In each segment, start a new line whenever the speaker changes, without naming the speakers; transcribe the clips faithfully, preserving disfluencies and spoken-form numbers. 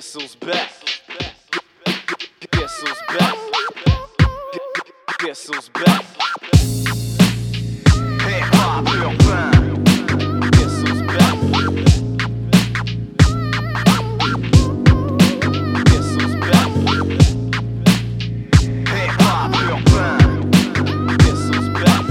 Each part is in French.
Guess who's back? Guess who's back? Guess who's back? Hip-hop urbain. Guess who's back? Guess who's back? Hip-hop urbain. Guess who's back?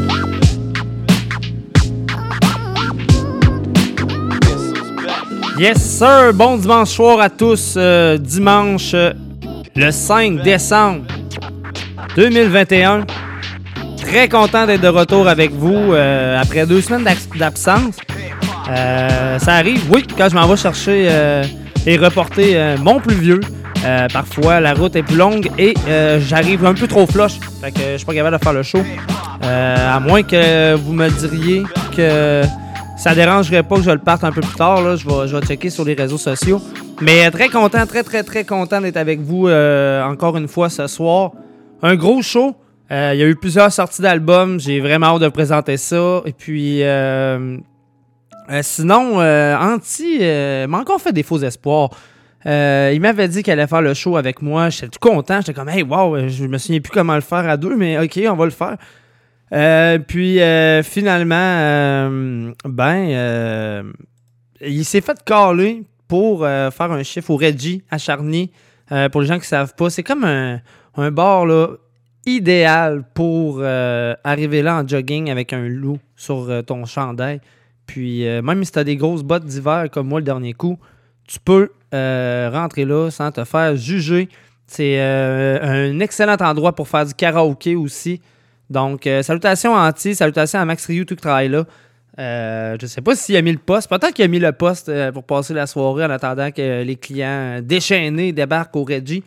Guess who's back?
Yes sir, bon dimanche soir à tous, euh, dimanche euh, le cinq décembre deux mille vingt et un. Très content d'être de retour avec vous euh, après deux semaines d'absence. Euh, ça arrive, oui, quand je m'en vais chercher euh, et reporter euh, mon plus vieux. Euh, parfois, la route est plus longue et euh, j'arrive un peu trop flush. Fait que je suis pas capable de faire le show. Euh, à moins que vous me diriez que ça dérangerait pas que je le parte un peu plus tard. Là. Je vais, je vais checker sur les réseaux sociaux. Mais très content, très, très, très content d'être avec vous euh, encore une fois ce soir. Un gros show. Euh, il y a eu plusieurs sorties d'albums. J'ai vraiment hâte de présenter ça. Et puis, euh, euh, sinon, euh, Anti euh, m'a encore fait des faux espoirs. Euh, il m'avait dit qu'il allait faire le show avec moi. J'étais tout content. J'étais comme, hey, wow, je me souviens plus comment le faire à deux, mais OK, on va le faire. Euh, puis, euh, finalement, euh, ben, euh, il s'est fait caler pour euh, faire un chiffre au Reggie à Charny. Euh, pour les gens qui ne savent pas, c'est comme un, un bar là, idéal pour euh, arriver là en jogging avec un loup sur euh, ton chandail. Puis euh, même si tu as des grosses bottes d'hiver comme moi le dernier coup, tu peux euh, rentrer là sans te faire juger. C'est euh, un excellent endroit pour faire du karaoké aussi. Donc, euh, salutations à Anti, salutations à Max Rioux, tout qui travaille là. Euh, je sais pas s'il a mis le poste. Peut-être qu'il a mis le poste euh, pour passer la soirée en attendant que les clients déchaînés débarquent au Reggie.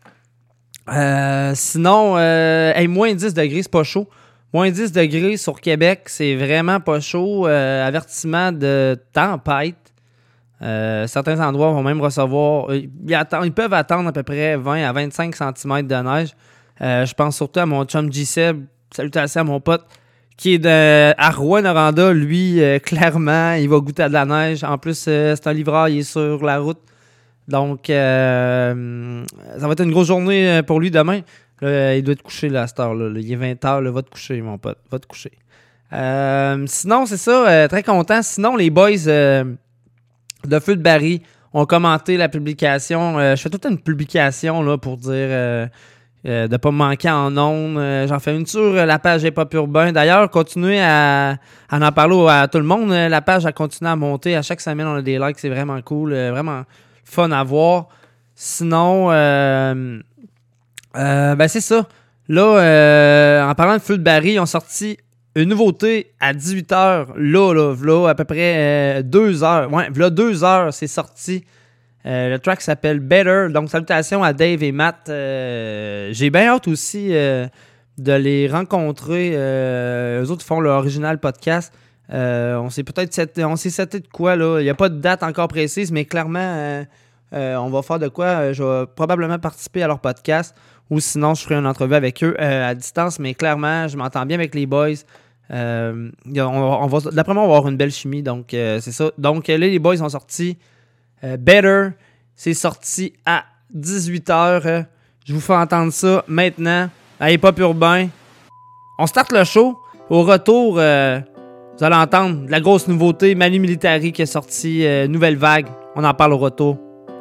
Euh, sinon, euh, hey, moins dix degrés, c'est pas chaud. Moins dix degrés sur Québec, c'est vraiment pas chaud. Euh, avertissement de tempête. Euh, certains endroits vont même recevoir... Ils, attendent, ils peuvent attendre à peu près vingt à vingt-cinq centimètres de neige. Euh, je pense surtout à mon chum G-Seb. Salutations à mon pote qui est de, à Rouyn-Noranda. Lui, euh, clairement, il va goûter à de la neige. En plus, euh, c'est un livreur, il est sur la route. Donc, euh, ça va être une grosse journée pour lui demain. Là, il doit être couché là, à cette heure-là. Il est vingt heures. Là, va te coucher, mon pote. Va te coucher. Euh, sinon, c'est ça. Euh, très content. Sinon, les boys euh, de Feu de Barry ont commenté la publication. Euh, je fais toute une publication là, pour dire euh, euh, de ne pas me manquer en ondes. Euh, j'en fais une sur la page Hip-Hop Urbain. D'ailleurs, continuez à, à en parler à tout le monde. La page a continué à monter. À chaque semaine, on a des likes. C'est vraiment cool. Euh, vraiment fun à voir. Sinon, euh, euh, ben c'est ça. Là, euh, en parlant de Feu de Barry, ils ont sorti une nouveauté à dix-huit heures. Là, là, là, à peu près euh, deux heures. Ouais, là, deux heures, c'est sorti. Euh, le track s'appelle Better. Donc, salutations à Dave et Matt. Euh, j'ai bien hâte aussi euh, de les rencontrer. Euh, eux autres font leur original podcast. Euh, on s'est peut-être set, on s'est seté de quoi là. Il n'y a pas de date encore précise, mais clairement euh, euh, on va faire de quoi. Euh, je vais probablement participer à leur podcast ou sinon je ferai une entrevue avec eux euh, à distance, mais clairement je m'entends bien avec les boys. Euh, on, on va, d'après moi on va avoir une belle chimie, donc euh, c'est ça. Donc là les boys ont sorti euh, Better, c'est sorti à dix-huit heures. Je vous fais entendre ça maintenant à Hip-Hop Urbain. On starte le show. Au retour euh, vous allez entendre de la grosse nouveauté, Manu Militari qui est sorti, euh, Nouvelle Vague. On en parle au retour.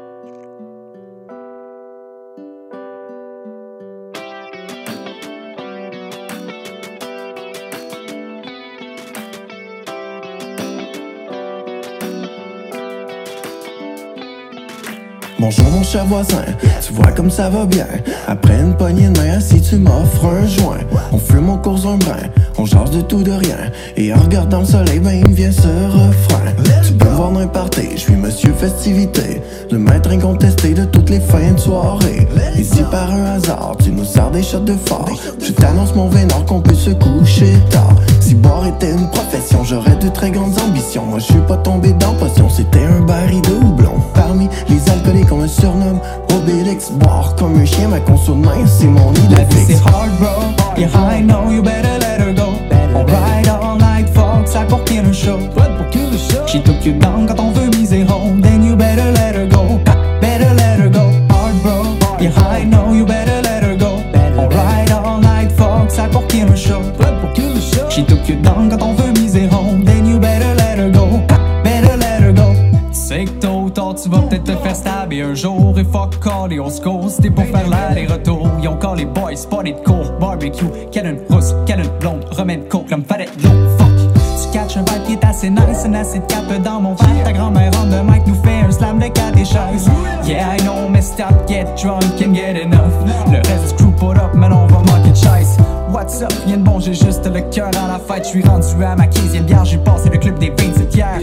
Bonjour mon cher voisin, tu vois comme ça va bien. Après une poignée de main, si tu m'offres un joint, on fume, on cause un brin, on jase de tout de rien. Et en regardant le soleil, ben il me vient ce refrain. Tu peux me voir dans un party, je suis monsieur festivité, le maître incontesté de toutes les fins de soirée. Et si par un hasard, tu nous sers des shots de fort, je t'annonce mon vénard qu'on peut se coucher tard. Si boire était une profession, j'aurais de très grandes ambitions. Moi je suis pas tombé dans potion, c'était un baril de houblon. Parmi les alcooliques on me surnomme Obélix. Boire comme un chien, ma conso de main, c'est mon idée
La vie
fixe.
c'est hard bro, yeah I know you better let her go. On ride all night fox, ça pour qu'il le show. She took you down quand on veut miser home, then you better let her go. Better let her go. sais que tôt ou tard tu vas peut-être te faire stabber un jour. Et fuck all et on se cause, t'es pour faire l'aller-retour. Ils ont encore les boys, spotted court, barbecue. Quelle une rousse, quelle une blonde, remède coke, l'homme fallait de l'eau, fuck. Tu catches un vibe qui est assez nice, un acide cap dans mon verre. Ta grand-mère en de mic nous fait un slam de quatre des chaises. Yeah, I know, mais stop, get drunk and get enough. Le reste du crew put up, man, on va manquer de chaise. What's up, rien de bon, j'ai juste le cœur à la fête. J'suis rendu à ma quinzième bière, j'ai passé le club des vingt-sept hier.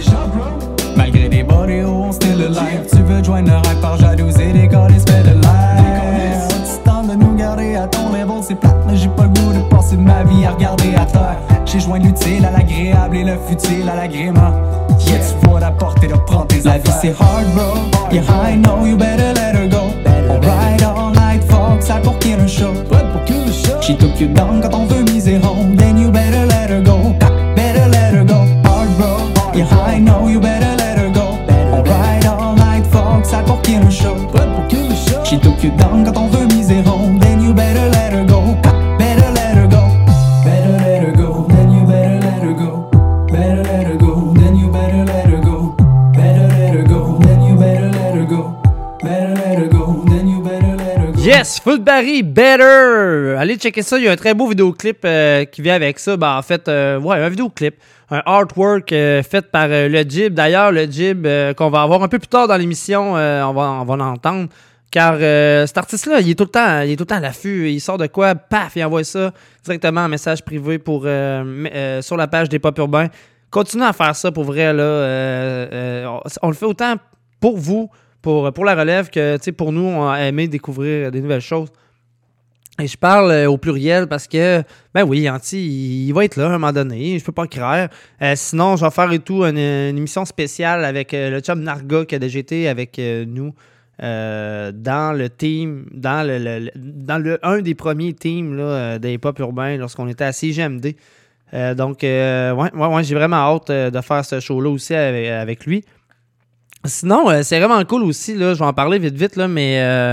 Malgré des body on still alive. Tu veux joindre le rêve par jalousie, des gars, les fait de l'air. Tu tentes de nous garder à ton level, c'est plate, mais j'ai pas le goût de passer ma vie à regarder à terre. J'ai joint l'utile à l'agréable et le futile à l'agrément. Yeah, tu vois la portée de prendre tes affaires. La vie c'est hard, bro. Yeah, I know, you better let her go. On ride all night, fuck, ça pour qu'il y ait un show. She took you down quand on veut miser home. Then you better let her go. Better let her go. Hard, bro. Yeah, I know, you better let her go. On ride all night, fuck, ça pour qu'il y ait un show. She took you down quand on veut miser home. Then you better let her go. Better let her go. Better let her go. Then you better let her go. Better let her go. Then you better let her go. Better let her go. Then you better let her go. Better let her go. Then you better let her go.
Yes, Footberry, Better! Allez checker ça, il y a un très beau vidéoclip euh, qui vient avec ça. Ben, en fait, euh, ouais, un vidéoclip, un artwork euh, fait par euh, le Jib. D'ailleurs, le Jib euh, qu'on va avoir un peu plus tard dans l'émission, euh, on, va, on va l'entendre. Car euh, cet artiste-là, il est tout le temps, il est tout le temps à l'affût. Il sort de quoi, paf, il envoie ça directement en message privé pour, euh, euh, sur la page des Pop Urbains. Continuez à faire ça pour vrai, là. Euh, euh, on le fait autant pour vous, pour, pour la relève, que pour nous, on a aimé découvrir des nouvelles choses. Et je parle euh, au pluriel parce que, ben oui, Anti, il, il va être là à un moment donné, je peux pas craindre. Euh, sinon, je vais faire et tout une, une émission spéciale avec euh, le chum Narga qui a déjà été avec euh, nous. Euh, dans le team, dans le, le, dans le un des premiers teams là, des pop urbains lorsqu'on était à C G M D. Euh, donc, euh, ouais, ouais, ouais, j'ai vraiment hâte euh, de faire ce show-là aussi avec, avec lui. Sinon, euh, c'est vraiment cool aussi, là, je vais en parler vite vite, là, mais euh,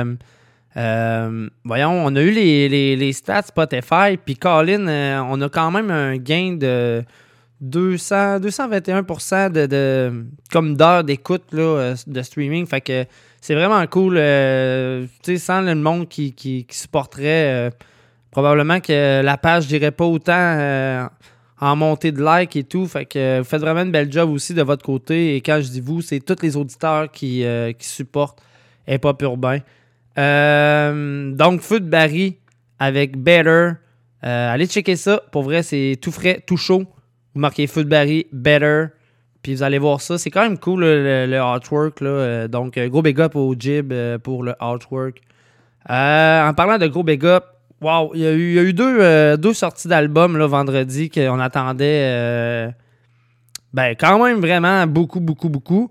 euh, voyons, on a eu les, les, les stats Spotify, puis Colin, euh, on a quand même un gain de deux cents, deux cent vingt et un pour cent de, de, comme d'heures d'écoute là, de streaming, fait que c'est vraiment cool, euh, tu sais, sans le monde qui, qui, qui supporterait, euh, probablement que la page n'irait pas autant euh, en montée de likes et tout, fait que vous faites vraiment une belle job aussi de votre côté, et quand je dis vous, c'est tous les auditeurs qui, euh, qui supportent Hip Hop Urbain. Euh, donc, Footberry avec Better, euh, allez checker ça, pour vrai, c'est tout frais, tout chaud, vous marquez Footberry, Better, puis vous allez voir ça. C'est quand même cool, le, le, le artwork. Là. Euh, donc, gros big up au Jib euh, pour le artwork. Euh, en parlant de gros big up, wow, il y a eu, il y a eu deux, euh, deux sorties d'albums là, vendredi qu'on attendait. Euh, ben, quand même vraiment beaucoup, beaucoup, beaucoup.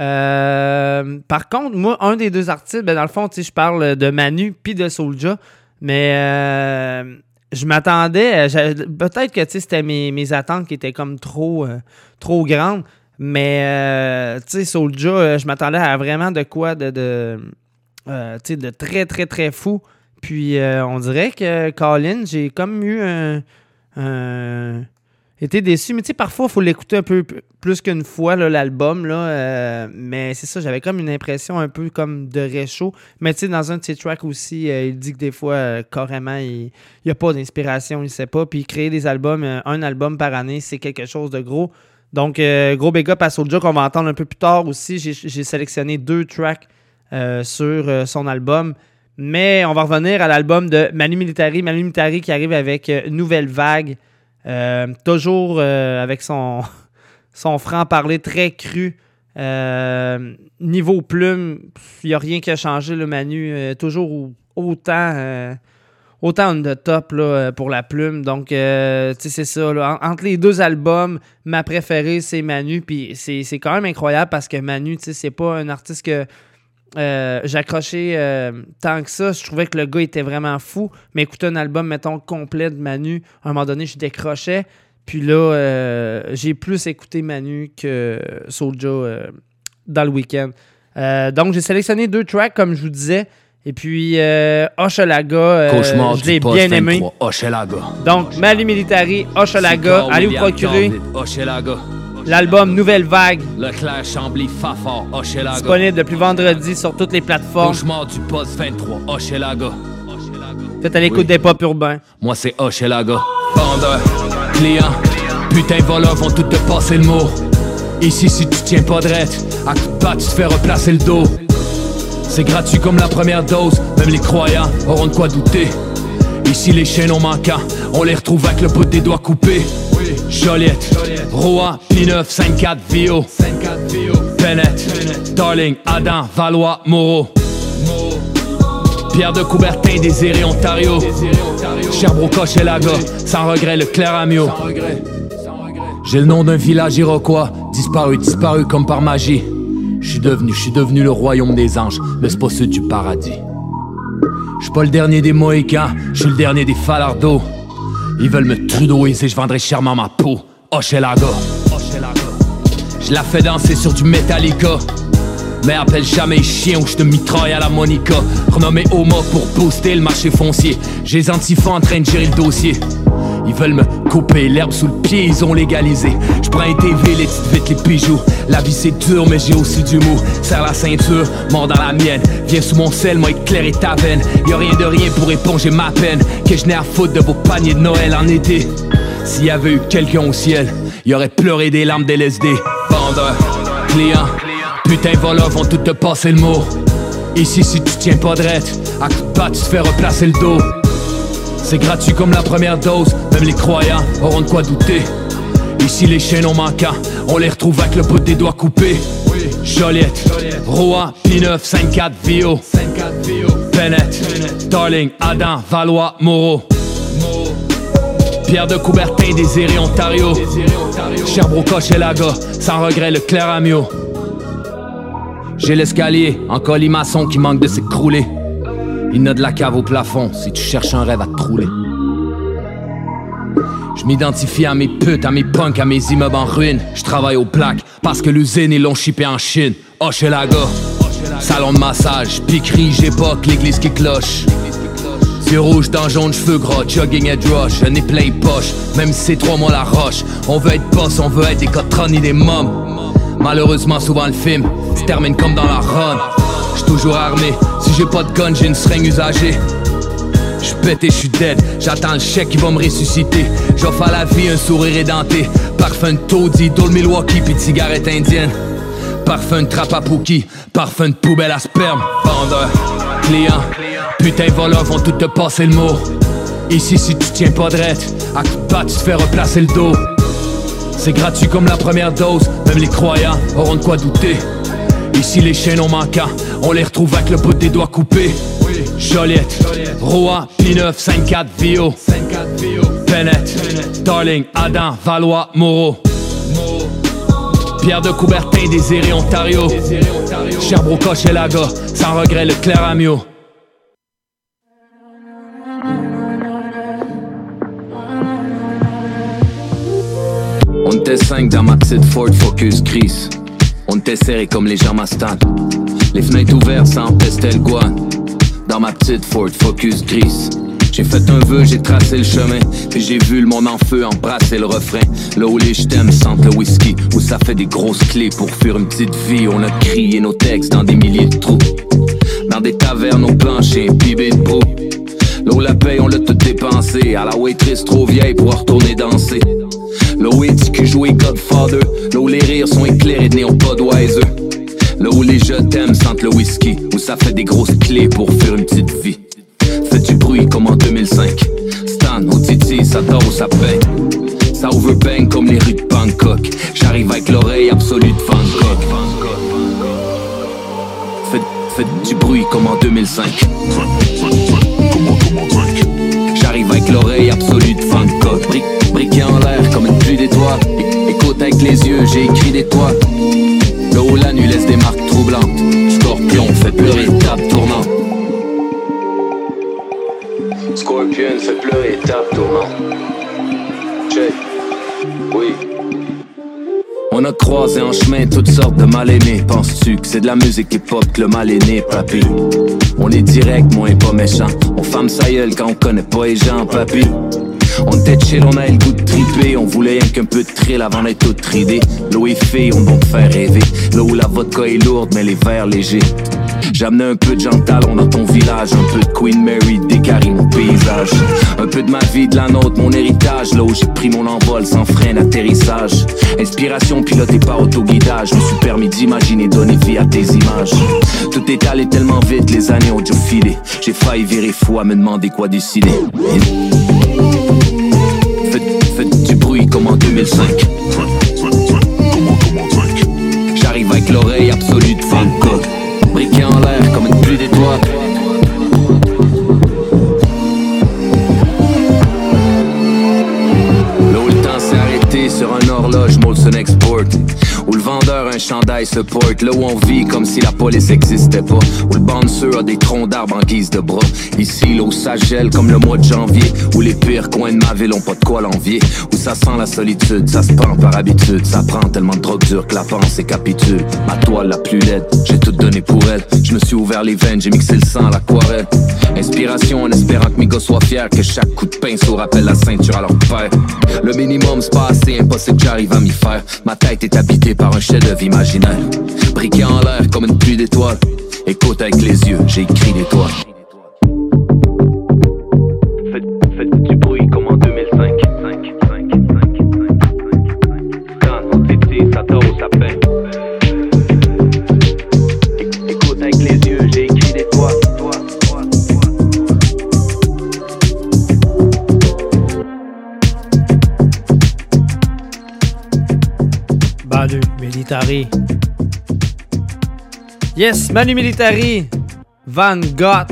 Euh, par contre, moi, un des deux artistes, ben, dans le fond, je parle de Manu puis de Soulja. Mais euh, je m'attendais, peut-être que c'était mes, mes attentes qui étaient comme trop, euh, trop grandes, mais euh, tu sais, Soulja, euh, je m'attendais à vraiment de quoi de, de, euh, de très, très, très fou. Puis euh, on dirait que Colin, j'ai comme eu un... un été déçu, mais tu sais, parfois, il faut l'écouter un peu plus qu'une fois, là, l'album, là, euh, mais c'est ça, j'avais comme une impression un peu comme de réchaud, mais tu sais, dans un de ses tracks aussi, euh, il dit que des fois, euh, carrément, il n'y a pas d'inspiration, il sait pas, puis créer des albums, euh, un album par année, c'est quelque chose de gros, donc euh, gros big up à Soulja qu'on va entendre un peu plus tard aussi, j'ai, j'ai sélectionné deux tracks euh, sur euh, son album, mais on va revenir à l'album de Manu Militari, Manu Militari qui arrive avec euh, Nouvelle Vague. Euh, toujours euh, avec son, son franc-parler très cru. Euh, niveau plume, il n'y a rien qui a changé, le Manu. Euh, toujours autant, euh, autant on the top là, pour la plume. Donc, euh, tu sais, c'est ça. Là. En, entre les deux albums, ma préférée, c'est Manu. Puis c'est, c'est quand même incroyable parce que Manu, tu sais, c'est pas un artiste que Euh, j'accrochais euh, tant que ça. Je trouvais que le gars était vraiment fou. Mais écouter un album, mettons, complet de Manu, à un moment donné, je décrochais. Puis là, euh, j'ai plus écouté Manu que Soulja euh, dans le week-end. Euh, donc, j'ai sélectionné deux tracks, comme je vous disais. Et puis, euh, Hochelaga, euh, je l'ai bien aimé.
Hochelaga.
Donc, Manu Militari, Hochelaga, allez vous procurer.
Hochelaga.
l'album Nouvelle Vague.
Leclerc, Chambly, Fafard, Hochelaga.
Disponible depuis vendredi sur toutes les plateformes.
Cauchemar du poste vingt-trois, Hochelaga.
Faites à l'écoute oui. des pop urbains.
Moi c'est Hochelaga. Vendeur, client, putain voleurs vont tout te passer le mot. Ici si tu tiens pas drette, à coup de patte tu te fais replacer le dos. C'est gratuit comme la première dose, même les croyants auront de quoi douter. Ici les chaînons manquants, on les retrouve avec le bout des doigts coupés. Joliette, Rouen, P neuf, cinquante-quatre, Vio, Bennett, Darling, Adam, Valois, Moreau, Pierre de Coubertin, Désiré, Ontario, Sherbrooke, Hochelaga, sans regret, le Claramio. J'ai le nom d'un village iroquois, disparu, disparu comme par magie. J'suis devenu, j'suis devenu le royaume des anges, mais c'est pas celui du paradis. J'suis pas le dernier des Mohicans, j'suis le dernier des Falardeaux. Ils veulent me trudeauiser, j'vendrai chèrement ma peau. Hochelaga, je la fais danser sur du Metallica. Mais appelle jamais chien ou j'te mitraille à la Monica. Renommé Homo pour booster le marché foncier. J'ai les antifas en train de gérer le dossier. Ils veulent me couper l'herbe sous le pied, ils ont légalisé. J'prends un T V, les petites vites, les bijoux. La vie c'est dur, mais j'ai aussi du mou. Serre la ceinture, mort dans la mienne. Viens sous mon sel, moi éclairer ta veine. Y'a rien de rien pour éponger ma peine. Que je n'ai à foutre de vos paniers de Noël en été. S'il y avait eu quelqu'un au ciel, il aurait pleuré des larmes d'L S D. Vendeur, client, putain voleurs vont tout te passer le mot. Ici si tu tiens pas drette, à coup de patte tu te fais replacer le dos. C'est gratuit comme la première dose, même les croyants auront de quoi douter. Ici les chaînons manquants, on les retrouve avec le bout des doigts coupés. Joliette, Rouen, P neuf, cinquante-quatre, Vio, Bennett, Darling, Adam, Valois, Moreau, Pierre de Coubertin, Désiré, Ontario, Sherbrooke, Hochelaga, sans regret, le Claramio. J'ai l'escalier en colimaçon qui manque de s'écrouler. Il n'a de la cave au plafond si tu cherches un rêve à te trouler. Je m'identifie à mes putes, à mes punks, à mes immeubles en ruine. Je travaille aux plaques parce que l'usine ils l'ont shippé en Chine. Hochelaga, salon de massage, piquerie, j'époque, l'église qui cloche. Yeux rouges, dans jaune, cheveux gras, jogging head rush, un nez plein poche, même si c'est trois mois la roche. On veut être boss, on veut être des cotrons ni des mômes. Malheureusement souvent le film se termine comme dans la run. J'suis toujours armé, si j'ai pas de gun, j'ai une seringue usagée. J'suis pété, j'suis dead, j'attends le chèque qui va me ressusciter. J'offre à la vie un sourire édenté. Parfum de taudis, d'Old Milwaukee pis de cigarette indienne. Parfum de trappe à Pookie, parfum de poubelle à sperme. Vendeur, client, putain voleurs vont tout te passer le mot. Ici si tu tiens pas drette, à coup de patte tu te fais replacer le dos. C'est gratuit comme la première dose, même les croyants auront de quoi douter. Ici les chaînons manquants, on les retrouve avec le bout des doigts coupés. Joliette, Rouen, P neuf, cinquante-quatre, Vio, Bennett, Darling, Adam, Valois, Moreau, Pierre de Coubertin, Désiré, Ontario, Sherbrooke, Hochelaga, sans regret, le Claramio.
On était cinq dans ma petite Ford Focus grise. On était serrés comme les jambes à stand. Les fenêtres ouvertes, ça empestait le guan. Dans ma petite Ford Focus grise. J'ai fait un vœu, j'ai tracé le chemin. Puis j'ai vu le monde en feu embrasser le refrain. Là où les j't'aime sentent le whisky. Où ça fait des grosses clés pour fuir une petite vie. On a crié nos textes dans des milliers de trous. Dans des tavernes au plancher, pibé de brou. Là où la paye, on l'a tout dépensé. À la waitress trop vieille pour retourner danser. Là où est-ce que jouer Godfather. Là où les rires sont éclairés de néon Budweiser. Là où les je t'aime sentent le whisky. Où ça fait des grosses clés pour faire une petite vie. Fait du bruit comme en deux mille cinq. Stan, au Titi, ça dort ou ça paye. Ça overbang comme les rues de Bangkok. J'arrive avec l'oreille absolue de Van Gogh. Fait, fait du bruit comme en deux mille cinq. J'arrive avec l'oreille absolue de Van Gogh. Bri briqué en l'air comme une pluie d'étoiles. Écoute avec les yeux, j'ai écrit des toits. Là où la nuit laisse des marques troublantes. Scorpion fait pleurer table tournante. Scorpion fait pleurer table tournante. Check, oui. On a croisé en chemin toutes sortes de mal-aimés. Penses-tu que c'est de la musique hip-hop que le mal est né, papy? On est direct, moi et pas méchant. On ferme sa gueule quand on connaît pas les gens, papy. On était chill, on a le goût de triper. On voulait rien qu'un peu de thrill avant d'être tout tridé. L'eau est fée, on donc fait rêver. Là où la vodka est lourde, mais les verres légers. J'amenais un peu de Jean Talon dans ton village. Un peu de Queen Mary, décarie mon paysage. Un peu de ma vie, de la nôtre, mon héritage. Là où j'ai pris mon envol sans frein d'atterrissage. Inspiration pilotée par autoguidage. Je me suis permis d'imaginer, donner vie à tes images. Tout est allé tellement vite, les années ont dû filer. J'ai failli virer fou à me demander quoi décider. Faites, faites du bruit comme en deux mille cinq. J'arrive avec l'oreille absolue de Funko. Briqué en l'air comme une pluie d'étoiles. Là où le temps s'est arrêté sur un horloge Molson Export. Où le vendeur un chandail se porte. Là où on vit comme si la police existait pas. Où le bouncer a des troncs d'arbres en guise de bras. Ici l'eau ça gèle comme le mois de janvier. Où les pires coins de ma ville ont pas de quoi l'envier. Où ça sent la solitude, ça se prend par habitude. Ça prend tellement de drogue dure que la pensée capitule. Ma toile la plus laide, j'ai tout donné pour elle. Je me suis ouvert les veines, j'ai mixé le sang à l'aquarelle. Inspiration en espérant que mes gars soient fiers. Que chaque coup de pinceau rappelle la ceinture à leur père. Le minimum c'est pas assez, impossible que j'arrive à m'y faire. Ma tête est habitée par un chef-d'œuvre imaginaire. Briqué en l'air comme une pluie d'étoiles. Écoute avec les yeux, j'ai écrit l'étoile. Faites, faites du bruit comme en deux mille cinq. Quand c'est petit, ça tord ou ça peine. Écoute avec les yeux, j'ai écrit l'étoile.
Manu Militari. Yes, Manu Militari. Van Gogh.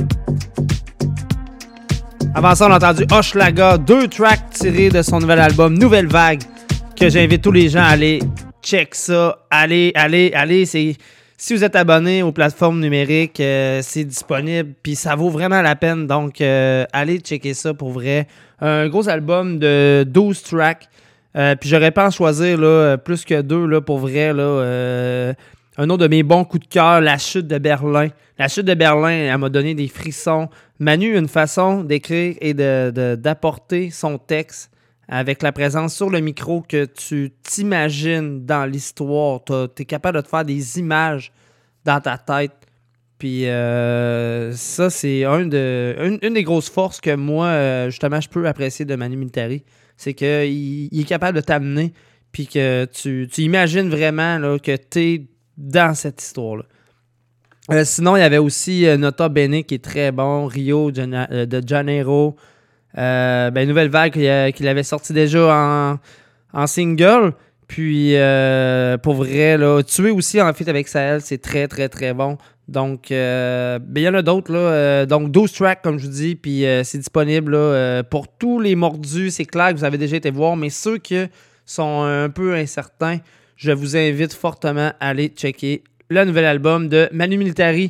Avant ça, on a entendu Hochelaga, deux tracks tirés de son nouvel album Nouvelle Vague, que j'invite tous les gens à aller check ça. Allez, allez, allez. C'est, si vous êtes abonné aux plateformes numériques, euh, c'est disponible, puis ça vaut vraiment la peine. Donc, euh, allez checker ça pour vrai. Un gros album de douze tracks. Euh, puis j'aurais pas à en choisir là, plus que deux là, pour vrai. Là, euh, un autre de mes bons coups de cœur, La Chute de Berlin. La Chute de Berlin, elle m'a donné des frissons. Manu a une façon d'écrire et de, de, d'apporter son texte avec la présence sur le micro que tu t'imagines dans l'histoire. Tu es capable de te faire des images dans ta tête. Puis euh, ça, c'est un de, une, une des grosses forces que moi, euh, justement, je peux apprécier de Manu Militari. C'est qu'il il est capable de t'amener, puis que tu, tu imagines vraiment là, que tu es dans cette histoire-là. Euh, sinon, il y avait aussi euh, Nota Bene qui est très bon, Rio de, de Janeiro, euh, ben, Nouvelle Vague qu'il, qu'il avait sorti déjà en, en single. Puis, euh, pour vrai, là, Tuer aussi en feat avec Sahel, c'est très, très, très bon. Donc, euh, ben, il y en a d'autres, là. Euh, donc, douze tracks, comme je vous dis, puis euh, c'est disponible là, euh, pour tous les mordus. C'est clair que vous avez déjà été voir, mais ceux qui sont un peu incertains, je vous invite fortement à aller checker le nouvel album de Manu Militari.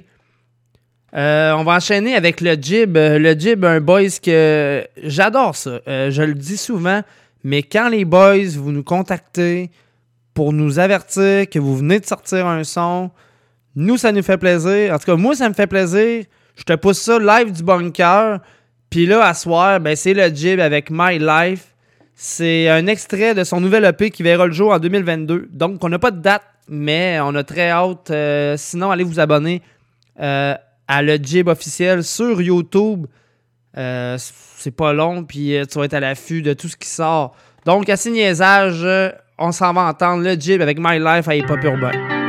Euh, on va enchaîner avec le Jib. Le Jib, un boys que j'adore ça. Euh, je le dis souvent, mais quand les boys, vous nous contactez pour nous avertir que vous venez de sortir un son, nous, ça nous fait plaisir. En tout cas, moi, ça me fait plaisir. Je te pousse ça live du bunker. Puis là, à soir, ben, c'est le Jib avec My Life. C'est un extrait de son nouvel E P qui verra le jour en deux mille vingt-deux. Donc, on n'a pas de date, mais on a très hâte. Euh, sinon, allez vous abonner euh, à le Jib officiel sur YouTube. Euh, c'est pas long, puis tu vas être à l'affût de tout ce qui sort. Donc, à ce niaisage, on s'en va entendre le Jib avec My Life à Hip Hop Urbain.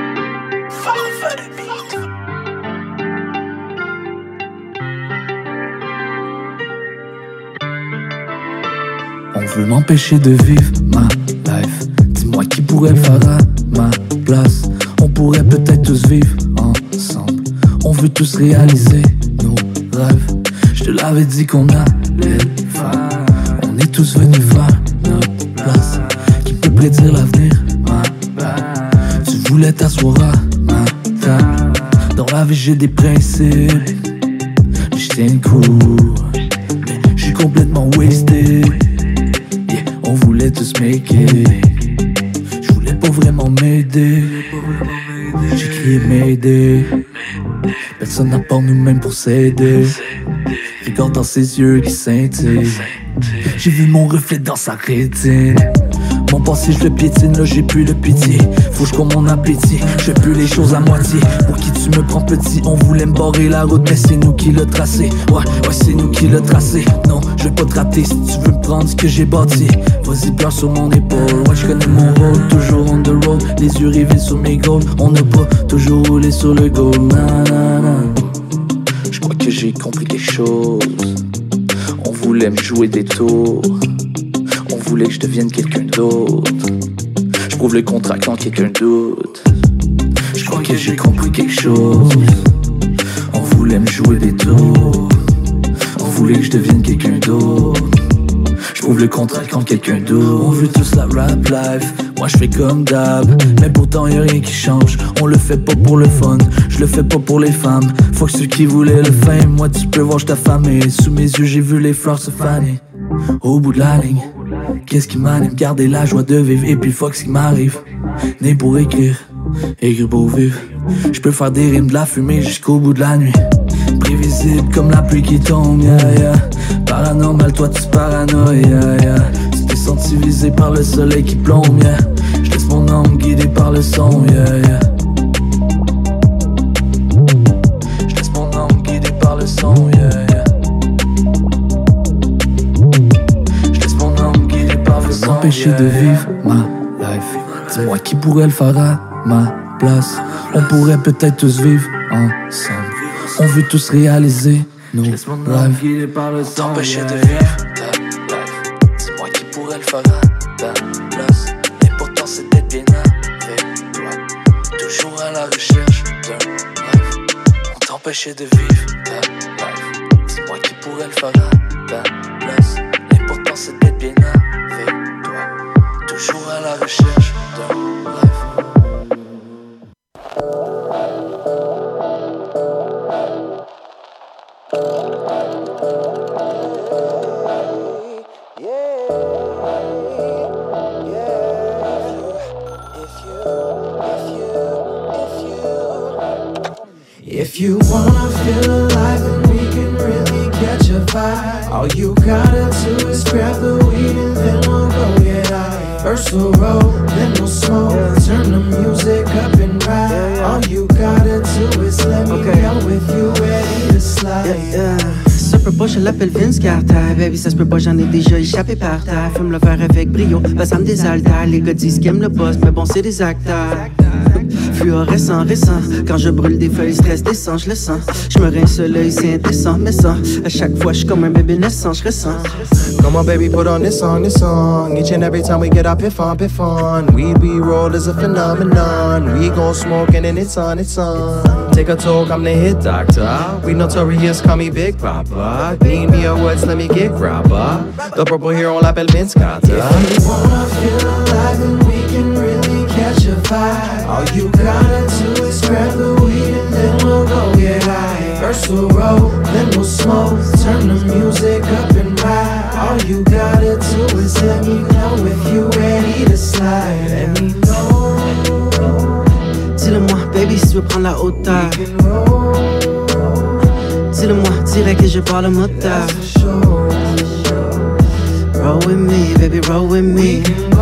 On veut m'empêcher de vivre ma life. Dis-moi qui pourrait le faire à ma place. On pourrait peut-être tous vivre ensemble. On veut tous réaliser nos rêves. Je te l'avais dit qu'on allait le faire. On est tous venus faire notre place. Qui peut prédire l'avenir, ma belle. Tu voulais t'asseoir à ma table. Dans la vie j'ai des principes, mais je tiens le coup. Mais je suis complètement wasted. Yeah, on voulait tous make it. Je voulais pas vraiment m'aider. J'ai crié m'aider. Personne n'a part nous-mêmes pour s'aider. Regarde dans ses yeux qui scintillent. J'ai vu mon reflet dans sa rétine. Mon passé je le piétine, là j'ai plus le pitié. Faut que je cours mon appétit, je fais plus les choses à moitié. Pour qui tu me prends petit, on voulait me barrer la route, mais c'est nous qui l'a tracé. Ouais, ouais c'est nous qui l'a tracé. Non, je vais pas te rater si tu veux me prendre ce que j'ai bâti. Vas-y pleure sur mon épaule, ouais je connais mon rôle. Toujours on the road, les yeux rivés sur mes goals. On n'a pas toujours roulé sur le goal, nanana. Je crois que j'ai compris quelque chose. On voulait me jouer des tours. On voulait que je devienne quelqu'un d'autre. Je prouve le contrat quand quelqu'un doute. Je crois que j'ai compris quelque chose. On voulait me jouer des tours. On voulait que je devienne quelqu'un d'autre. Je prouve le contrat quand quelqu'un doute. On veut tous la rap life. Moi je fais comme d'hab. Mais pourtant y'a rien qui change. On le fait pas pour le fun. Je le fais pas pour les femmes. Faut que ceux qui voulaient le fame. Moi tu peux voir j't'ai affamé. Sous mes yeux j'ai vu les fleurs se faner. Au bout de la ligne, qu'est-ce qui m'anime? Garder la joie de vivre. Et puis fuck ce qui m'arrive. Né pour écrire, écrire pour vivre. J'peux faire des rimes, de la fumée jusqu'au bout de la nuit. Prévisible comme la pluie qui tombe, yeah, yeah. Paranormal, toi tu paranoïa, yeah, yeah. Tu t'es senti visé par le soleil qui plombe, yeah. J'laisse mon âme guidée par le son, yeah, yeah. J'laisse mon âme guidée par le son, yeah, yeah. Empêcher de vivre ma life. Dis-moi qui pourrait le faire à ma place. On pourrait peut-être tous vivre ensemble. On veut tous réaliser nos rêves. T'empêcher de vivre ta life. Dis-moi qui pourrait le faire à ta place. L'important c'est d'être bien avec toi. Toujours à la recherche d'un rêve. On t'empêchait de vivre ta life. Dis-moi qui pourrait le faire à ta place. L'important c'est d'être bien avec toi. Toujours à la recherche d'un rêve.
If you wanna feel alive and we can really catch a vibe, all you gotta do is grab the weed and then we'll go get high. First we'll roll, then we'll smoke, turn the music up and ride. All you gotta do is let me know if you ready to slide.
Yeah, yeah. Ça peut pas, je l'appelle Vince Carter. Baby, ça se peut pas, j'en ai déjà échappé par terre. Fume le verre avec brio, bah ça me désaltère. Les gars disent qu'ils aiment le boss, mais bon, c'est des acteurs. Fluorescent, récent. Quand je brûle des feuilles, stress descend, je le sens. Je me rince l'œil, c'est indécent, mais ça, à chaque fois, je suis comme un bébé naissant, je ressens.
Come on, baby, put on this song, this song. Each and every time we get up, piff on, piff on. Weed we roll is a phenomenon. We gon' smoke and then it's on, it's on. Take a talk, I'm the hit doctor. We notorious, call me Big Papa. Need me awards, let me get grabber. The purple here on l'appelle Vince Carter.
If you wanna feel alive and we can really catch a vibe, all you gotta do is grab the weed and then we'll go get high. First we'll roll, then we'll smoke, turn the music up and ride. All you gotta do is let me know if you ready to slide. Let me know.
Dis-le-moi, baby, si tu veux prendre la hauteur. Dis-le-moi, direct que je parle le moteur. Roll with me, baby, roll with me.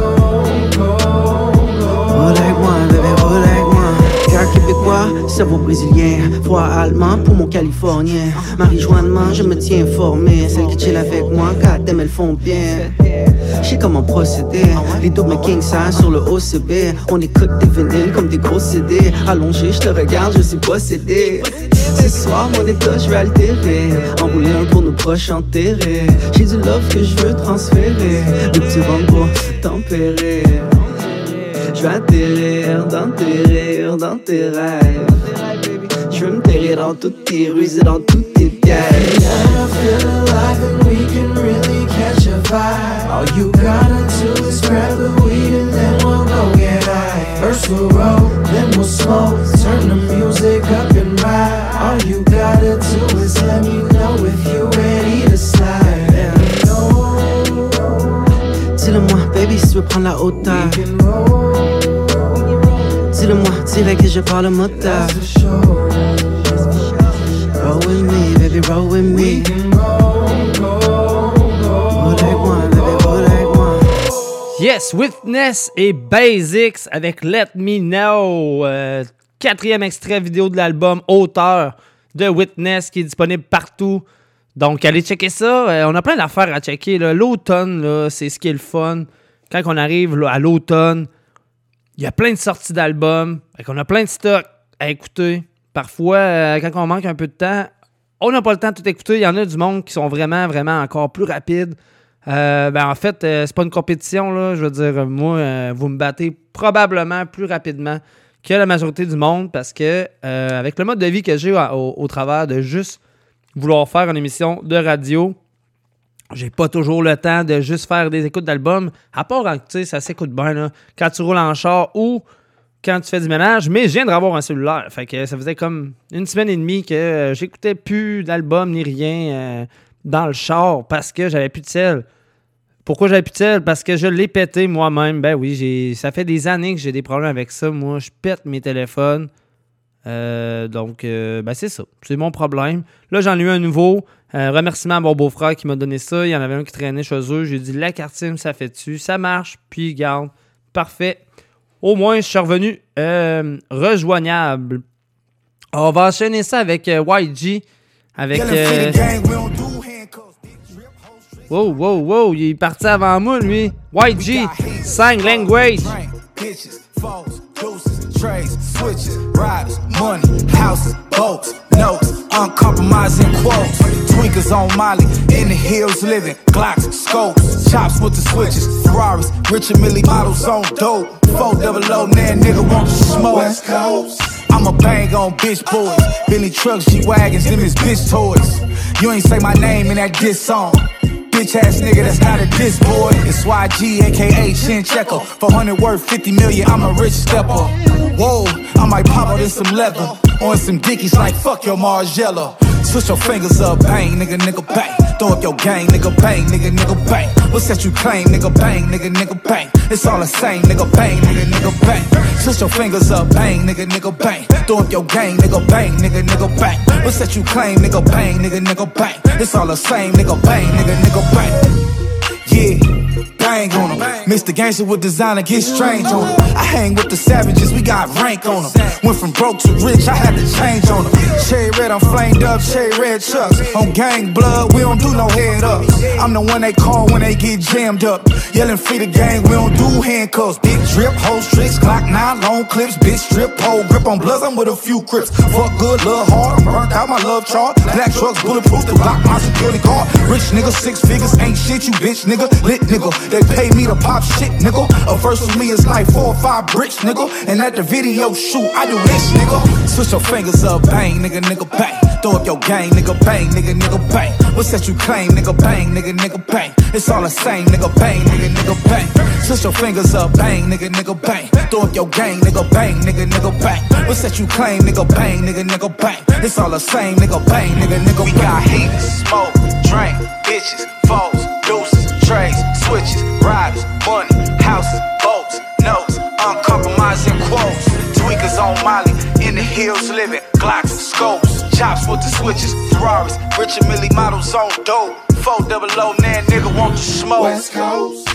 Roll like moi, baby, roll like moi. Cœur québécois, cerveau brésilien. Froid allemand pour mon californien. Marijuana, je me tiens informé. Celles qui chill avec moi, goddamn, elles font bien. J'sais comment procéder. Les doubles king size sur le O C B. On écoute des vinyles comme des gros C D. Allongé, je te regarde, je suis possédé. Ce soir, mon état, je vais altérer. Enrouler un pour nos proches enterrés. J'ai du love que je veux transférer. Le petit rhum pour tempérer. Je vais atterrir dans tes rires, dans tes rêves. Je veux me terrer dans toutes tes ruses et dans toutes tes pièges.
Feel alive and we can really catch a vibe. All you gotta do is grab the weed and then we'll go get high. First we'll roll, then we'll smoke, turn the music up and ride. All you gotta do is let me know if you ready to slide. Let me know.
Dis-le-moi, baby, si tu veux prendre la hauteur. Dis-le-moi, direct que je parle le moteur. Roll with me, baby, roll with me.
Yes, Witness et Basics avec Let Me Know. Euh, quatrième extrait vidéo de l'album Auteur de Witness qui est disponible partout. Donc, allez checker ça. Euh, on a plein d'affaires à checker. Là. L'automne, là, c'est ce qui est le fun. Quand on arrive là, à l'automne, il y a plein de sorties d'albums. On a plein de stocks à écouter. Parfois, euh, quand on manque un peu de temps, on n'a pas le temps de tout écouter. Il y en a du monde qui sont vraiment, vraiment encore plus rapides. Euh, ben en fait, euh, c'est pas une compétition, là. Je veux dire, moi, euh, vous me battez probablement plus rapidement que la majorité du monde parce que euh, avec le mode de vie que j'ai au, au, au travers de juste vouloir faire une émission de radio, j'ai pas toujours le temps de juste faire des écoutes d'albums, à part quand, tu sais, ça s'écoute bien, là, quand tu roules en char ou quand tu fais du ménage, mais je viens de revoir un cellulaire. Fait que ça faisait comme une semaine et demie que euh, j'écoutais plus d'albums ni rien euh, dans le char parce que j'avais plus de sel. Pourquoi j'avais plus de sel? Parce que je l'ai pété moi-même. Ben oui, j'ai ça fait des années que j'ai des problèmes avec ça. Moi, je pète mes téléphones. Euh, donc, euh, ben c'est ça. C'est mon problème. Là, j'en ai eu un nouveau. Euh, remerciement à mon beau-frère qui m'a donné ça. Il y en avait un qui traînait chez eux. J'ai dit, la cartine, ça fait dessus. Ça marche. Puis, garde. Parfait. Au moins, je suis revenu euh, rejoignable. On va enchaîner ça avec euh, Y G. Avec... Euh... Wow, wow, wow. Il est parti avant moi, lui. Y G. Sign Language.
Trays, switches, riders, money, houses, boats, notes, uncompromising quotes. Tweakers on Molly, in the hills living, Glocks, scopes, chops with the switches, Ferraris, Richard Mille models on dope. four double O, nan nigga want to smoke. West Coast. I'ma bang on bitch boys, Billy trucks, G-Wagons, them is bitch toys. You ain't say my name in that diss song. Bitch ass nigga, that's not a diss boy. It's Y G, aka Chin Checker. four hundred worth fifty million, I'm a rich stepper. Whoa, I might pop out in some leather. On some dickies like fuck your Margiela. Switch your fingers up, bang, nigga, nigga, bang. Throw up your gang, nigga, bang, nigga, nigga, bang. What's that you claim, nigga, bang, nigga, nigga, bang. It's all the same, nigga, bang, nigga, nigga, bang. Switch your fingers up, bang, nigga, nigga, bang. Throw up your gang, nigga, bang, nigga, nigga, bang. What's that you claim, nigga, bang, nigga, nigga, bang. It's all the same, nigga, bang, nigga, nigga, bang. Yeah, bang on them. Mister Gangster with designer, get strange on them. I hang with the savages, we got rank on them. Went from broke to rich, I had to change on them. Cherry red, I'm flamed up, cherry red chucks. On gang blood, we don't do no head ups. I'm the one they call when they get jammed up. Yelling free the gang, we don't do handcuffs. Big drip, hoes, tricks, Glock nine, long clips. Bitch strip, pole, grip on bloods, I'm with a few crips. Fuck good, love hard, burnt out my love chart. Black trucks, bulletproof to block my security guard. Rich nigga, six figures, ain't shit, you bitch nigga. Lit nigga, they pay me to pop shit nigga. A verse with me is like four or five bricks nigga. And at the video shoot, I do this nigga. Switch your fingers up, bang, nigga, nigga, bang. Throw up your gang, nigga, bang, nigga, nigga, bang. What's that you claim, nigga, bang, nigga, nigga, bang. It's all the same, nigga, bang, nigga, nigga, bang. Switch your fingers up, bang, nigga, nigga, bang. Throw up your gang, nigga, bang, nigga, nigga, bang. What's that you claim, nigga, bang, nigga, nigga, bang. It's all the same, nigga, bang, nigga, nigga, bang. We got heat, smoke, drink, bitches, foes, deuces, trays, switches, riders, money, houses, boats, notes, uncompromising quotes. Tweakers on Molly, in the hills living, Glocks, scopes, chops with the switches, Ferraris, Richard Mille models on dope. four double O, nan nigga want to smoke. West Coast.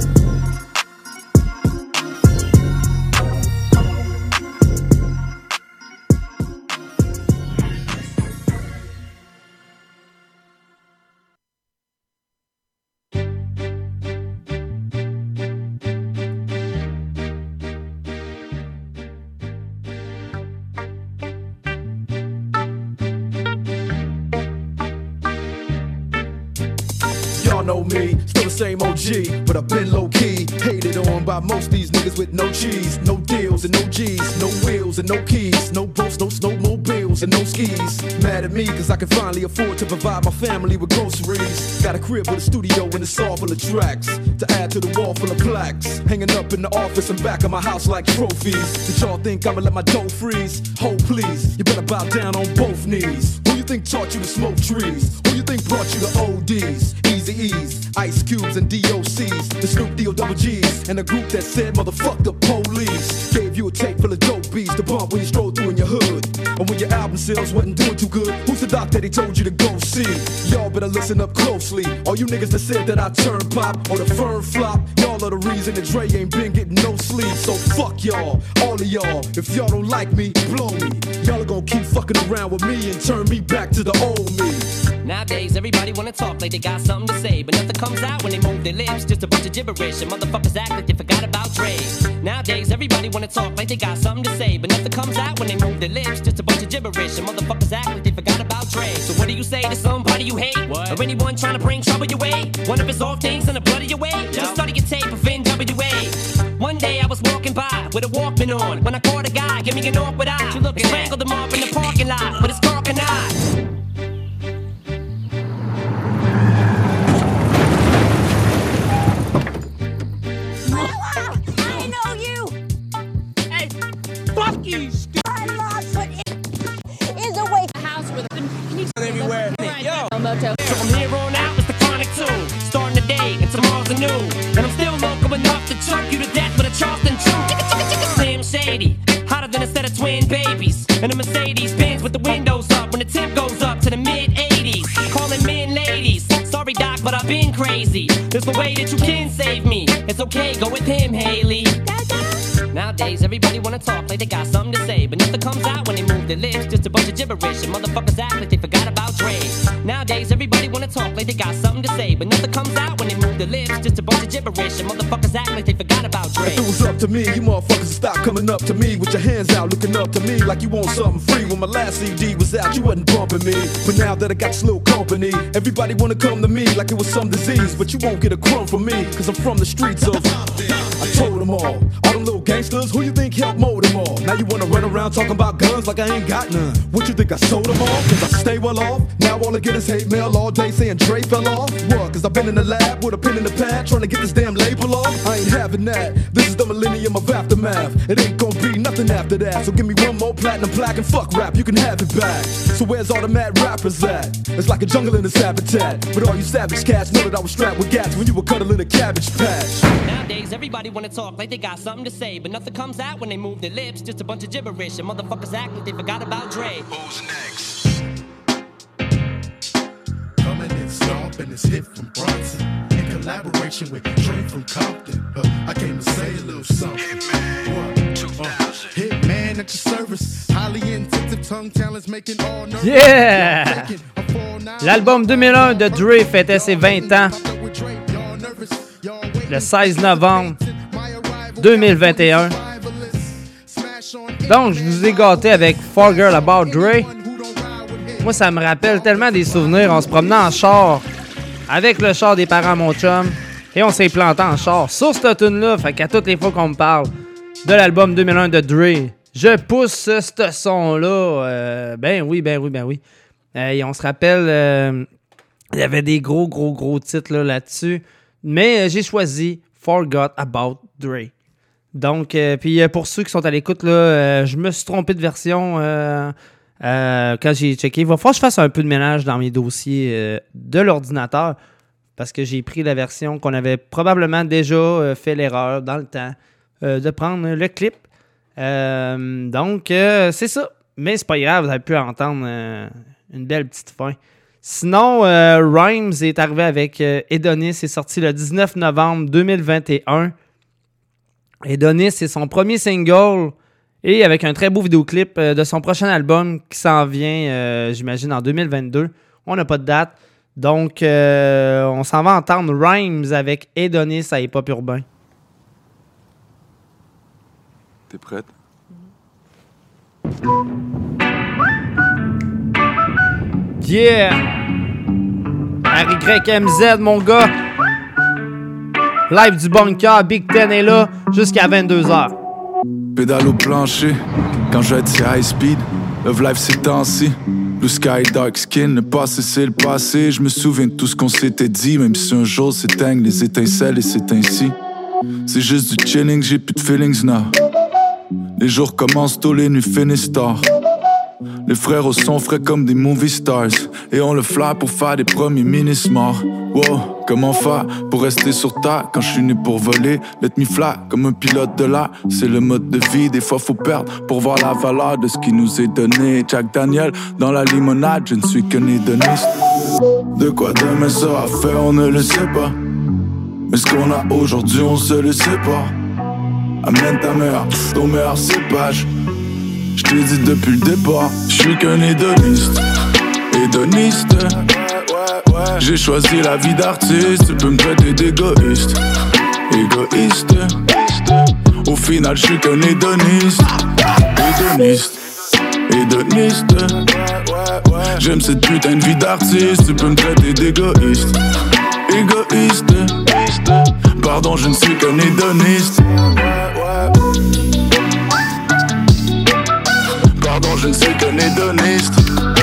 Know me, still the same O G, but I've been low-key, hated on by most these niggas with no cheese, no deals and no G's, no wheels and no keys, no boats, no snowmobiles and no skis. Mad at me cause I can finally afford to provide my family with groceries. Got a crib with a studio and it's all full of tracks, to add to the wall full of plaques, hanging up in the office and back of my house like trophies. Did y'all think I'ma let my dough freeze? Hold please, you better bow down on both knees. Who you think taught you to smoke trees? Who you think brought you to O Ds? Eazy-E's, Ice Cubes and D O C's, the Snoop D O double G's, and the group that said motherfuck the police. Gave you a tape full of dope beats to bump when you stroll through in your hood, or when your album sales wasn't doing too good. Who's the doc that he told you to go see? Y'all better listen up closely. All you niggas that said that I turn pop or the firm flop, y'all are the reason that Dre ain't been getting no sleep. So fuck y'all, all of y'all. If y'all don't like me, blow me. Y'all are gonna keep fucking around with me and turn me back to the old me.
Nowadays, everybody wanna talk like they got something to say, but nothing comes out when they move their lips. Just a bunch of gibberish, and motherfuckers act like they forgot about Dre. Nowadays, everybody wanna talk like they got something to say, but nothing comes out when they move their lips. Just a bunch of gibberish, and motherfuckers act like they forgot about Dre. So what do you say to somebody you hate? What? Or anyone trying to bring trouble your way? One of his off things in the blood of your way? Just study your tape of N W A. One day I was walking by with a Walkman on, when I caught a guy, give me an awkward eye. You look strangled him up in the parking lot with his carking eye.
You I lost what is away from the house with a everywhere. Yo, Moto.
So from here on out, it's the Chronic two. Starting the day, and tomorrow's a new. And I'm still local enough to choke you to death with a Charleston chew. Slim Shady, hotter than a set of twin babies. And a Mercedes Benz with the windows up when the temp goes up to the mid eighties. Calling men ladies. Sorry, Doc, but I've been crazy. There's no way that you can save me. It's okay, go with him, Haley. Nowadays, everybody wanna talk like they got something to say, but nothing comes out when they move their lips. Just a bunch of gibberish, and motherfuckers act like they forgot about Dre. Nowadays, everybody wanna talk like they got something to say, but nothing comes out when they move their lips. Just a bunch of gibberish, and motherfuckers act like they forgot about Dre.
If it was up to me, you motherfuckers would stop coming up to me with your hands out, looking up to me like you want something free. When my last C D was out, you wasn't bumping me, but now that I got this little company, everybody wanna come to me like it was some disease, but you won't get a crumb from me, cause I'm from the streets of. I told them all, all them little gangsters, who you think helped mold them all? Now you wanna run around talking about guns like I ain't got none. What you think I sold them all? Cause I stay well off. Now all I get is hate mail all day saying Dre fell off. What? Cause I've been in the lab with a pen in the pad trying to get this damn label off. I ain't having that. This is the millennium of aftermath. It ain't gonna be nothing after that. So give me one more platinum plaque and fuck rap, you can have it back. So where's all the mad rappers at? It's like a jungle in its habitat. But all you savage cats know that I was strapped with gats when you were cuddling a cabbage patch.
Nowadays, everybody wanna talk like they got something to say, but nothing comes out when they move their lips. Just a bunch of gibberish, and motherfuckers act like they forgot about Dre.
Who's next? Coming in stomping, it's hit from Bronson in collaboration with Dre from Compton. Uh, I came to say a little something. Hitman, two thousand. Uh, Hitman at your service. Highly intensive tongue talents making all nervous.
Yeah! L'album deux mille un de Dre fêtait ses vingt ans le seize novembre deux mille vingt et un. Donc, je vous ai gâté avec For Girl About Dre. Moi, ça me rappelle tellement des souvenirs. On se promenait en char avec le char des parents à mon chum et on s'est planté en char sur cette tune-là. Fait qu'à toutes les fois qu'on me parle de l'album deux mille un de Dre, je pousse ce son-là. Euh, ben oui, ben oui, ben oui. Euh, et on se rappelle, euh, il y avait des gros, gros, gros titres là, là-dessus. Mais euh, j'ai choisi Forgot About Dre. Donc, euh, puis euh, pour ceux qui sont à l'écoute, là, euh, je me suis trompé de version euh, euh, quand j'ai checké. Il va falloir que je fasse un peu de ménage dans mes dossiers euh, de l'ordinateur parce que j'ai pris la version qu'on avait probablement déjà euh, fait l'erreur dans le temps euh, de prendre le clip. Euh, donc, euh, c'est ça. Mais c'est pas grave, vous avez pu entendre euh, une belle petite fin. Sinon, euh, Rhymes est arrivé avec euh, Edonis. C'est sorti le dix-neuf novembre deux mille vingt et un. Edonis, c'est son premier single et avec un très beau vidéoclip euh, de son prochain album qui s'en vient, euh, j'imagine, en deux mille vingt-deux. On n'a pas de date. Donc, euh, on s'en va entendre Rhymes avec Edonis à Hip Hop Urbain.
T'es prête?
Yeah! R Y M Z, mon gars! Live du bunker, Big Ten est là jusqu'à vingt-deux heures.
Pédale au plancher, quand je vais être high speed, love life c'est temps-ci. Blue sky, dark skin, le passé c'est le passé. Je me souviens de tout ce qu'on s'était dit, même si un jour s'éteignent les étincelles et c'est ainsi. C'est juste du chilling, j'ai plus de feelings now. Les jours commencent tôt, les nuits finissent tard. Les frères sont frais comme des movie stars. Et on le fly pour faire des premiers mini-smarts. Wow, comment faire pour rester sur terre quand je suis né pour voler? Let me fly comme un pilote de l'air. C'est le mode de vie, des fois faut perdre pour voir la valeur de ce qui nous est donné. Jack Daniel dans la limonade, je ne suis qu'un hédoniste. De quoi demain sera fait, on ne le sait pas. Mais ce qu'on a aujourd'hui, on se le sait pas. Amène ta mère, ton meilleur cépage. J't'ai dit depuis le départ, j'suis qu'un hédoniste. Hédoniste. J'ai choisi la vie d'artiste, tu peux me traiter d'égoïste. Égoïste. Au final, j'suis qu'un hédoniste. Hédoniste. Hédoniste. J'aime cette putain de vie d'artiste, tu peux me traiter d'égoïste. Égoïste. Pardon, je ne suis qu'un hédoniste. Pardon, je ne suis qu'un hédoniste.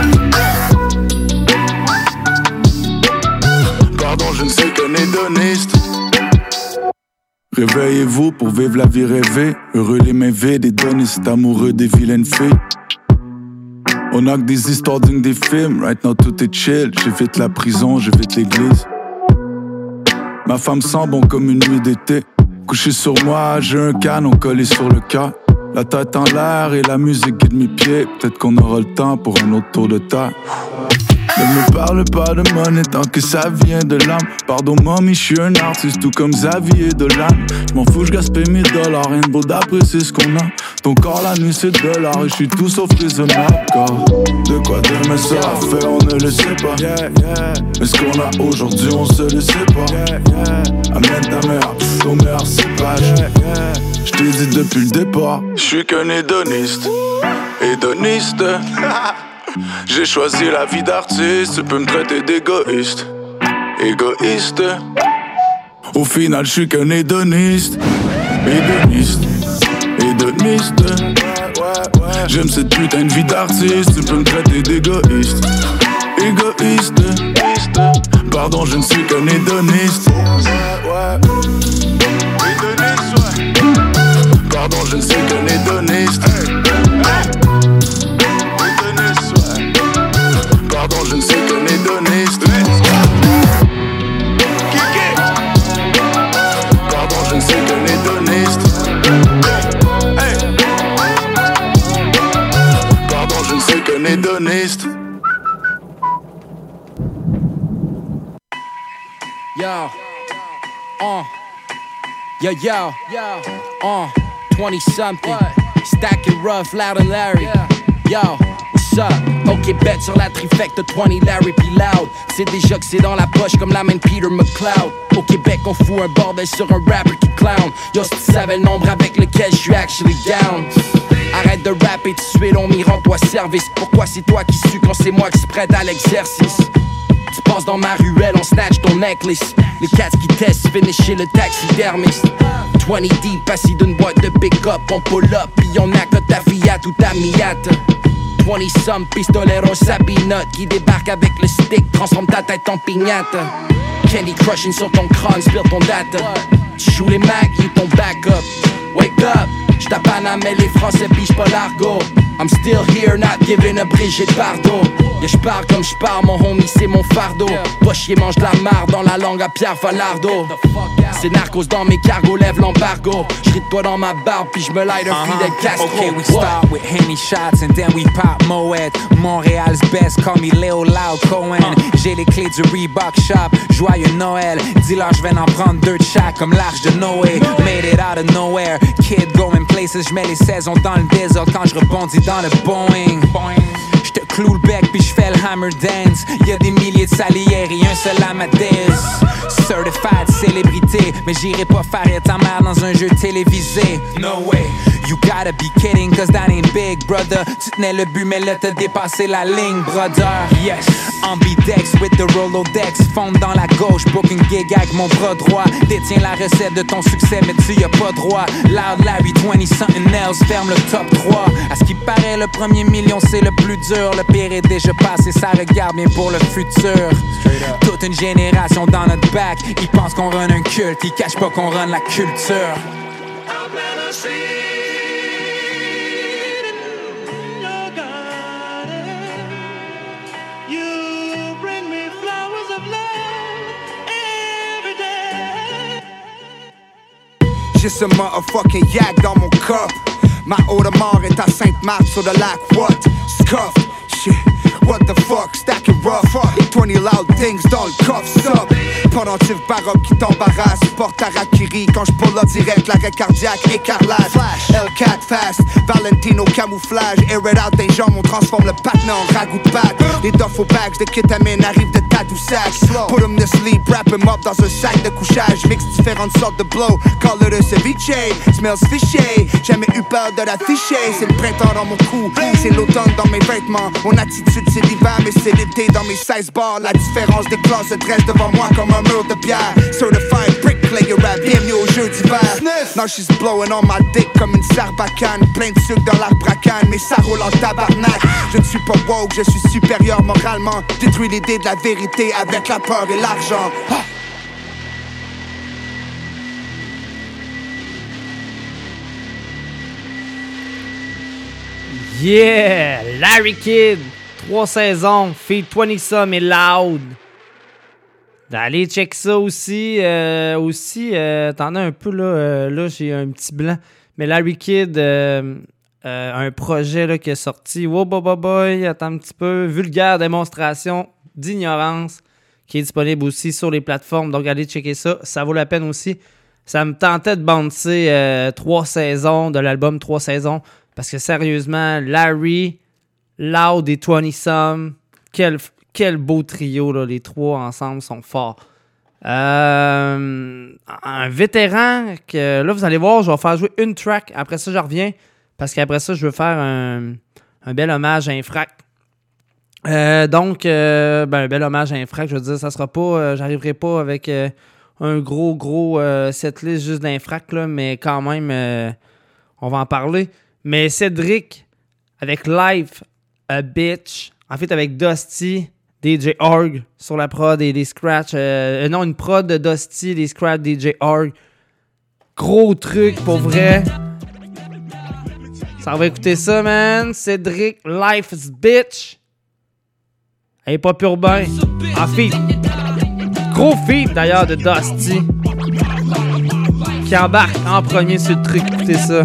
Pardon, je ne suis qu'un hédoniste. Réveillez-vous pour vivre la vie rêvée. Heureux les mains vides, hédoniste, amoureux des vilaines filles. On a que des histoires dignes des films. Right now tout est chill. J'évite la prison, j'évite l'église. Ma femme sent bon comme une nuit d'été. Couché sur moi, j'ai un canon collé sur le cœur. La tête en l'air et la musique guide mes pieds. Peut-être qu'on aura le temps pour un autre tour de terre. Ne me parle pas de monnaie tant que ça vient de l'âme. Pardon mommy, je suis un artiste tout comme Xavier Dolan. J'm'en fous, j'gaspille mes dollars, rien de beau d'apprécier ce qu'on a. Ton corps la nuit c'est de l'art et j'suis tout sauf raisonnable. Car de quoi demain sera fait on ne le sait pas. Mais ce qu'on a aujourd'hui on se le sait pas. Amène ta mère, ton meilleur cépage. J't'ai dit depuis le départ, j'suis qu'un hédoniste. Hédoniste. J'ai choisi la vie d'artiste, tu peux me traiter d'égoïste. Égoïste. Au final, je suis qu'un hédoniste. Hédoniste. Hédoniste. J'aime cette putain de vie d'artiste, tu peux me traiter d'égoïste. Égoïste. Pardon, je ne suis qu'un hédoniste. Pardon, je ne suis qu'un hédoniste. Pardon, je ne suis qu'un hédoniste. Pardon, je ne suis qu'un hédoniste. Pardon, je ne suis qu'un hédoniste.
Yo, uh, yo, yo, yo, uh, twenty something, stacking rough, loud and Larry. Yo, what's up? Ok, bet sur la trifecte twenty Larry P. Loud. C'est déjà que c'est dans la poche comme la main de Peter McLeod. Au Québec, on fout un bordel sur un rapper qui clown. Yo, si tu savais le nombre avec lequel je suis actually down. Arrête de rapper tout de suite, on m'y rend-toi service. Pourquoi c'est toi qui sue quand c'est moi qui se prête à l'exercice? Tu passes dans ma ruelle, on snatch ton necklace. Les cats qui testent, finish chez le taxidermiste. twenty deep, assis d'une boîte de pick-up. On pull up, pis on a que ta Fiat ou ta Miata. twenty some pistoleros sabinote qui débarque avec le stick, transforme ta tête en pignata. Candy crushing sur ton crâne, spire ton data. Tu joues les mags, you ton backup. Wake up, j't'ai Panamé les Français pis j'pas l'argot. I'm still here, not giving a Brigitte Bardot. Yeah, j'pars comme j'pars, mon homie c'est mon fardeau. Pas chier, mange de la marde dans la langue à Pierre Falardeau. C'est narcos dans mes cargos, lève l'embargo. J'ris de toi dans ma barbe, puis j'me light un
uh-huh.
Fidel Castro.
Okay, we start with Henny shots and then we pop Moet. Montréal's best, call me Léo Loud Cohen. Uh. J'ai les clés du Reebok shop, joyeux Noël. Dis-leur j'vais en prendre deux de chaque comme l'arche de Noé. Made it out of nowhere, kid going places. J'mets les saisons dans le désordre quand j'rebondis dans le Boeing. J'te cloue le bec puis j'fais le hammer dance. Y'a des milliers de salières et un seul Amadeus. Certified célébrité, mais j'irai pas faire ta mère dans un jeu télévisé. No way, you gotta be kidding, cause that ain't big, brother. Tu tenais le but, mais là t'as dépassé la ligne, brother. Yes, ambidex with the Rolodex. Fonde dans la gauche, book une gig avec mon bras droit. Détiens la recette de ton succès, mais tu y as pas droit. Loud Larry, twenty something else, ferme le top trois. À ce qui paraît, le premier million c'est le plus dur. Le pire est déjà passé, ça regarde bien pour le futur. Toute une génération dans notre back, ils pensent qu'on run un culte, ils cachent pas qu'on run la culture.
juste un motherfucking yak dans mon cup. Ma Audemars est à Sainte-Marthe sur le lac, what? Scuff, shit, what the fuck, stack it rough. twenty loud things dans le coffre up. Pendentif baroque qui t'embarrasse, porte Harakiri quand je pull up direct, l'arrêt cardiaque, écarlate. Flash, L quatre fast, Valentino camouflage, air it out des jambes, on transforme le patin en ragoût de pâte. Les duffel bags de kétamine arrivent de Tadoussac. Put him to sleep, wrap him up dans un sac de couchage, mix différentes sortes de blow, call it a ceviche, smells fishy. Jamais eu peur de l'afficher, c'est le printemps dans mon cou, c'est l'automne dans mes vêtements. Mon attitude c'est l'hiver, mais c'est l'été dans mes seize bars. La différence des classes se dresse devant moi comme un mur de pierre. Certified bricklayer rap, bienvenue au jeu d'hiver. Now she's blowing on my dick comme une sarbacane. Plein de sucre dans l'arbracane, mais ça roule en tabarnak. Je ne suis pas woke, je suis supérieur moralement. Détruis l'idée de la vérité avec la peur et l'argent. Ah.
Yeah! Larry Kidd, trois saisons, feat vingt Some et Loud. Allez, check ça aussi. Euh, aussi, euh, t'en as un peu là. Euh, là, j'ai un petit blanc. Mais Larry Kidd, euh, euh, un projet là, qui est sorti. Wow, boy, boy, boy, attends un petit peu. Vulgaire démonstration d'ignorance, qui est disponible aussi sur les plateformes. Donc, allez checker ça. Ça vaut la peine aussi. Ça me tentait de bouncer euh, trois saisons de l'album Trois saisons. Parce que sérieusement, Larry, Loud et vingt Some, quel, quel beau trio, là, les trois ensemble sont forts. Euh, un vétéran que là, vous allez voir, je vais faire jouer une track. Après ça, je reviens. Parce qu'après ça, je veux faire un, un bel hommage à Infrac. Euh, donc, euh, ben, un bel hommage à Infrac, je veux dire, ça sera pas, euh, j'arriverai pas avec euh, un gros, gros euh, setlist juste d'Infrac, là, mais quand même, euh, on va en parler. Mais Cédric, avec Life a Bitch, en fait avec Dusty, D J Org sur la prod et les scratchs. Euh, non, une prod de Dusty, les scratchs D J Org. Gros truc pour vrai. Ça va écouter ça, man. Cédric, Life a Bitch. Et Pop Urbain. En feat. Gros feat d'ailleurs de Dusty. Qui embarque en premier sur le truc. Écoutez ça.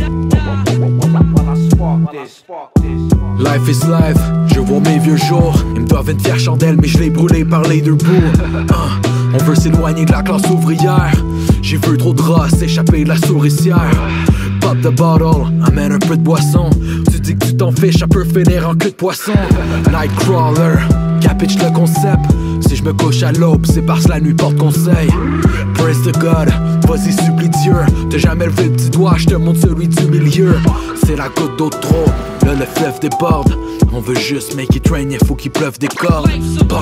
Life is life, je vois mes vieux jours. Ils me doivent une fière chandelle, mais je l'ai brûlé par les deux bouts. uh, On veut s'éloigner de la classe ouvrière. J'ai vu trop de rats s'échapper de la souricière. Pop the bottle, amène un peu de boisson. Tu dis que tu t'en fiches, ça peut finir en queue de poisson. Nightcrawler, capitch le concept. Si je me couche à l'aube, c'est parce que la nuit porte conseil. Praise the God, vas-y supplie Dieu. T'as jamais levé le petit doigt, je te montre celui du milieu. C'est la goutte d'eau de trop, là le fleuve déborde. On veut juste make it rain, il faut qu'il pleuve des cordes. Bon.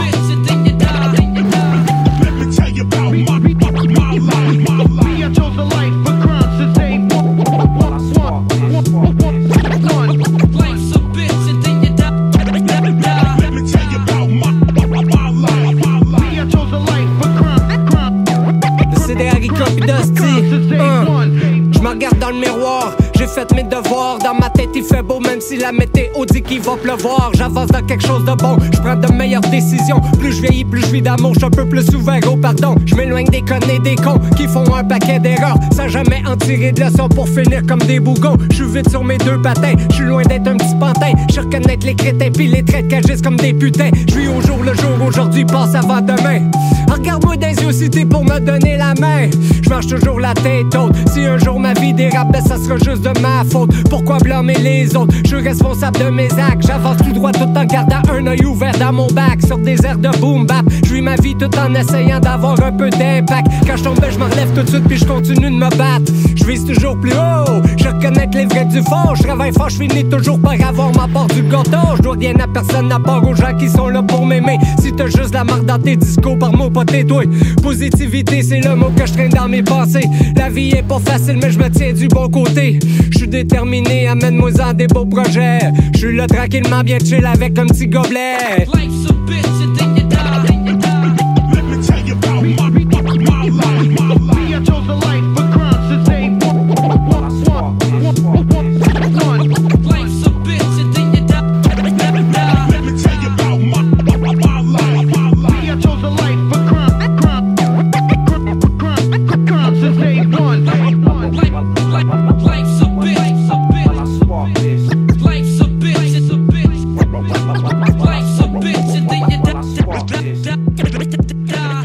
Je me regarde dans le miroir, j'ai fait mes devoirs. Dans ma tête il fait beau même si la météo dit qu'il va pleuvoir. J'avance dans quelque chose de bon, je prends de meilleures décisions. Plus je vieillis, plus je vis d'amour, je suis un peu plus ouvert au pardon. Je m'éloigne des connes et des cons qui font un paquet d'erreurs sans jamais en tirer de leçons pour finir comme des bougons. Je suis vite sur mes deux patins, je suis loin d'être un petit pantin. Je reconnais les crétins pis les traits qu'agissent comme des putains. Je vis au jour le jour, aujourd'hui passe avant demain. Regarde-moi dans les yeux si t'es pour me donner la main. Je marche toujours la tête haute. Si un jour ma vie dérape, ben ça sera juste de ma faute. Pourquoi blâmer les autres? Je suis responsable de mes actes. J'avance tout droit tout en gardant un œil ouvert dans mon bac. Sur des airs de boom bap, je vis ma vie tout en essayant d'avoir un peu d'impact. Quand je tombe, ben je me relève tout de suite puis je continue de me battre. Je vise toujours plus haut, je reconnais les vrais du fond. Je travaille fort, je finis toujours par avoir ma part du gâteau. Je dois rien à personne à part aux gens qui sont là pour m'aimer. Si t'as juste la marque dans tes discours, par mots pas tes doigts. Positivité, c'est le mot que je traîne dans mes pensées. La vie est pas facile, mais je me tiens du bon côté. Je suis déterminé, amène-moi-en des beaux projets. Je suis là tranquillement bien chill avec un petit gobelet. Life's a bitch, and then you die. Let me tell you about my, my, my life, my life. I chose a life for crimes to save one, one, one, one. Life's a bitch, and then you die. Let me tell you about my, my, my life, my life. I chose a life for crimes, crimes, crimes to save one.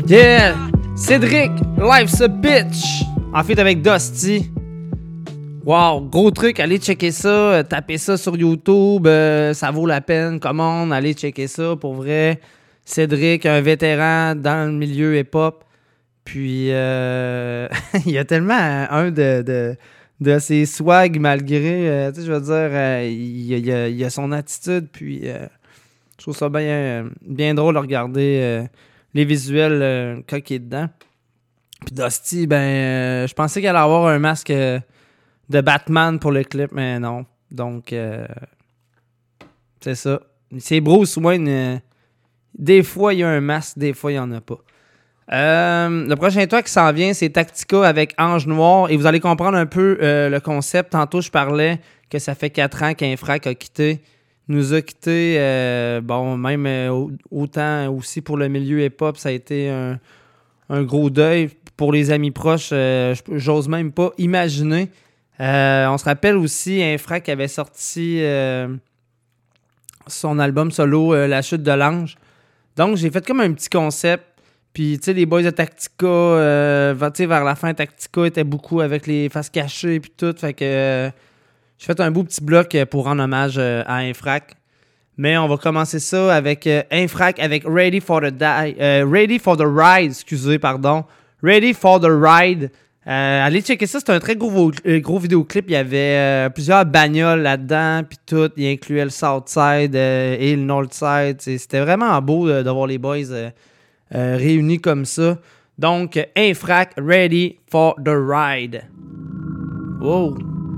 Yeah! Cédric, Life's a Bitch! En fait, avec Dusty. Wow, gros truc, allez checker ça, euh, tapez ça sur YouTube, euh, ça vaut la peine, commande, allez checker ça, pour vrai. Cédric, un vétéran dans le milieu hip-hop, puis euh, il y a tellement un de, de, de ses swags malgré, euh, tu sais, je veux dire, euh, il, il, a, il a son attitude, puis euh, je trouve ça bien, bien drôle de regarder euh, les visuels euh, quand il est dedans. Puis Dusty, ben, euh, je pensais qu'il allait avoir un masque... Euh, de Batman pour le clip, mais non. Donc, euh, c'est ça. C'est Bruce Wayne. Euh, des fois, il y a un masque, des fois, il n'y en a pas. Euh, le prochain tour qui s'en vient, c'est Tactica avec Ange Noir. Et vous allez comprendre un peu euh, le concept. Tantôt, je parlais que ça fait quatre ans qu'Infrac a quitté. Nous a quitté, euh, bon, même euh, autant aussi pour le milieu hip-hop, ça a été un, un gros deuil. Pour les amis proches, euh, j'ose même pas imaginer. Euh, on se rappelle aussi Infrac avait sorti euh, son album solo euh, La Chute de l'Ange. Donc j'ai fait comme un petit concept. Puis tu sais, les boys de Tactica, euh, vers la fin, Tactica était beaucoup avec les faces cachées et tout. Fait que euh, j'ai fait un beau petit bloc pour rendre hommage euh, à Infrac. Mais on va commencer ça avec euh, Infrac avec Ready for the Die, euh, Ready for the Ride, excusez, pardon. Ready for the Ride. Euh, allez checker ça, c'est un très gros, gros vidéoclip. Il y avait euh, plusieurs bagnoles là-dedans, puis tout. Il incluait le Southside euh, et le Northside. C'était vraiment beau euh, de voir les boys euh, euh, réunis comme ça. Donc, Infrac, Ready for the Ride. Wow.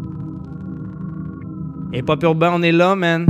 Et pas urbain, on est là, man.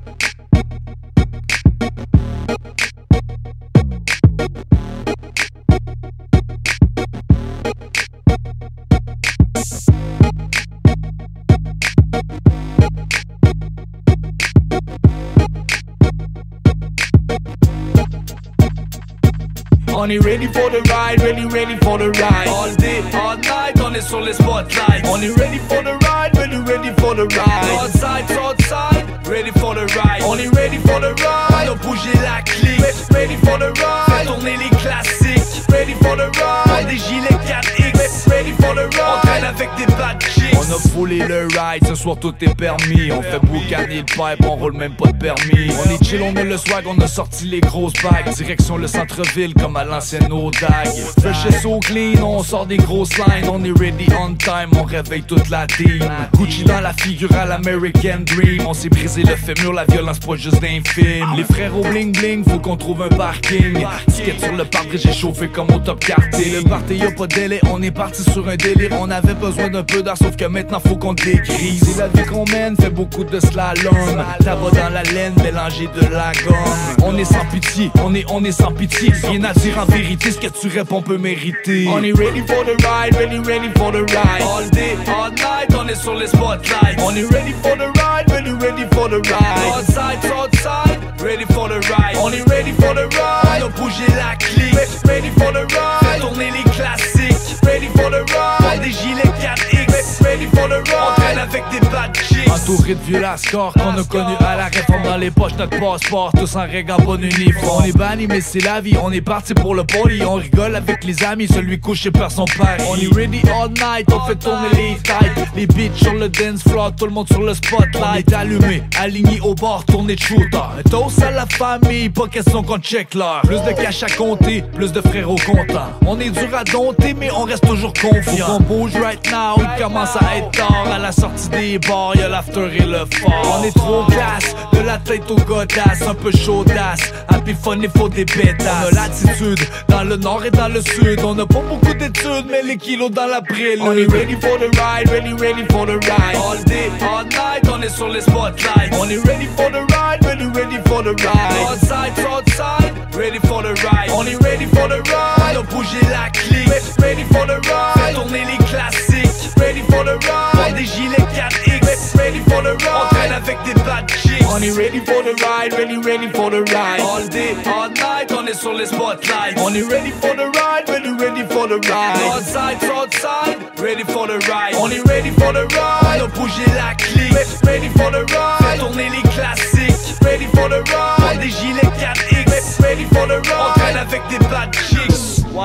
On est ready for the ride, ready, ready for the ride. All day, all night, on est sur les spotlights. On est ready for the ride, ready, ready for the ride. Outside, outside, ready for the ride. On est ready for the ride, on a bougé la clique. Ready for the ride, fait tourner les classiques. Ready for the ride, on des gilets quatre X. Ready for the ride, on traîne avec des bad chicks. On a foulé le ride, ce soir tout est permis. On fait boucaner le pipe, on roule même pas de permis. On est chill, on met le swag, on a sorti les grosses bagues. Direction le centre-ville comme à l'ancienne Odag. Fresh et so clean, on sort des grosses lines. On est ready on time, on réveille toute la team. Gucci dans la figure à l'American Dream. On s'est brisé le fémur, la violence pas juste d'un film. Les frères au bling bling, faut qu'on trouve un parking. Ticket sur le pare-brise, j'ai chauffé comme au top quartier. Le party y'a pas de délai, on est parti sur un délire. On avait besoin d'un peu d'air, sauf que maintenant faut qu'on dégrise. C'est la vie qu'on mène, fait beaucoup de slalom. Tabac dans la laine, mélangé de la gomme. On est sans pitié, on est, on est sans pitié. Rien à dire en vérité, ce que tu réponds peut mériter. On est ready for the ride, ready, ready for the ride. All day, all night, on est sur les spotlights. On est ready for the ride, ready, ready for the ride. Outside, outside, ready for the ride. On est ready for the ride, on a bougé la clique. Ready for the ride, fait tourner les classiques. Ready for the ride, des gilets quatre X. Ready for the ride, on traîne avec des bad chicks. Entouré de vieux lascars qu'on a connu à la réforme. Dans les poches, notre passeport, tous en règle en bon uniforme. On est banni mais c'est la vie, on est parti pour le party. On rigole avec les amis, celui couché par son père. On est ready all night, on fait tourner les têtes. Les bitches sur le dance floor, tout le monde sur le spotlight. On est allumé, aligné au bord, tourné de shooter. Un toast à la famille, pas question qu'on check l'heure. Plus de cash à compter, plus de frérots contents. On est dur à dompter, mais on reste toujours confiant. Faut qu'on bouge right now, il commence à être tard. À la sortie des bars, y'a l'after et le fort. On est trop classe, de la tête au godasse, un peu chaudasse. Happy fun, il faut des pétasses. On a l'attitude, dans le nord et dans le sud. On a pas beaucoup d'études, mais les kilos dans la prélude. On est ready for the ride, ready, ready for the ride. All day, all night, on est sur les spotlights. On est ready for the ride, ready, ready for the ride. Outside, outside, ready for the ride. On est ready for the ride, on a bougé la clique. Ready for the ride, fait tourner les classiques. Ready for the ride, des gilets quatre X. Ready for the ride, on traîne avec des bad chicks. On est ready for the ride, ready, ready for the ride. All day, all night, on est sur les spotlights. On est ready for the ride, ready, ready for the ride. Outside, outside, ready for the ride. On est ready for the ride, on a bougé la clique. Ready for the ride, fait tourner les classiques. Ready for the ride, des gilets quatre X. Ready for the ride, on traîne avec des bad chicks.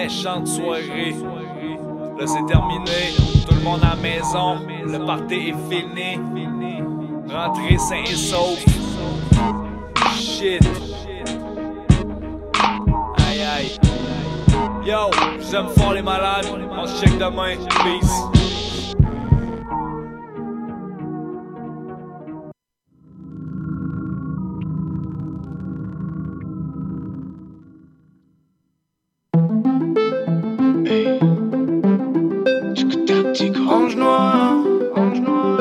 méchante soirée. Là c'est terminé, tout le monde à la maison, le party est fini. Rentrez sain et sauf. Shit. Aïe aïe. Yo, j'aime fort les malades, on se check demain. Peace.
Ange noir, ange noir.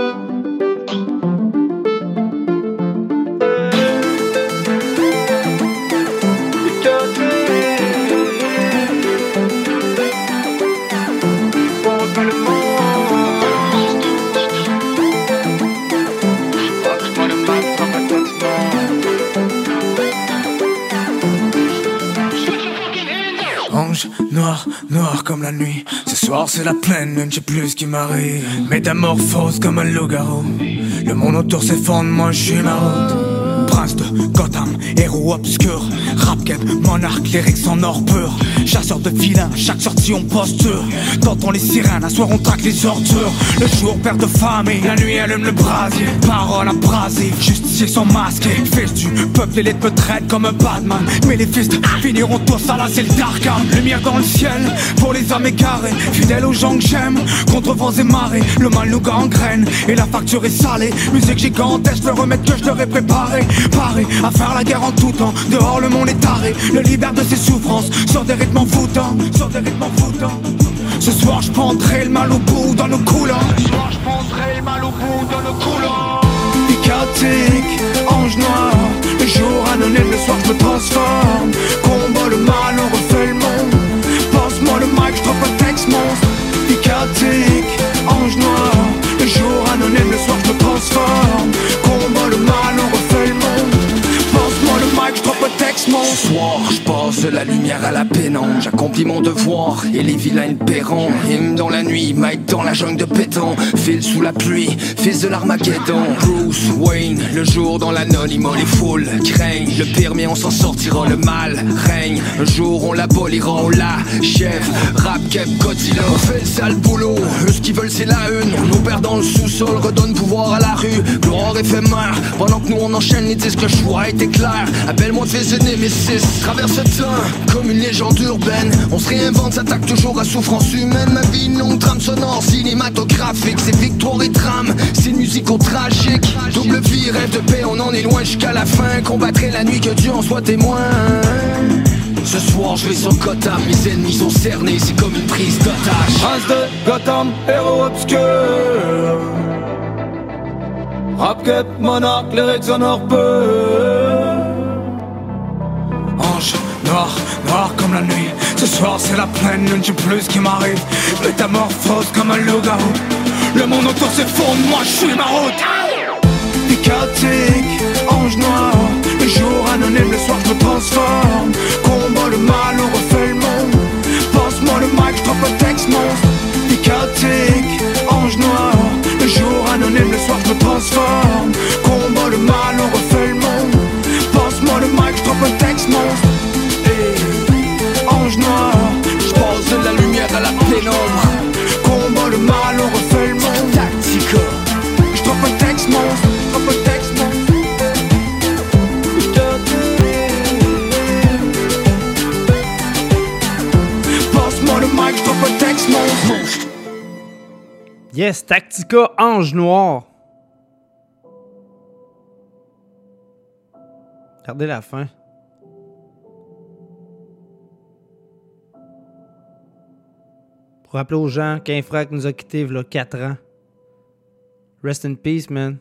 Ange noir, noir comme la nuit. Ce soir c'est la plaine, je ne sais plus ce qui m'arrive. Métamorphose comme un loup-garou. Le monde autour s'effondre, moi je suis maraude. Prince de Gotham, héros obscur. Rap-cat, monarque, lyrics en or pur. Chasseur de filins, chaque sortie on posture. T'entends les sirènes, à soir on traque les ordures. Le jour perd de famille, la nuit allume le brasier. Parole abrasive, justiciers sont masqués. Fils du peuple, l'élite me traite comme un Batman. Mais les fils finiront tous à la selle d'Arkham. Lumière dans le ciel, pour les hommes égarés. Fidèles aux gens que j'aime, contre vents et marées. Le mal nous gangrène, et la facture est salée. Musique gigantesque, le remède que je leur ai préparé. Paré à faire la guerre en tout temps. Dehors le monde est taré, le libère de ses souffrances. Sur des rythmes envoûtants, sur des rythmes envoûtants. Ce soir je prendrai le mal au bout dans nos coulants. Ce soir je prendrai le mal au bout dans nos coulants. Chaotique, ange noir. Le jour anonyme, le soir je me transforme. Combat le mal, on refait le monde. Passe-moi le mic, je drop un texte monstre. Chaotique, ange noir. Le jour anonyme, le soir je me transforme. Combat le mal, on refait le monde. Passe-moi le mic, je drop un texte monstre. Ce soir je passe de la lumière à la pénombre. J'accomplis mon devoir et les vilains paieront. Hymne dans la nuit, Mike dans la jungle de béton. File sous la pluie, fils de l'Armageddon. Bruce Wayne, le jour dans l'anonymat. Les foules craignent le pire mais on s'en sortira. Le mal règne, un jour on l'abolira. On l'achève, rap, cap, Godzilla. On fait le sale boulot, eux ce qu'ils veulent c'est la une. Nos pères dans le sous-sol redonnent pouvoir à la rue. Gloire éphémère, pendant que nous on enchaîne les disques. Le choix était clair, appelle-moi fils de Némésis. Traverse le temps comme une légende urbaine. On se réinvente, s'attaque toujours à souffrance humaine. Ma vie une longue trame sonore cinématographique. C'est victoire et drame, c'est une musique au tragique. Double vie, rêve de paix, on en est loin jusqu'à la fin. Combattrai la nuit, que Dieu en soit témoin. Ce soir je vais sur Gotham, mes ennemis sont cernés, c'est comme une prise d'otage. Prince de Gotham, héros obscur. Rap cap, monarque, lyrics en or peu. Ange noir, noir comme la nuit. Ce soir c'est la plaine, je ne sais plus ce qui m'arrive. Métamorphose comme un loup-garou. Le monde autour s'effondre, moi je suis maraude. Chaotique, ange noir. Le jour anonyme, le soir je me transforme. Combat le mal, on refait le monde. Passe-moi le mic, je drop un texte monstre. Chaotique, ange noir. Le jour anonyme, le soir je me transforme. Combat le mal, on refait le monde. Passe-moi le mic, je drop un texte monstre. Hey, ange noir. Je passe de la lumière à la pénombre. Combat le mal, on refait le monde. Tactica. Je drop un texte monstre. Je drop un texte monstre. Passe-moi le mic, je drop un texte monstre.
Yes, Tactica, Ange Noir. Regardez la fin. Pour rappeler aux gens qu'Infrac nous a quittés il y a quatre ans. Rest in peace, man.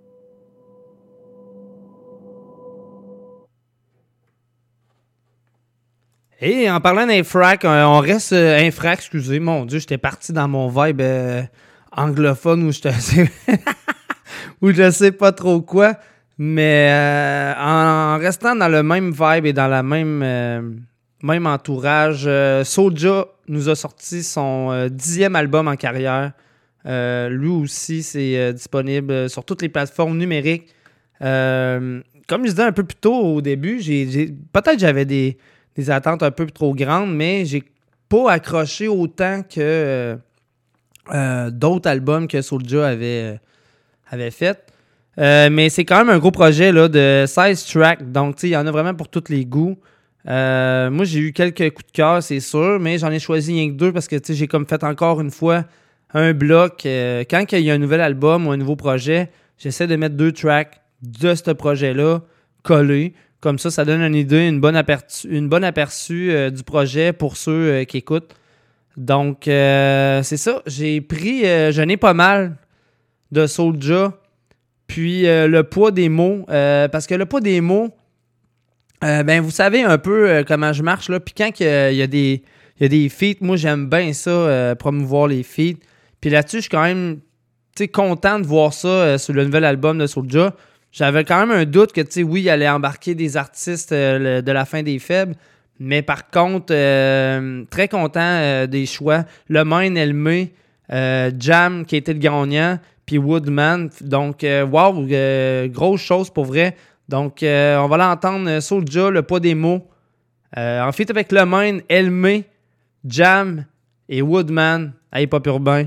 Et en parlant d'Infrac, on reste euh, Infrac, excusez, mon Dieu, j'étais parti dans mon vibe euh, anglophone où je sais où je sais pas trop quoi, mais euh, en restant dans le même vibe et dans la même euh, même entourage, euh, Soulja nous a sorti son euh, dixième album en carrière. Euh, lui aussi, c'est euh, disponible sur toutes les plateformes numériques. Euh, comme je disais un peu plus tôt au début, j'ai, j'ai peut-être j'avais des, des attentes un peu trop grandes, mais j'ai pas accroché autant que euh, euh, d'autres albums que Soulja avait, euh, avait fait. Euh, mais c'est quand même un gros projet là, de seize tracks. Donc, il y en a vraiment pour tous les goûts. Euh, moi, j'ai eu quelques coups de cœur, c'est sûr, mais j'en ai choisi rien que deux parce que j'ai comme fait encore une fois un bloc. Euh, quand il y a un nouvel album ou un nouveau projet, j'essaie de mettre deux tracks de ce projet-là collés. Comme ça, ça donne une idée, une bonne aperçu, une bonne aperçu euh, du projet pour ceux euh, qui écoutent. Donc, euh, c'est ça. J'ai pris, euh, j'en ai pas mal de Soulja. Puis, euh, le poids des mots. Euh, parce que le poids des mots, euh, ben vous savez un peu euh, comment je marche, là. Puis quand il y, y a des il y a des feats, moi, j'aime bien ça, euh, promouvoir les feats. Puis là-dessus, je suis quand même content de voir ça euh, sur le nouvel album de Soulja. J'avais quand même un doute que, tu sais, oui, il allait embarquer des artistes euh, le, de la fin des faibles, mais par contre, euh, très content euh, des choix. Le Main, Elmé, euh, Jam, qui était le gagnant, puis Woodman. Donc, euh, wow, euh, grosse chose pour vrai. Donc, euh, on va l'entendre, Soulja, le poids des mots. Euh, en fait, avec Le Main, Elmé, Jam et Woodman à Hip Hop Urbain.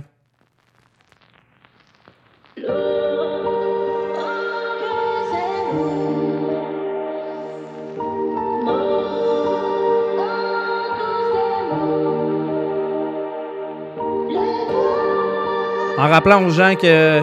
En rappelant aux gens que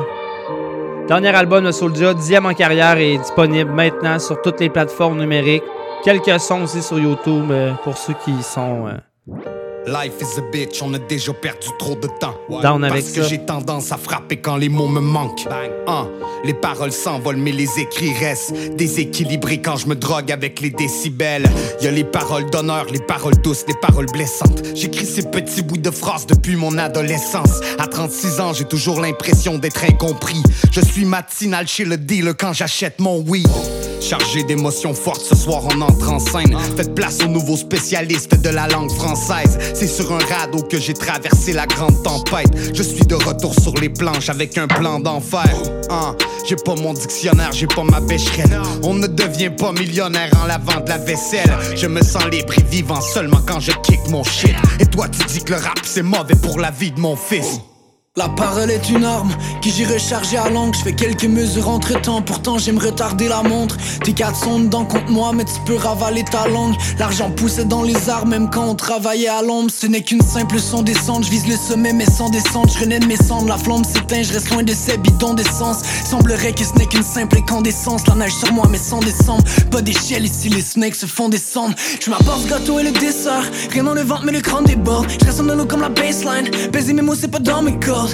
le dernier album de Soulja, dixième en carrière, est disponible maintenant sur toutes les plateformes numériques. Quelques sons aussi sur YouTube euh, pour ceux qui sont... Euh,
Life is a bitch, on a déjà perdu trop de temps.
Down avec
Parce
ça.
que j'ai tendance à frapper quand les mots me manquent. Hein, les paroles s'envolent, mais les écrits restent déséquilibrés quand je me drogue avec les décibels. Y'a les paroles d'honneur, les paroles douces, les paroles blessantes. J'écris ces petits bouts de phrases depuis mon adolescence. À trente-six ans, j'ai toujours l'impression d'être incompris. Je suis matinal chez le dealer quand j'achète mon weed. Chargé d'émotions fortes, ce soir on entre en scène. Faites place aux nouveaux spécialistes de la langue française. C'est sur un radeau que j'ai traversé la grande tempête. Je suis de retour sur les planches avec un plan d'enfer. Hein, j'ai pas mon dictionnaire, j'ai pas ma bécherelle. On ne devient pas millionnaire en lavant de la vaisselle. Je me sens libre et vivant seulement quand je kick mon shit. Et toi tu dis que le rap c'est mauvais pour la vie de mon fils.
La parole est une arme qui j'ai rechargée à langue. Je fais quelques mesures entre temps, pourtant j'aime retarder la montre. Tes quatre sont dedans contre moi, mais tu peux ravaler ta langue. L'argent poussait dans les arbres, même quand on travaillait à l'ombre. Ce n'est qu'une simple son descente, je vise le sommet mais sans descendre. Je renais de mes cendres, la flamme s'éteint, je reste loin de ces bidons d'essence. Semblerait que ce n'est qu'une simple incandescence. La neige sur moi mais sans descendre. Pas d'échelle ici, les snakes se font descendre. Je m'apporte le gâteau et le dessert. Rien dans le ventre mais le crâne déborde. Je reste dans l'eau comme la baseline. Baiser mes mots c'est pas dans mes cordes.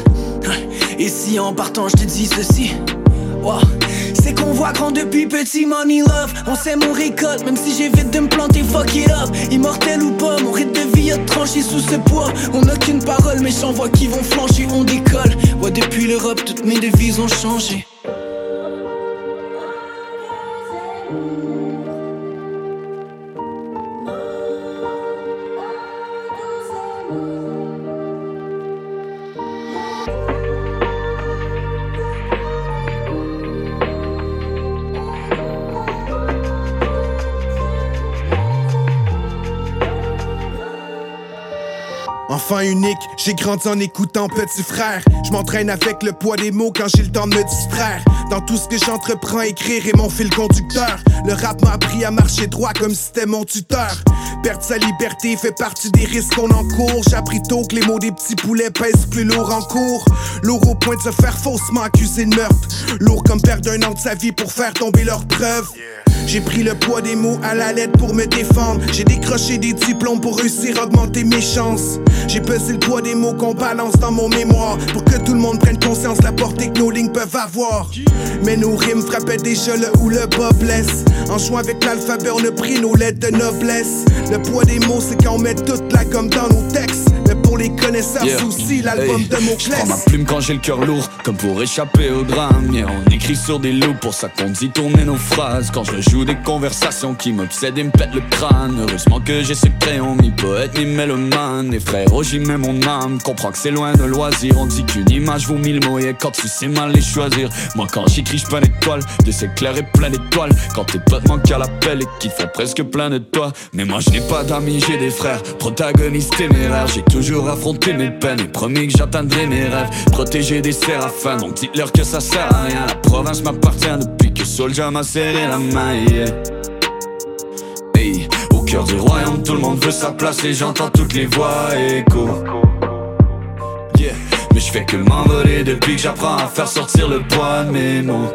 Et si en partant je te dis ceci, wow. C'est qu'on voit grand depuis petit, money love. On sait mon récolte, même si j'évite de me planter, fuck it up. Immortel ou pas, mon rythme de vie a tranché sous ce poids. On n'a qu'une parole, mais j'en vois qui vont flancher, on décolle. Ouais, depuis l'Europe, toutes mes devises ont changé.
Enfant unique, j'ai grandi en écoutant Petit Frère. Je m'entraîne avec le poids des mots quand j'ai le temps de me distraire. Dans tout ce que j'entreprends, écrire est mon fil conducteur. Le rap m'a appris à marcher droit comme si c'était mon tuteur. Perdre sa liberté fait partie des risques qu'on encourt. J'ai appris tôt que les mots des petits poulets pèsent plus lourd en cours. Lourd au point de se faire faussement accuser de meurtre. Lourd comme perdre un an de sa vie pour faire tomber leurs preuves. J'ai pris le poids des mots à la lettre pour me défendre. J'ai décroché des diplômes pour réussir à augmenter mes chances. J'ai pesé le poids des mots qu'on balance dans mon mémoire pour que tout le monde prenne conscience de la portée que nos lignes peuvent avoir. Mais nos rimes frappaient déjà le ou le bas blesse. En jouant avec l'alphabet, on a pris nos lettres de noblesse. Le poids des mots, c'est quand on met toute la gomme dans nos textes.
Mais pour les connaisseurs,
Yeah.
c'est aussi l'album
Hey.
de mon
J'prends ma plume quand j'ai le cœur lourd, comme pour échapper au drame. Yeah, on écrit sur des loups, pour ça qu'on dit tourner nos phrases. Quand je joue des conversations qui m'obsèdent et me pètent le crâne. Heureusement que j'ai ce crayon, ni poète ni mélomane. Et frérot, j'y mets mon âme, comprends que c'est loin de loisir. On dit qu'une image vaut mille mots, et quand tu sais mal les choisir. Moi quand j'écris, j'peins l'étoile, de ces clairs et plein d'étoiles. Quand tes potes manquent à l'appel et qu'ils font presque plein de toi. Mais moi je n'ai pas d'amis, j'ai des frères, protagonistes téméraires. J'ai toujours affronté mes peines et promis que j'atteindrai mes rêves. Protégé des séraphins, donc dites-leur que ça sert à rien. La province m'appartient depuis que Soulja m'a serré la main, yeah. Hey, au cœur du royaume, tout le monde veut sa place et j'entends toutes les voix écho. Yeah, mais je fais que m'envoler depuis que j'apprends à faire sortir le poids de mes mots.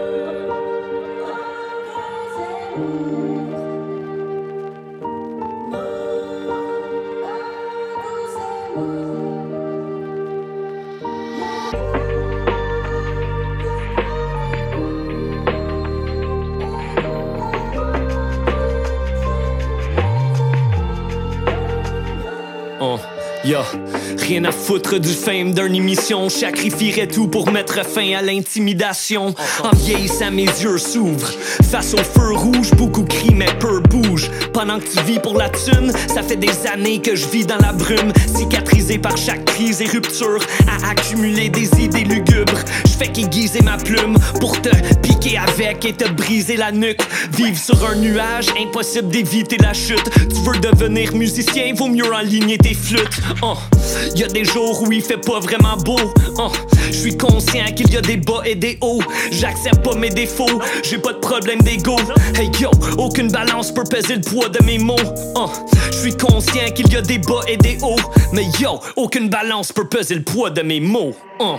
Oh, yeah. Rien à foutre du fame d'une émission. Je sacrifierais tout pour mettre fin à l'intimidation. En vieillissant, mes yeux s'ouvrent face au feu rouge, beaucoup crient mais peu bougent. Pendant que tu vis pour la thune, ça fait des années que je vis dans la brume, cicatrisé par chaque crise et rupture, à accumuler des idées lugubres. Je fais qu'aiguiser ma plume pour te piquer avec et te briser la nuque. Vivre sur un nuage, impossible d'éviter la chute. Tu veux devenir musicien, vaut mieux enligner tes flûtes. Oh. Y'a des jours où il fait pas vraiment beau. Oh. Je suis conscient qu'il y a des bas et des hauts. J'accepte pas mes défauts, j'ai pas de problème d'ego. Hey yo, aucune balance peut peser le poids de mes mots. Oh. Je suis conscient qu'il y a des bas et des hauts. Mais yo, aucune balance peut peser le poids de mes mots. Oh.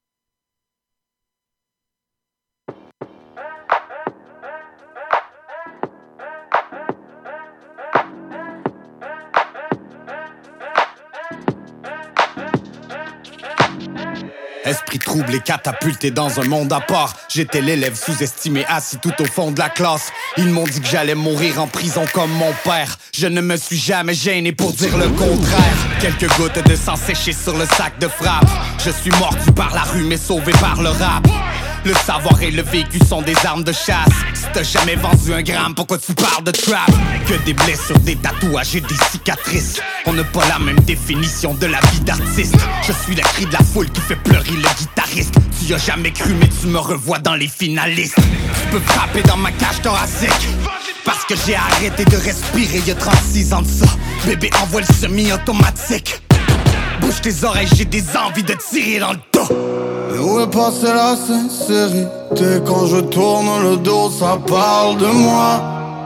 Esprit troublé, catapulté dans un monde à part. J'étais l'élève sous-estimé, assis tout au fond de la classe. Ils m'ont dit que j'allais mourir en prison comme mon père. Je ne me suis jamais gêné pour dire le contraire. Quelques gouttes de sang séchées sur le sac de frappe. Je suis mordu par la rue mais sauvé par le rap. Le savoir et le vécu sont des armes de chasse. Si t'as jamais vendu un gramme, pourquoi tu parles de trap? Que des blessures, des tatouages et des cicatrices. On n'a pas la même définition de la vie d'artiste. Je suis le cri de la foule qui fait pleurer le guitariste. Tu y as jamais cru mais tu me revois dans les finalistes. Tu peux frapper dans ma cage thoracique parce que j'ai arrêté de respirer il y a trente-six ans de ça. Bébé envoie le semi-automatique. Bouge tes oreilles, j'ai des envies de tirer dans le dos.
Et où est passée la sincérité? Quand je tourne le dos, ça parle de moi.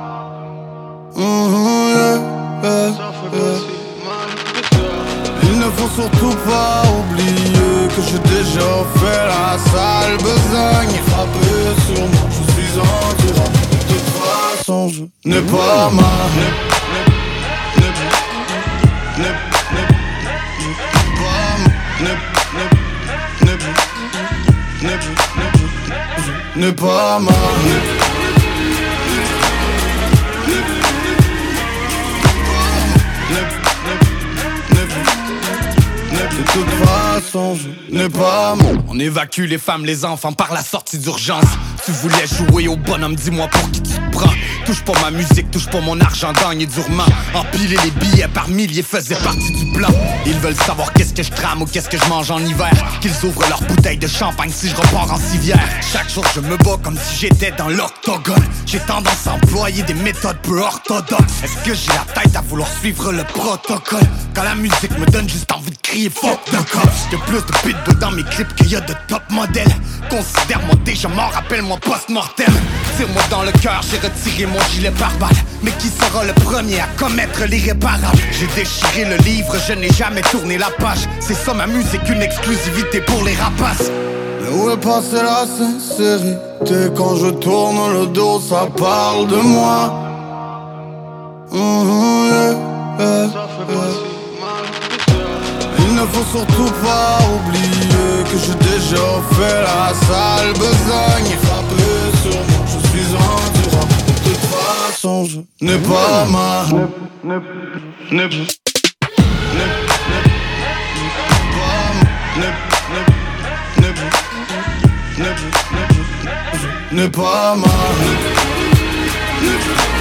Mmh, yeah, yeah, yeah. Il ne faut surtout pas oublier que j'ai déjà fait la sale besogne. Frappé sur moi, je suis anti-rap. De toute façon, je n'ai pas mal. N'est pas mal. De toute façon, je n'ai pas mal.
On évacue les femmes, les enfants par la sortie d'urgence. Tu voulais jouer au bonhomme, dis-moi pour qui tu te prends. Touche pas ma musique, touche pas mon argent, gagné durement. Empiler les billets par milliers faisait partie du plan. Ils veulent savoir qu'est-ce que je trame ou qu'est-ce que je mange en hiver. Qu'ils ouvrent leur bouteille de champagne si je repars en civière. Chaque jour je me bats comme si j'étais dans l'octogone. J'ai tendance à employer des méthodes peu orthodoxes. Est-ce que j'ai la tête à vouloir suivre le protocole? Quand la musique me donne juste envie de crier fuck the cops. Y'a plus de pitbull dans mes clips qu'il y a de top modèles. Considère-moi déjà mort, appelle-moi post-mortem. Tire-moi dans le cœur, j'ai retiré mon gilet pare-balles. Mais qui sera le premier à commettre l'irréparable? J'ai déchiré le livre, je n'ai jamais tourné la page. C'est ça ma musique, une exclusivité pour les rapaces.
Mais où est passée la sincérité? Quand je tourne le dos, ça parle de moi. Mmh, yeah, yeah, yeah. Il ne faut surtout pas oublier que j'ai déjà fait la sale besogne. Frappé sur moi, je suis anti-rap. De toute façon, je n'ai pas mal. ne, ne, ne, ne pas mal. Ne,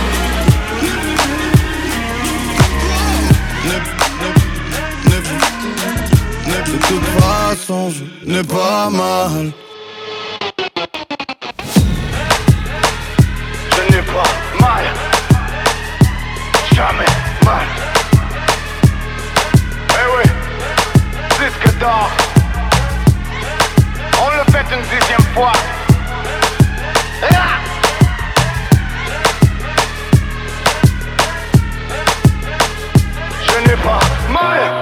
ne, ne, ne, de toute façon, je n'ai pas mal.
Je n'ai pas mal. Jamais mal. Eh oui, disque d'or. On le fait une dixième fois. Ah! Je n'ai pas mal.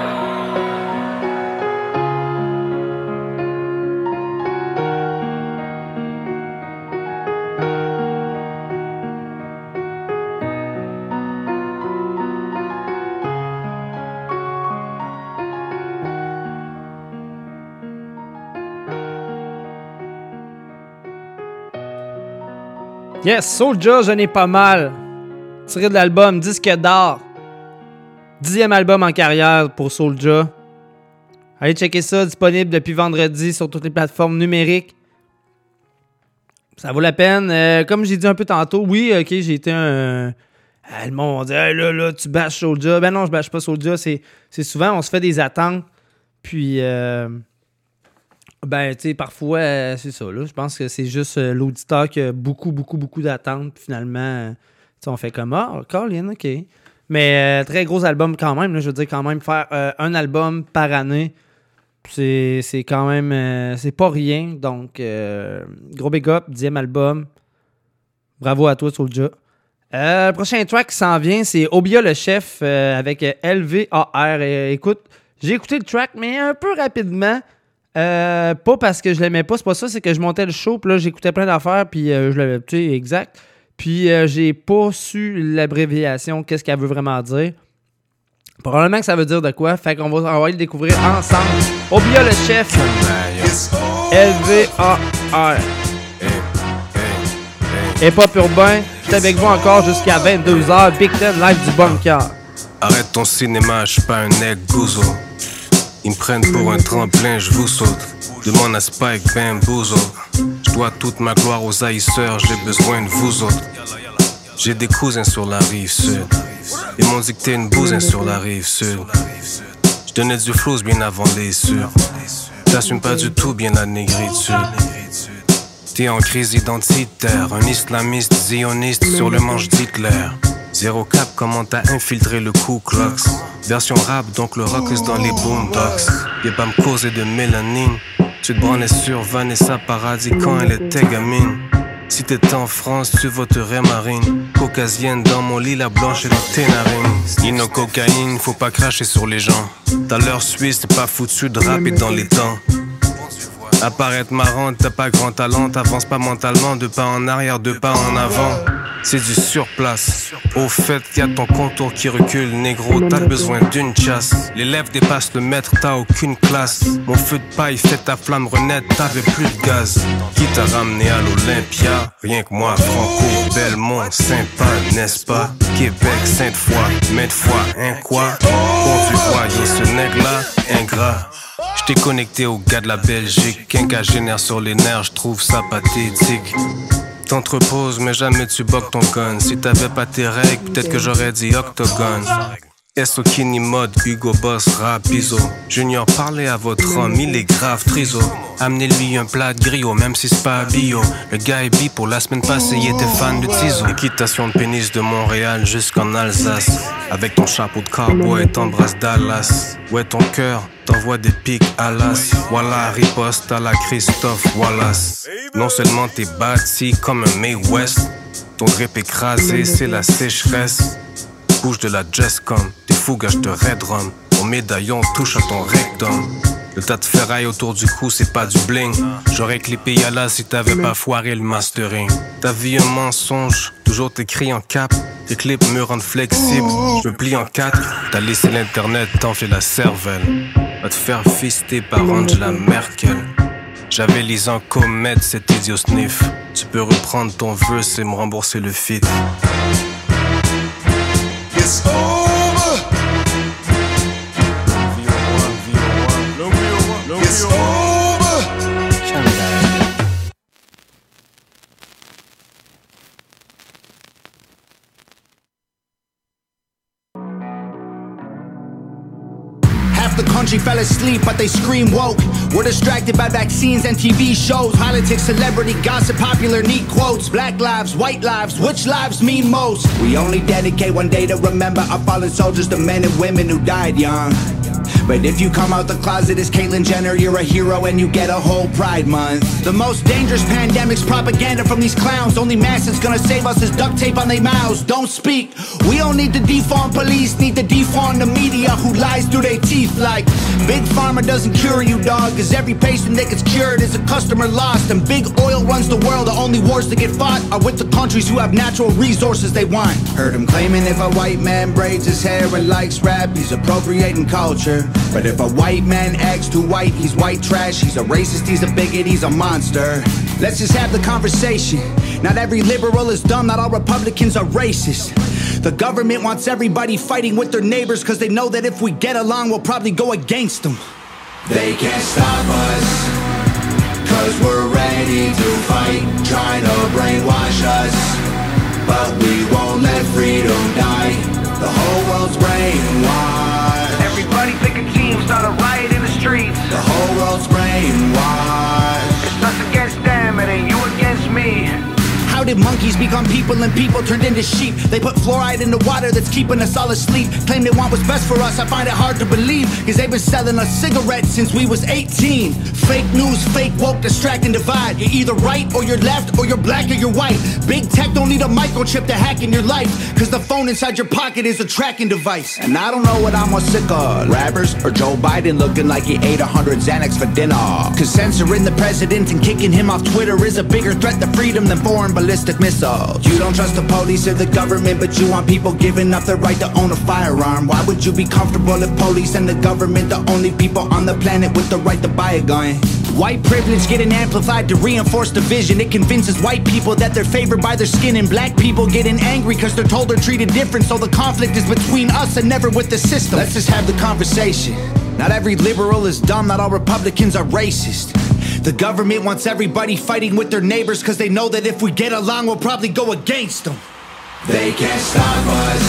Yes, Soulja, je n'ai pas mal. Tiré de l'album Disque d'or. Dixième album en carrière pour Soulja. Allez checker ça, disponible depuis vendredi sur toutes les plateformes numériques. Ça vaut la peine. Euh, comme j'ai dit un peu tantôt, oui, ok, j'ai été un... Euh, le monde dit hey, là, là, tu bâches Soulja. Ben non, je bâche pas Soulja. C'est, c'est souvent, on se fait des attentes. Puis... Euh, Ben, tu sais, parfois, euh, c'est ça, là. Je pense que c'est juste euh, l'auditeur qui a beaucoup, beaucoup, beaucoup d'attentes. Puis finalement, euh, tu sais, on fait comme, ah, Colin, OK. Mais euh, très gros album quand même, là. Je veux dire, quand même, faire euh, un album par année, c'est, c'est quand même, euh, c'est pas rien. Donc, euh, gros big up, dixième album. Bravo à toi, Soulja. Euh, le prochain track qui s'en vient, c'est Obia le chef euh, avec L V A R. Et, écoute, j'ai écouté le track, mais un peu rapidement. Euh, pas parce que je l'aimais pas, c'est pas ça, c'est que je montais le show, puis là j'écoutais plein d'affaires, puis euh, je l'avais, tu sais, exact. Puis euh, j'ai pas su l'abréviation, qu'est-ce qu'elle veut vraiment dire. Probablement que ça veut dire de quoi, fait qu'on va, on va le découvrir ensemble. Obia le chef, L V A R. Hip-hop urbain, j'étais avec vous encore jusqu'à vingt-deux heures, Big Ten live du bunker.
Arrête ton cinéma, je suis pas un nec gouzo. Ils me prennent pour un tremplin, je vous saute. Demande à Spike, ben bouzo. Je dois toute ma gloire aux haïsseurs, j'ai besoin de vous autres. J'ai des cousins sur la rive sud. Ils m'ont dit que t'es une bousin sur la rive sud. Je donnais du flows bien avant les sûrs. T'assumes pas du tout bien la négritude. T'es en crise identitaire, un islamiste zioniste sur le manche d'Hitler. Zéro cap, comment t'as infiltré le Ku Klux. Version rap, donc le rock est dans les boondocks. Y'a pas me causer de mélanine. Tu te branlais sur Vanessa Paradis quand elle était gamine. Si t'étais en France, tu voterais Marine. Caucasienne dans mon lit, la blanche et dans tes narines. Ino cocaïne, faut pas cracher sur les gens. Dans leur Suisse, t'es pas foutu de rapper dans les temps. Apparaître marrante, t'as pas grand talent. T'avances pas mentalement, deux pas en arrière, deux pas en avant. C'est du surplace. Au fait, y'a ton contour qui recule, négro, t'as besoin d'une chasse. L'élève dépasse le maître, t'as aucune classe. Mon feu de paille fait ta flamme renaître, t'avais plus de gaz. Qui t'a ramené à l'Olympia? Rien que moi, Franco, Belmont, sympa, n'est-ce pas? Québec, Sainte-Foy, maintes fois, hein quoi? Bon tu vois, yo ce nègre-là, ingrat. J't'ai connecté au gars de la Belgique, quinquagénaire sur les nerfs, j'trouve ça pathétique. T'entreposes, mais jamais tu boques ton gun. Si t'avais pas tes règles, peut-être que j'aurais dit octogone. Esokini mode, Hugo Boss, rap, biso. Junior, parlez à votre homme, il est grave, triso. Amenez-lui un plat de griot, même si c'est pas bio. Le gars est bi pour la semaine passée, il était fan de Tizo. Équitation de pénis de Montréal jusqu'en Alsace. Avec ton chapeau de cowboy, t'embrasses Dallas. Ouais, ton cœur t'envoie des pics à l'as. Voilà, riposte à la Christophe Wallace. Non seulement t'es bâti comme un May West, ton drip écrasé, c'est la sécheresse. Bouge de la Jesscom, des fougages de Red Rum. Mon médaillon touche à ton rectum. Le tas de ferraille autour du cou, c'est pas du bling. J'aurais clippé Yala si t'avais pas foiré le mastering. Ta vie un mensonge, toujours t'écris en cap. Tes clips me rendent flexible, je me plie en quatre. T'as laissé l'internet t'enfler la cervelle. Va te faire fister par Angela Merkel. J'avais lisé en comète cet idiot sniff. Tu peux reprendre ton vœu, c'est me rembourser le feat.
It's over. It's over.
Half the country fell asleep, but they scream woke. We're distracted by vaccines and T V shows, politics, celebrity gossip, popular neat quotes. Black lives, white lives, which lives mean most? We only dedicate one day to remember our fallen soldiers, the men and women who died young. But if you come out the closet as Caitlyn Jenner, you're a hero and you get a whole Pride Month. The most dangerous pandemic's propaganda from these clowns. Only mask that's gonna save us is duct tape on their mouths. Don't speak. We don't need to defund police, need to defund the media who lies through their teeth like Big Pharma doesn't cure you, dog, cause every patient that gets cured is a customer lost. And big oil runs the world, the only wars that get fought are with the countries who have natural resources they want. Heard him claiming if a white man braids his hair and likes rap, he's appropriating culture. But if a white man acts too white, he's white trash. He's a racist, he's a bigot, he's a monster. Let's just have the conversation. Not every liberal is dumb, not all Republicans are racist. The government wants everybody fighting with their neighbors cause they know that if we get along, we'll probably go against them. They can't stop us, cause we're ready to fight, trying to brainwash us. But we won't let freedom die, the whole world's brainwashed. Everybody pick a team, start a riot in the streets. The whole world's brainwashed. It's us against them, it ain't you against me. How did monkeys become people and people turned into sheep? They put fluoride in the water that's keeping us all asleep. Claim they want what's best for us, I find it hard to believe, cause they've been selling us cigarettes since we was eighteen. Fake news, fake woke, distract and divide. You're either right or you're left, or you're black or you're white. Big tech don't need a microchip to hack in your life, cause the phone inside your pocket is a tracking device. And I don't know what I'm more sick of, rappers or Joe Biden looking like he ate a hundred Xanax for dinner. Cause censoring the president and kicking him off Twitter is a bigger threat to freedom than foreign ballistic missiles. You don't trust the police or the government, but you want people giving up their right to own a firearm. Why would you be comfortable if police and the government the only people on the planet with the right to buy a gun? White privilege getting amplified to reinforce division. It convinces white people that they're favored by their skin, and black people getting angry cause they're told they're treated different. So the conflict is between us and never with the system. Let's just have the conversation. Not every liberal is dumb, not all Republicans are racist. The government wants everybody fighting with their neighbors cause they know that if we get along, we'll probably go against them. They can't stop us,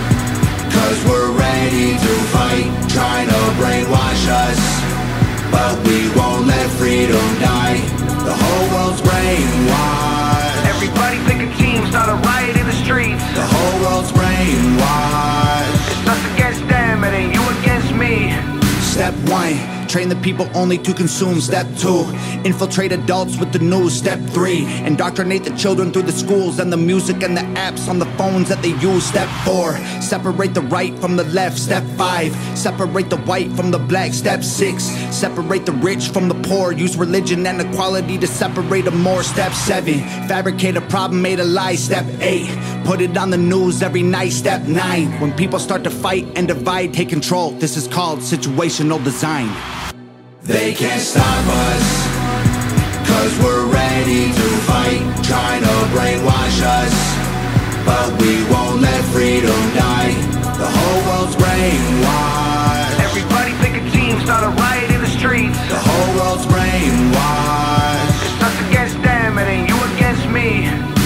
cause we're ready to fight, trying to brainwash us. But we won't let freedom die, the whole world's brainwashed. Everybody pick a team, start a riot in the streets. The whole world's brainwashed. It's us against them, it ain't you against me. Step one, train the people only to consume. Step two, infiltrate adults with the news. Step three, indoctrinate the children through the schools and the music and the apps on the phones that they use. Step four, separate the right from the left. Step five, separate the white from the black. Step six, separate the rich from the poor. Use religion and equality to separate them more. Step seven, fabricate a problem, made a lie. Step eight, put it on the news every night. Step nine, when people start to fight and divide, take control. This is called situational design. They can't stop us, cause we're ready to fight, trying to brainwash us. But we won't let freedom die, the whole world's brainwashed. Everybody pick a team, start a riot in the streets. The whole world's brainwashed. It's us against them, it ain't you against me.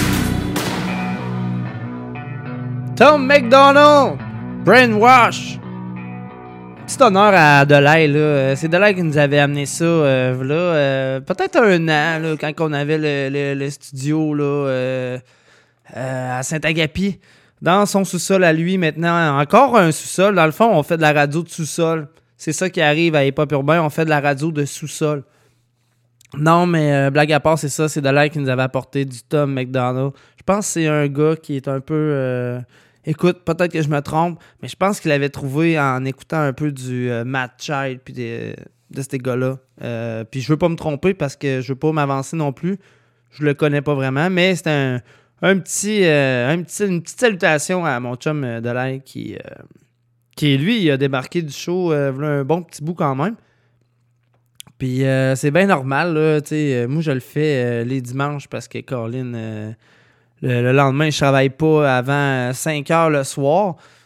Tom MacDonald, Brainwash. Petit honneur à Delay, là. C'est Delay qui nous avait amené ça, euh, là. Euh, peut-être un an, là, quand on avait le, le, le studio, là, euh, euh, à Saint-Agapi. Dans son sous-sol à lui, maintenant. Encore un sous-sol. Dans le fond, on fait de la radio de sous-sol. C'est ça qui arrive à Hip-Hop Urbain. On fait de la radio de sous-sol. Non, mais euh, blague à part, c'est ça. C'est Delay qui nous avait apporté du Tom MacDonald. Je pense que c'est un gars qui est un peu... Euh, Écoute, peut-être que je me trompe, mais je pense qu'il avait trouvé en écoutant un peu du euh, Matt Child puis de, de ces gars-là. Euh, puis je veux pas me tromper parce que je veux pas m'avancer non plus. Je le connais pas vraiment, mais c'est un, un petit, euh, un petit, une petite salutation à mon chum euh, Delay qui, euh, qui, lui, il a débarqué du show euh, un bon petit bout quand même. Puis euh, c'est bien normal, là, tu sais. Moi, je le fais euh, les dimanches parce que Colin... Euh, Le, le lendemain, je travaille pas avant cinq heures le soir.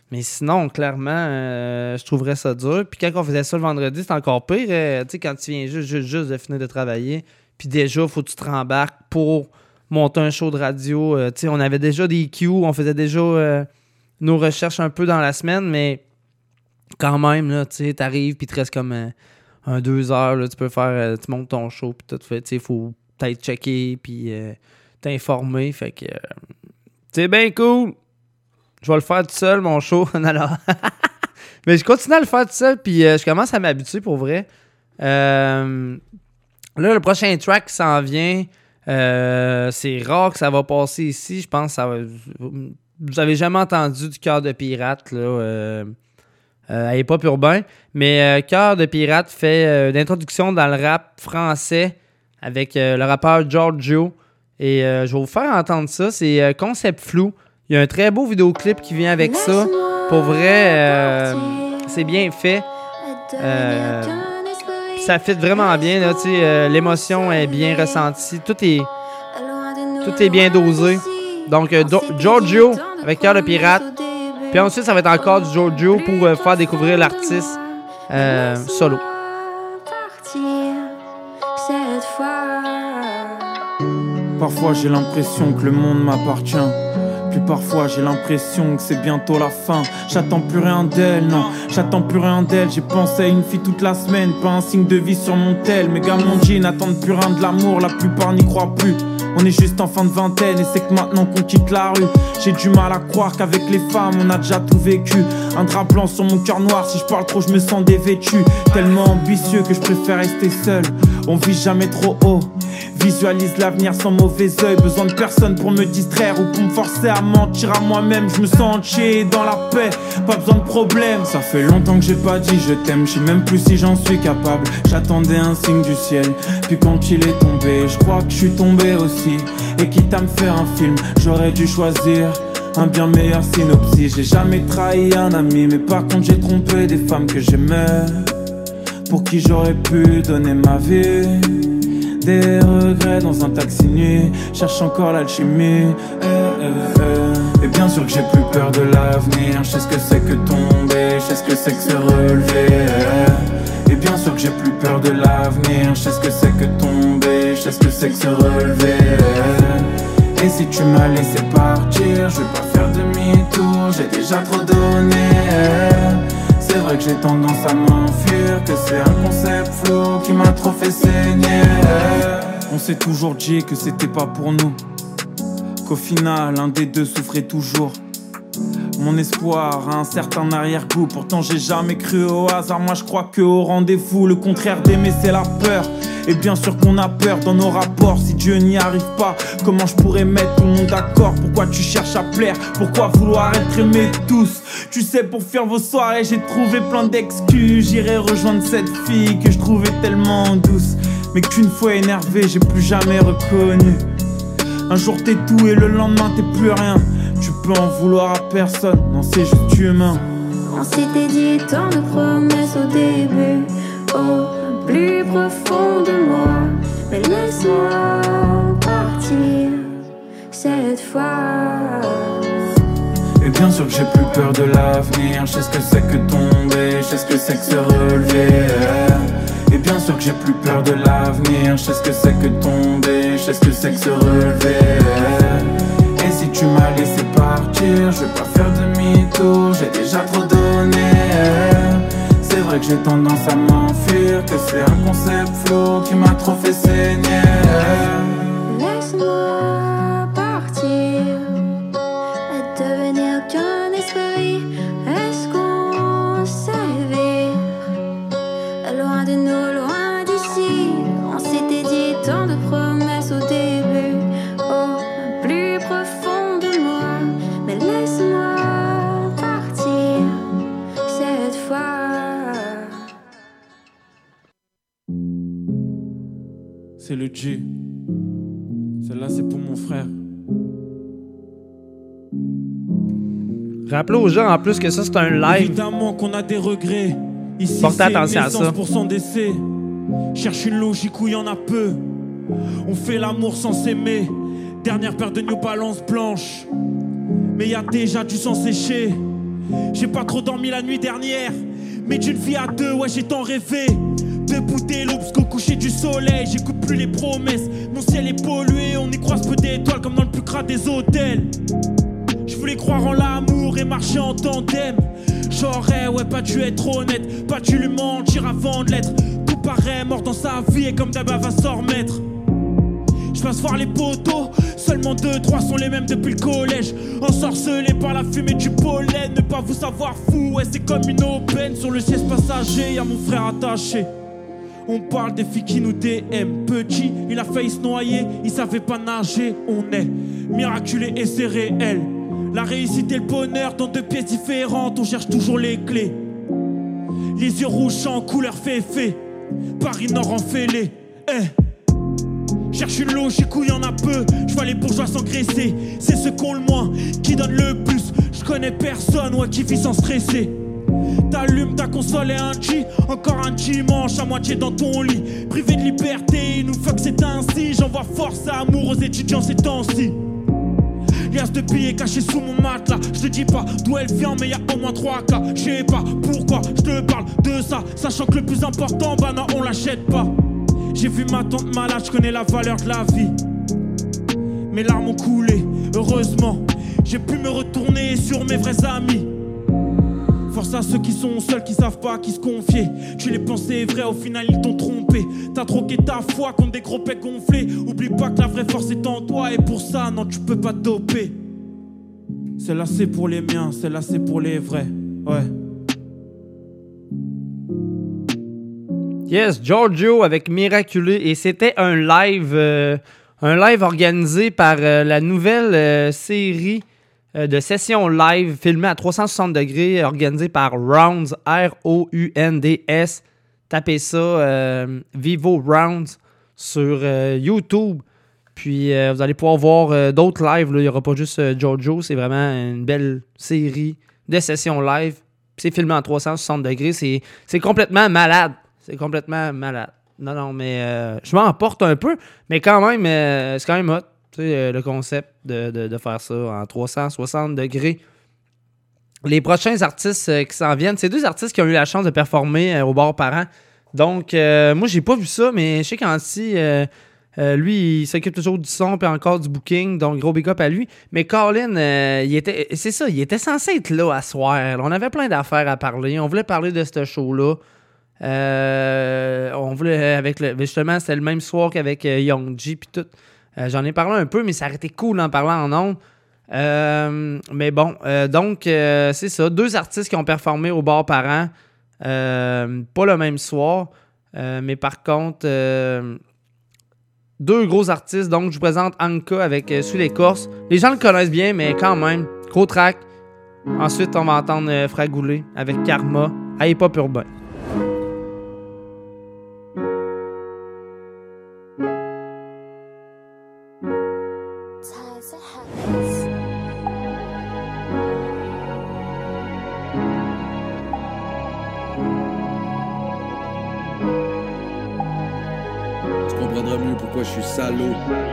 Mais sinon, clairement, euh, je trouverais ça dur. Puis quand on faisait ça le vendredi, c'est encore pire. Euh, tu sais, quand tu viens juste, juste, juste de finir de travailler, puis déjà, il faut que tu te rembarques pour monter un show de radio. Euh, tu sais, on avait déjà des Q, on faisait déjà euh, nos recherches un peu dans la semaine, mais quand même, là, tu sais, t'arrives, puis il te reste comme euh, un deux heures, là, tu peux faire, euh, tu montes ton show, puis tout fait. Tu sais, il faut peut-être checker, puis euh, t'informer. Fait que, euh, c'est bien cool. Je vais le faire tout seul, mon show. Alors, mais je continue à le faire tout seul, puis euh, je commence à m'habituer pour vrai. Euh, là, le prochain track qui s'en vient, euh, c'est rare que ça va passer ici. Je pense que ça va. Vous avez jamais entendu du Cœur de Pirate, là. Euh, euh, à hip-hop urbain. Mais euh, Cœur de Pirate fait euh, l'introduction dans le rap français avec euh, le rappeur Giorgio. Et euh, je vais vous faire entendre ça. C'est euh, Concept Flou. Il y a un très beau vidéoclip qui vient avec ça. Pour vrai, euh, c'est bien fait. Euh, ça fit vraiment bien. Là, euh, l'émotion est bien ressentie. Tout est, tout est bien dosé. Donc, euh, Do- Giorgio avec Cœur de Pirate. Puis ensuite, ça va être encore du Giorgio pour euh, faire découvrir l'artiste euh, solo.
Parfois, j'ai l'impression que le monde m'appartient. Puis parfois j'ai l'impression que c'est bientôt la fin. J'attends plus rien d'elle, non, j'attends plus rien d'elle. J'ai pensé à une fille toute la semaine, pas un signe de vie sur mon tel. Mes gars m'ont dit n'attendent plus rien de l'amour, la plupart n'y croient plus. On est juste en fin de vingtaine et c'est que maintenant qu'on quitte la rue. J'ai du mal à croire qu'avec les femmes on a déjà tout vécu. Un drap blanc sur mon cœur noir, si je parle trop je me sens dévêtu. Tellement ambitieux que je préfère rester seul. On vise jamais trop haut, visualise l'avenir sans mauvais oeil. Besoin de personne pour me distraire ou pour me forcer à mentir à moi-même. Je me sens entier dans la paix, pas besoin de problème. Ça fait longtemps que j'ai pas dit je t'aime, je sais même plus si j'en suis capable. J'attendais un signe du ciel, puis quand il est tombé, je crois que je suis tombé aussi. Et quitte à me faire un film, j'aurais dû choisir un bien meilleur synopsis. J'ai jamais trahi un ami, mais par contre j'ai trompé des femmes que j'aimais, pour qui j'aurais pu donner ma vie. Des regrets dans un taxi nuit, cherche encore l'alchimie. Eh, eh, eh. Et bien sûr que j'ai plus peur de l'avenir. Je sais ce que c'est que tomber, je sais ce que c'est que se relever. Eh. Et bien sûr que j'ai plus peur de l'avenir. Je sais ce que c'est que tomber, je sais ce que c'est que se relever. Eh. Et si tu m'as laissé partir, je vais pas faire demi-tour, j'ai déjà trop donné. Eh. C'est vrai que j'ai tendance à m'enfuir, que c'est un concept flou qui m'a trop fait saigner. On s'est toujours dit que c'était pas pour nous, qu'au final un des deux souffrait toujours. Mon espoir a un certain arrière-goût, pourtant j'ai jamais cru au hasard. Moi je crois que au rendez-vous, le contraire d'aimer c'est la peur. Et bien sûr qu'on a peur dans nos rapports. Si Dieu n'y arrive pas, comment je pourrais mettre tout le monde d'accord? Pourquoi tu cherches à plaire? Pourquoi vouloir être aimé de tous? Tu sais, pour faire vos soirées, j'ai trouvé plein d'excuses. J'irai rejoindre cette fille que je trouvais tellement douce, mais qu'une fois énervé, j'ai plus jamais reconnu. Un jour t'es tout et le lendemain t'es plus rien. Tu peux en vouloir à personne, non c'est juste humain.
On s'était dit tant de promesses au début, au plus profond de moi. Mais laisse-moi partir cette fois.
Et bien sûr que j'ai plus peur de l'avenir. Je sais ce que c'est que tomber, je sais ce que c'est que se relever. Et bien sûr que j'ai plus peur de l'avenir. Je sais ce que c'est que tomber, je sais ce que c'est que se relever. Et si tu m'as laissé partir, je vais pas faire demi-tour, j'ai déjà trop donné. C'est vrai que j'ai tendance à m'enfuir, que c'est un concept flou qui m'a trop fait saigner.
Laisse-moi partir, à devenir qu'un esprit. Est-ce qu'on s'éveille loin de nous, loin d'ici? On s'était dit tant de promesses au début, au plus profond de moi. Mais laisse-moi partir cette fois.
C'est le G. Celle-là c'est pour mon frère.
Rappelez aux gens en plus que ça c'est un live.
Évidemment qu'on a des regrets. Ici
portez
c'est
attention
naissance
à ça.
Pour son décès. Cherche une logique où il y en a peu. On fait l'amour sans s'aimer. Dernière paire de New Balance blanche. Mais y a déjà du sang séché. J'ai pas trop dormi la nuit dernière, mais d'une vie à deux, ouais j'ai tant rêvé. Debout des loups jusqu'au coucher du soleil, j'écoute plus les promesses. Mon ciel est pollué, on y croise peu d'étoiles comme dans le plus gras des hôtels. Je voulais croire en l'amour et marcher en tandem. J'aurais ouais pas dû être honnête, pas dû lui mentir avant de l'être. Tout paraît mort dans sa vie et comme d'hab elle va s'en remettre. Je passe voir les poteaux, seulement deux, trois sont les mêmes depuis le collège. Ensorcelés par la fumée du pollen, ne pas vous savoir fou, ouais c'est comme une aubaine. Sur le siège passager, y'a mon frère attaché. On parle des filles qui nous D M. Petit, il a failli se noyer, il savait pas nager. On est miraculé et c'est réel. La réussite et le bonheur dans deux pièces différentes, on cherche toujours les clés. Les yeux rouges en couleur féfé, Paris Nord en fêlé. Eh. Cherche une logique où y'en a peu, je vois les bourgeois s'engraisser. C'est ceux qui ont le moins, qui donnent le plus. Je connais personne, ouais, qui vit sans stresser. T'allumes ta console et un G, encore un dimanche à moitié dans ton lit. Privé de liberté, il nous fuck c'est ainsi. J'envoie force et amour aux étudiants ces temps-ci. Liasse de billets cachés sous mon matelas. Je te dis pas d'où elle vient mais y'a au moins trois cas. Je sais pas pourquoi je te parle de ça, sachant que le plus important, bah non on l'achète pas. J'ai vu ma tante malade, je connais la valeur de la vie. Mes larmes ont coulé, heureusement j'ai pu me retourner sur mes vrais amis. Force à ceux qui sont seuls, qui savent pas à qui se confier. Tu les pensais vrais, au final ils t'ont trompé. T'as troqué ta foi contre des gros pecs gonflés. Oublie pas que la vraie force est en toi. Et pour ça, non tu peux pas te doper. Celle-là c'est pour les miens, celle-là c'est pour les vrais. Ouais.
Yes, Giorgio avec Miraculé. Et c'était un live euh, Un live organisé par euh, la nouvelle euh, série de sessions live filmées à trois cent soixante degrés, organisée par Rounds, R O U N D S. Tapez ça, euh, Vivo Rounds, sur euh, YouTube. Puis euh, vous allez pouvoir voir euh, d'autres lives. Là. Il n'y aura pas juste euh, Jojo. C'est vraiment une belle série de sessions live. Puis c'est filmé à trois cent soixante degrés. C'est, c'est complètement malade. C'est complètement malade. Non, non, mais euh, je m'emporte un peu. Mais quand même, euh, c'est quand même hot. Tu sais, euh, le concept de, de, de faire ça en trois cent soixante degrés. Les prochains artistes euh, qui s'en viennent, c'est deux artistes qui ont eu la chance de performer euh, au bar parent. Donc, euh, moi, j'ai pas vu ça, mais je sais qu'Anti, euh, euh, lui, il s'occupe toujours du son et encore du booking. Donc, gros big up à lui. Mais Colin, euh, il était, c'est ça, il était censé être là à soir. On avait plein d'affaires à parler. On voulait parler de ce show-là. Euh, on voulait, avec le, justement, c'était le même soir qu'avec euh, Young G puis tout. Euh, j'en ai parlé un peu, mais ça aurait été cool en parlant en ondes. Euh, mais bon, euh, donc, euh, c'est ça. Deux artistes qui ont performé au bar parent. Euh, pas le même soir. Euh, mais par contre, euh, deux gros artistes. Donc, je vous présente Anka avec euh, Sous l'écorce. Les gens le connaissent bien, mais quand même, gros track. Ensuite, on va entendre euh, Fragoulé avec Karma à Hip Hop Urbain.
Pourquoi je suis salaud.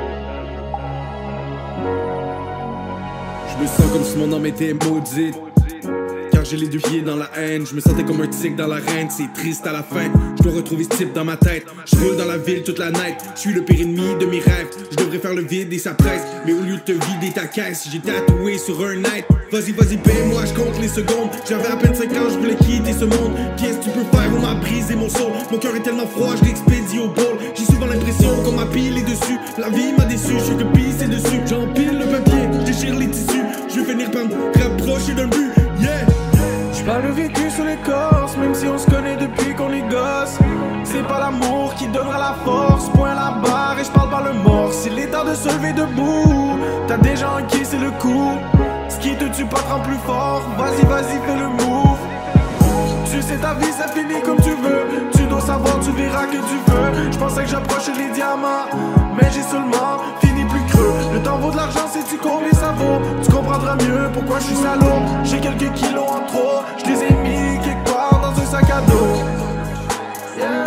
Je me sens comme si mon âme était maudite, car j'ai les deux pieds dans la haine. Je me sentais comme un tigre dans l'arène, c'est triste à la fin. Je dois retrouver ce type dans ma tête. Je roule dans la ville toute la night, je suis le pire ennemi de mes rêves. Je devrais faire le vide et ça presse, mais au lieu de te vider ta caisse, j'ai tatoué sur un night. Vas-y, vas-y, paie-moi, je compte les secondes. J'avais à peine cinq ans, je voulais quitter ce monde. Qu'est-ce que tu peux faire? On m'a brisé mon soul. Mon cœur est tellement froid, je l'expédie au bol. J'ai souvent l'impression qu'on m'a pilé dessus. La vie m'a déçu, je suis que pissé dessus. J'empile le papier, je déchire les tissus. Je vais finir par me rapprocher d'un but, yeah.
J'parle le vécu sur l'écorce, même si on se connaît depuis qu'on est gosse. C'est pas l'amour qui donnera la force. Point la barre et j'parle par le mort. C'est l'état de se lever debout. T'as déjà encaissé le coup. Ce qui te tue pas te rend plus fort. Vas-y, vas-y, fais le move. Tu sais ta vie ça finit comme tu veux. Tu dois savoir, tu verras que tu veux. J'pensais que j'approchais les diamants, mais j'ai seulement fini plus creux. Le temps vaut de l'argent, sais-tu combien ça vaut? Tu comprendras mieux pourquoi je suis salaud. J'ai quelques kilos en trop, je les ai mis quelque part dans un sac à dos. Yeah.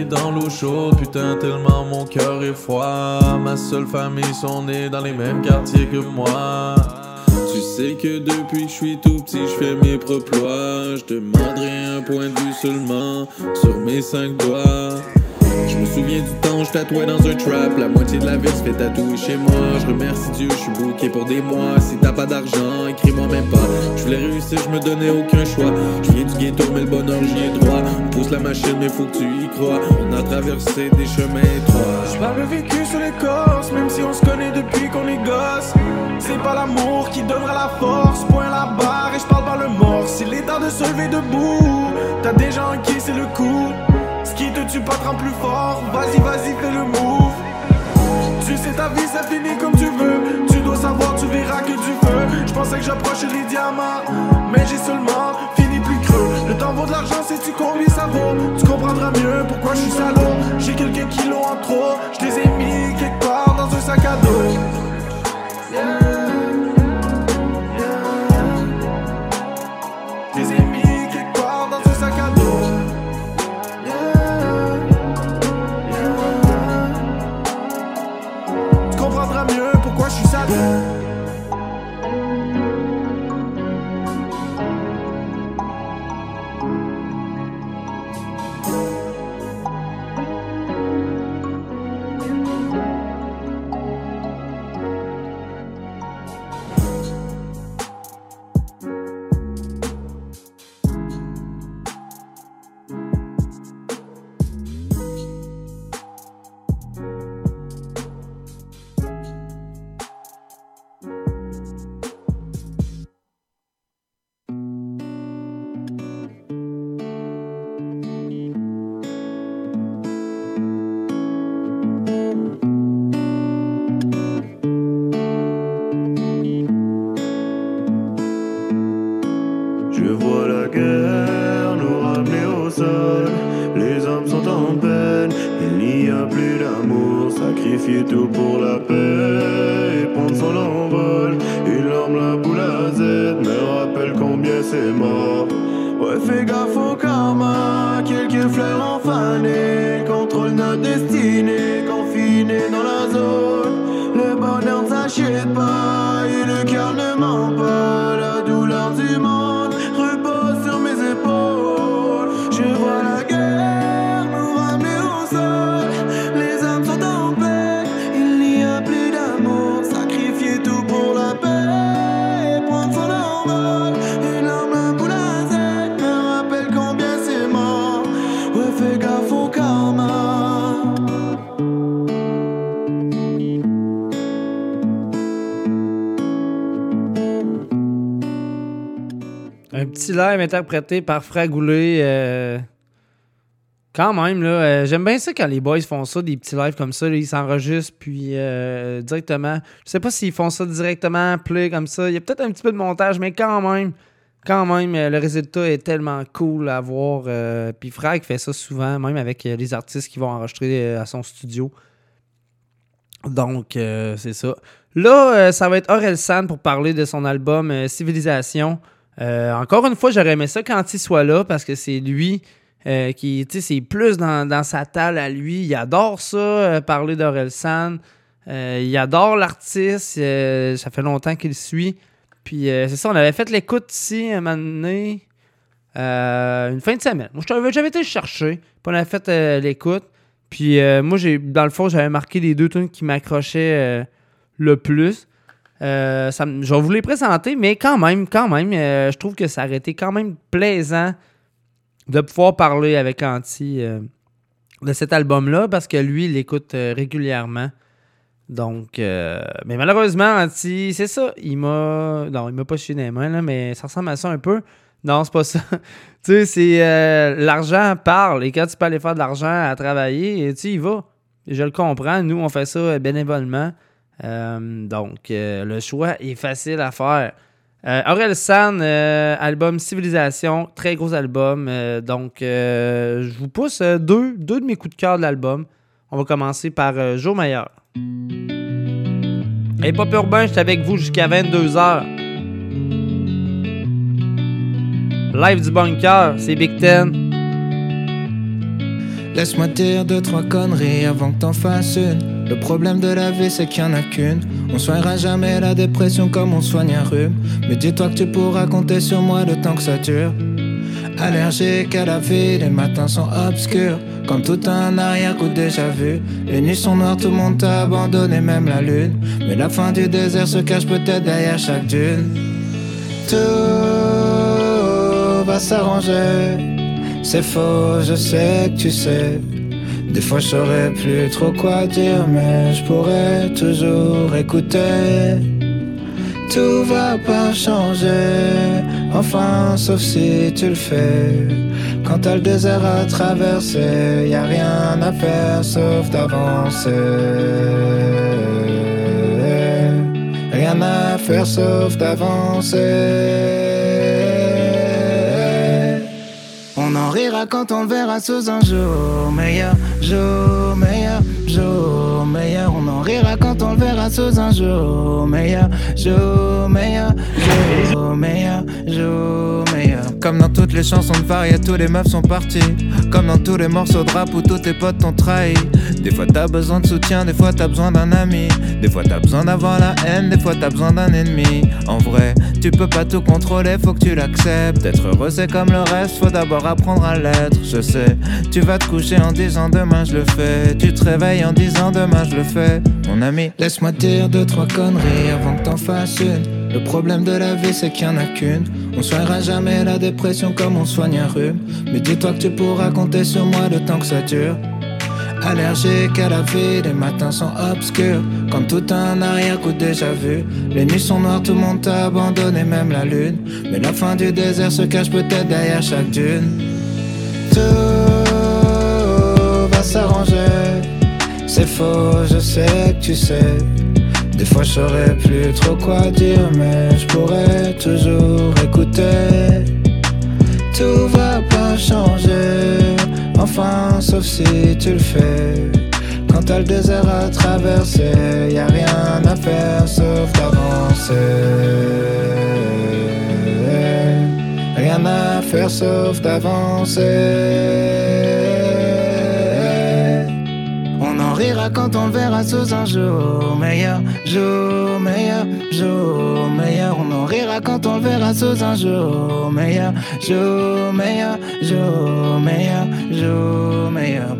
pieds dans l'eau chaude, putain tellement mon cœur est froid. Ma seule famille sont nés dans les mêmes quartiers que moi. Tu sais que depuis que je suis tout petit, je fais mes propres lois. Je demanderai un point de vue seulement sur mes cinq doigts. Je me souviens du temps où je tatouais dans un trap. La moitié de la ville se fait tatouer chez moi. Je remercie Dieu, je suis booké pour des mois. Si t'as pas d'argent, écris-moi même pas. Je voulais réussir, je me donnais aucun choix. Je viens du ghetto, mais le bonheur j'y ai droit. On pousse la machine, mais faut que tu y crois. On a traversé des chemins étroits.
Je parle le vécu sur l'écorce, même si on se connaît depuis qu'on est gosse. C'est pas l'amour qui donnera la force. Point la barre et je parle par le morse. Il est temps de se lever debout. T'as déjà encaissé le coup. Ce qui te tue pas te rend plus fort. Vas-y, vas-y, fais le move. Tu sais ta vie ça finit comme tu veux. Tu dois savoir, tu verras que du feu. Je pensais que j'approchais les diamants, mais j'ai seulement fini plus creux. Le temps vaut de l'argent, sais-tu combien ça vaut? Tu comprendras mieux pourquoi je suis salaud. J'ai quelques kilos en trop, je les ai mis quelque part dans un sac à dos. Yeah. Je les ai mis quelque part dans un sac à dos. Mieux pourquoi je suis sale.
Tout pour la paix et prendre son envol. Une larme, la boule à Z me rappelle combien c'est mort. Ouais, fais gaffe au karma, quelques fleurs en fanées contrôlent notre destinée, confinés dans la zone. Le bonheur ne s'achète pas et le cœur ne ment pas. La douleur du monde repose sur mes épaules. Je vois la guerre nous ramener au sol. Les âmes sont en paix. Plus d'amour, sacrifier tout pour la paix et prendre son envol. Une larme, un boule à Z me rappelle combien c'est mort. Ouais, fais gaffe au karma.
Un petit live interprété par Fragoulé. Euh... Quand même, là, euh, j'aime bien ça quand les boys font ça, des petits lives comme ça, là, ils s'enregistrent, puis euh, directement. Je sais pas s'ils font ça directement, play comme ça. Il y a peut-être un petit peu de montage, mais quand même, quand même, euh, le résultat est tellement cool à voir. Euh, puis Frag fait ça souvent, même avec euh, les artistes qui vont enregistrer euh, à son studio. Donc, euh, c'est ça. Là, euh, ça va être Orelsan pour parler de son album euh, Civilisation. Euh, encore une fois, j'aurais aimé ça quand il soit là, parce que c'est lui... Euh, qui, tu sais, c'est plus dans, dans sa talle à lui. Il adore ça, euh, parler d'Orelsan. Euh, il adore l'artiste. Euh, ça fait longtemps qu'il le suit. Puis, euh, c'est ça, on avait fait l'écoute ici, un moment donné, euh, une fin de semaine. Moi, j'avais été le chercher. Puis, on avait fait euh, l'écoute. Puis, euh, moi, j'ai dans le fond, j'avais marqué les deux tunes qui m'accrochaient euh, le plus. Euh, ça, je vais vous les présenter, mais quand même, quand même, euh, je trouve que ça aurait été quand même plaisant de pouvoir parler avec Anti euh, de cet album-là, parce que lui, il l'écoute euh, régulièrement. Donc, euh, mais malheureusement, Anti, c'est ça, il m'a... Non, il m'a pas chié dans les mains, là, mais ça ressemble à ça un peu. Non, c'est pas ça. Tu sais, c'est... Euh, l'argent parle, et quand tu peux aller faire de l'argent à travailler, tu y vas. Je le comprends, nous, on fait ça bénévolement. Euh, donc, euh, le choix est facile à faire. Euh, Orelsan, euh, album Civilisation, très gros album. Euh, donc, euh, je vous pousse euh, deux, deux de mes coups de cœur de l'album. On va commencer par euh, Jour Meilleur. Hey, Pop Urbain, j'étais avec vous jusqu'à vingt-deux heures. Live du bunker, c'est Big Ten.
Laisse-moi dire deux, trois conneries avant que t'en fasses une. Le problème de la vie c'est qu'il y en a qu'une. On soignera jamais la dépression comme on soigne un rhume. Mais dis-toi que tu pourras compter sur moi le temps que ça dure. Allergique à la vie, les matins sont obscurs. Comme tout un arrière-coup déjà vu. Les nuits sont noires, tout le monde t'a abandonné, même la lune. Mais la fin du désert se cache peut-être derrière chaque dune. Tout va s'arranger. C'est faux, je sais que tu sais. Des fois je saurais plus trop quoi dire, mais je pourrais toujours écouter. Tout va pas changer, enfin sauf si tu le fais. Quand t'as le désert à traverser, y a rien à faire sauf d'avancer. Rien à faire sauf d'avancer. On en rira quand on le verra sous un jour meilleur, jour meilleur, jour meilleur. On en rira quand on le verra sous un jour meilleur, jour meilleur, jour meilleur, jour meilleur. Comme dans toutes les chansons de Faria, tous les meufs sont partis. Comme dans tous les morceaux de rap où tous tes potes t'ont trahi. Des fois t'as besoin de soutien, des fois t'as besoin d'un ami. Des fois t'as besoin d'avoir la haine, des fois t'as besoin d'un ennemi. En vrai, tu peux pas tout contrôler, faut que tu l'acceptes. Être heureux c'est comme le reste, faut d'abord apprendre à l'être. Je sais, tu vas te coucher en disant demain je le fais. Tu te réveilles en disant demain je le fais. Mon ami, laisse-moi dire deux, trois conneries avant que t'en fasses une. Le problème de la vie c'est qu'il y en a qu'une. On soignera jamais la dépression comme on soigne un rhume. Mais dis-toi que tu pourras compter sur moi le temps que ça dure. Allergique à la vie, les matins sont obscurs. Comme tout un arrière-coup déjà vu. Les nuits sont noires, tout le monde t'a abandonné, même la lune. Mais la fin du désert se cache peut-être derrière chaque dune. Tout va s'arranger. C'est faux, je sais que tu sais. Des fois je saurais plus trop quoi dire, mais je pourrais toujours écouter. Tout va pas changer, enfin sauf si tu le fais. Quand t'as le désert à traverser, y a rien à faire sauf d'avancer. Rien à faire sauf d'avancer. On en rira quand on le verra sous un jour meilleur, jour meilleur, jour meilleur. On en rira quand on le verra sous un jour meilleur, jour meilleur, jour meilleur, jour meilleur.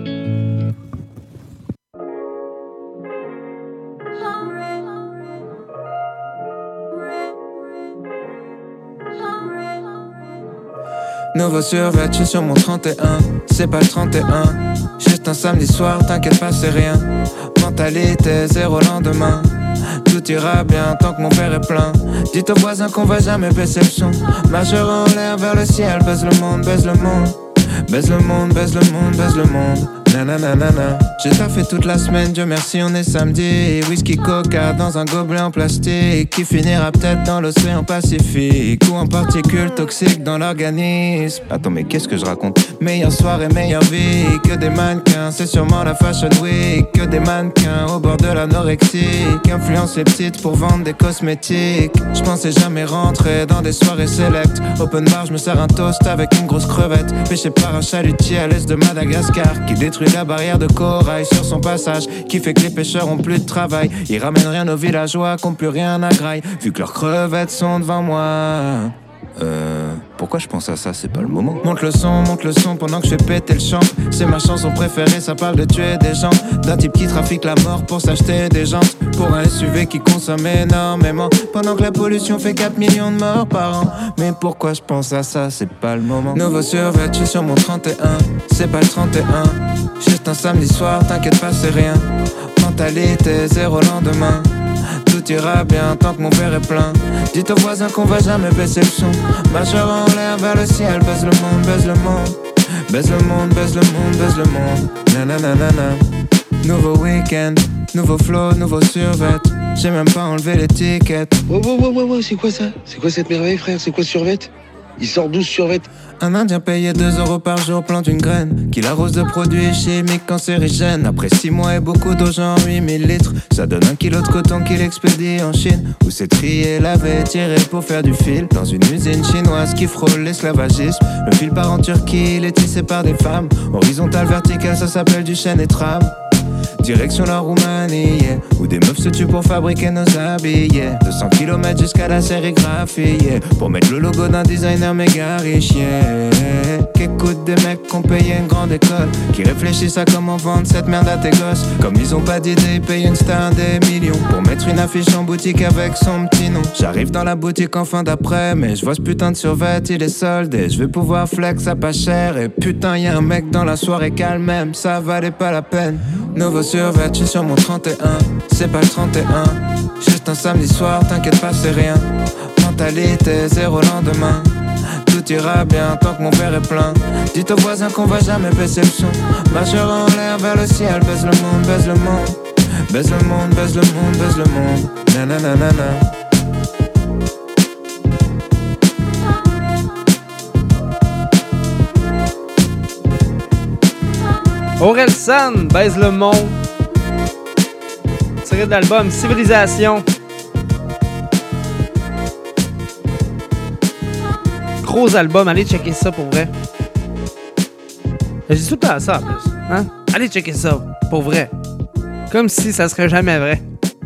Nouveau survêtu sur mon trente et un, c'est pas le trente et un. Juste un samedi soir, t'inquiète pas c'est rien. Mentalité zéro lendemain. Tout ira bien tant que mon verre est plein. Dites aux voisins qu'on va jamais baisser le son. Marchera en l'air vers le ciel, baise le monde, baise le monde. Baise le monde, baise le monde, baise le monde. Nananana. J'ai taffé toute la semaine, Dieu merci on est samedi. Whisky coca dans un gobelet en plastique qui finira peut-être dans l'océan Pacifique ou en particules toxiques dans l'organisme. Attends mais qu'est-ce que je raconte? Meilleure soirée, meilleure vie. Que des mannequins, c'est sûrement la fashion week. Que des mannequins au bord de l'anorexie qui influencent les petites pour vendre des cosmétiques. Je pensais jamais rentrer dans des soirées select. Open bar, je me sers un toast avec une grosse crevette. Pêché par un chalutier à l'est de Madagascar qui détruit la barrière de corail sur son passage, qui fait que les pêcheurs ont plus de travail. Ils ramènent rien aux villageois qui ont plus rien à graille, vu que leurs crevettes sont devant moi. Euh... Pourquoi je pense à ça, c'est pas le moment. Monte le son, monte le son pendant que je fais péter le champ. C'est ma chanson préférée, ça parle de tuer des gens. D'un type qui trafique la mort pour s'acheter des jantes. Pour un S U V qui consomme énormément. Pendant que la pollution fait quatre millions de morts par an. Mais pourquoi je pense à ça, c'est pas le moment. Nouveau survêtu sur mon trente et un, c'est pas le trente et un. Juste un samedi soir, t'inquiète pas c'est rien. Mentalité zéro lendemain. Tout ira bien tant que mon verre est plein. Dites aux voisins qu'on va jamais baisser le son. Marchera en l'air vers le ciel, baise le monde, baise le monde. Baise le monde, baise le monde, baise le monde. Nananana. Nouveau week-end, nouveau flow, nouveau survêt. J'ai même pas enlevé l'étiquette.
Wow, wow, wow, wow, wow, c'est quoi ça? C'est quoi cette merveille, frère? C'est quoi ce survêt? Il sort douze survêtements.
Un Indien payé deux euros par jour plante une graine qui l'arrose de produits chimiques cancérigènes. Après six mois et beaucoup d'eau, genre huit mille litres, ça donne un kilo de coton qu'il expédie en Chine, où c'est trié, lavé, tiré pour faire du fil. Dans une usine chinoise qui frôle l'esclavagisme, le fil part en Turquie, il est tissé par des femmes. Horizontal, vertical, ça s'appelle du chêne et trame. Direction la Roumanie, yeah, où des meufs se tuent pour fabriquer nos habits, yeah. deux cents kilomètres jusqu'à la sérigraphie, yeah, pour mettre le logo d'un designer méga riche, yeah. Qu'écoutent des mecs qui ont payé une grande école, qui réfléchissent à comment vendre cette merde à tes gosses. Comme ils ont pas d'idée, ils payent une star des millions pour mettre une affiche en boutique avec son petit nom. J'arrive dans la boutique en fin d'après, mais je vois ce putain de survêt, il est soldé. Je vais pouvoir flex à pas cher, et putain y'a un mec dans la soirée calme même, ça valait pas la peine. Nouveau survêt, je suis sur mon trente et un, c'est pas le trente et un, juste un samedi soir, t'inquiète pas c'est rien. Mentalité zéro lendemain, tout ira bien tant que mon verre est plein. Dites aux voisins qu'on va jamais baisser le son, marchera en l'air vers le ciel, baise le monde, baise le monde, baise le monde, baise le monde, baise le monde, nananana.
Orelsan, baise le monde. Tiré de l'album Civilisation. Gros album, allez checker ça pour vrai. J'ai tout le temps ça en plus. Hein? Allez checker ça, pour vrai. Comme si ça serait jamais vrai.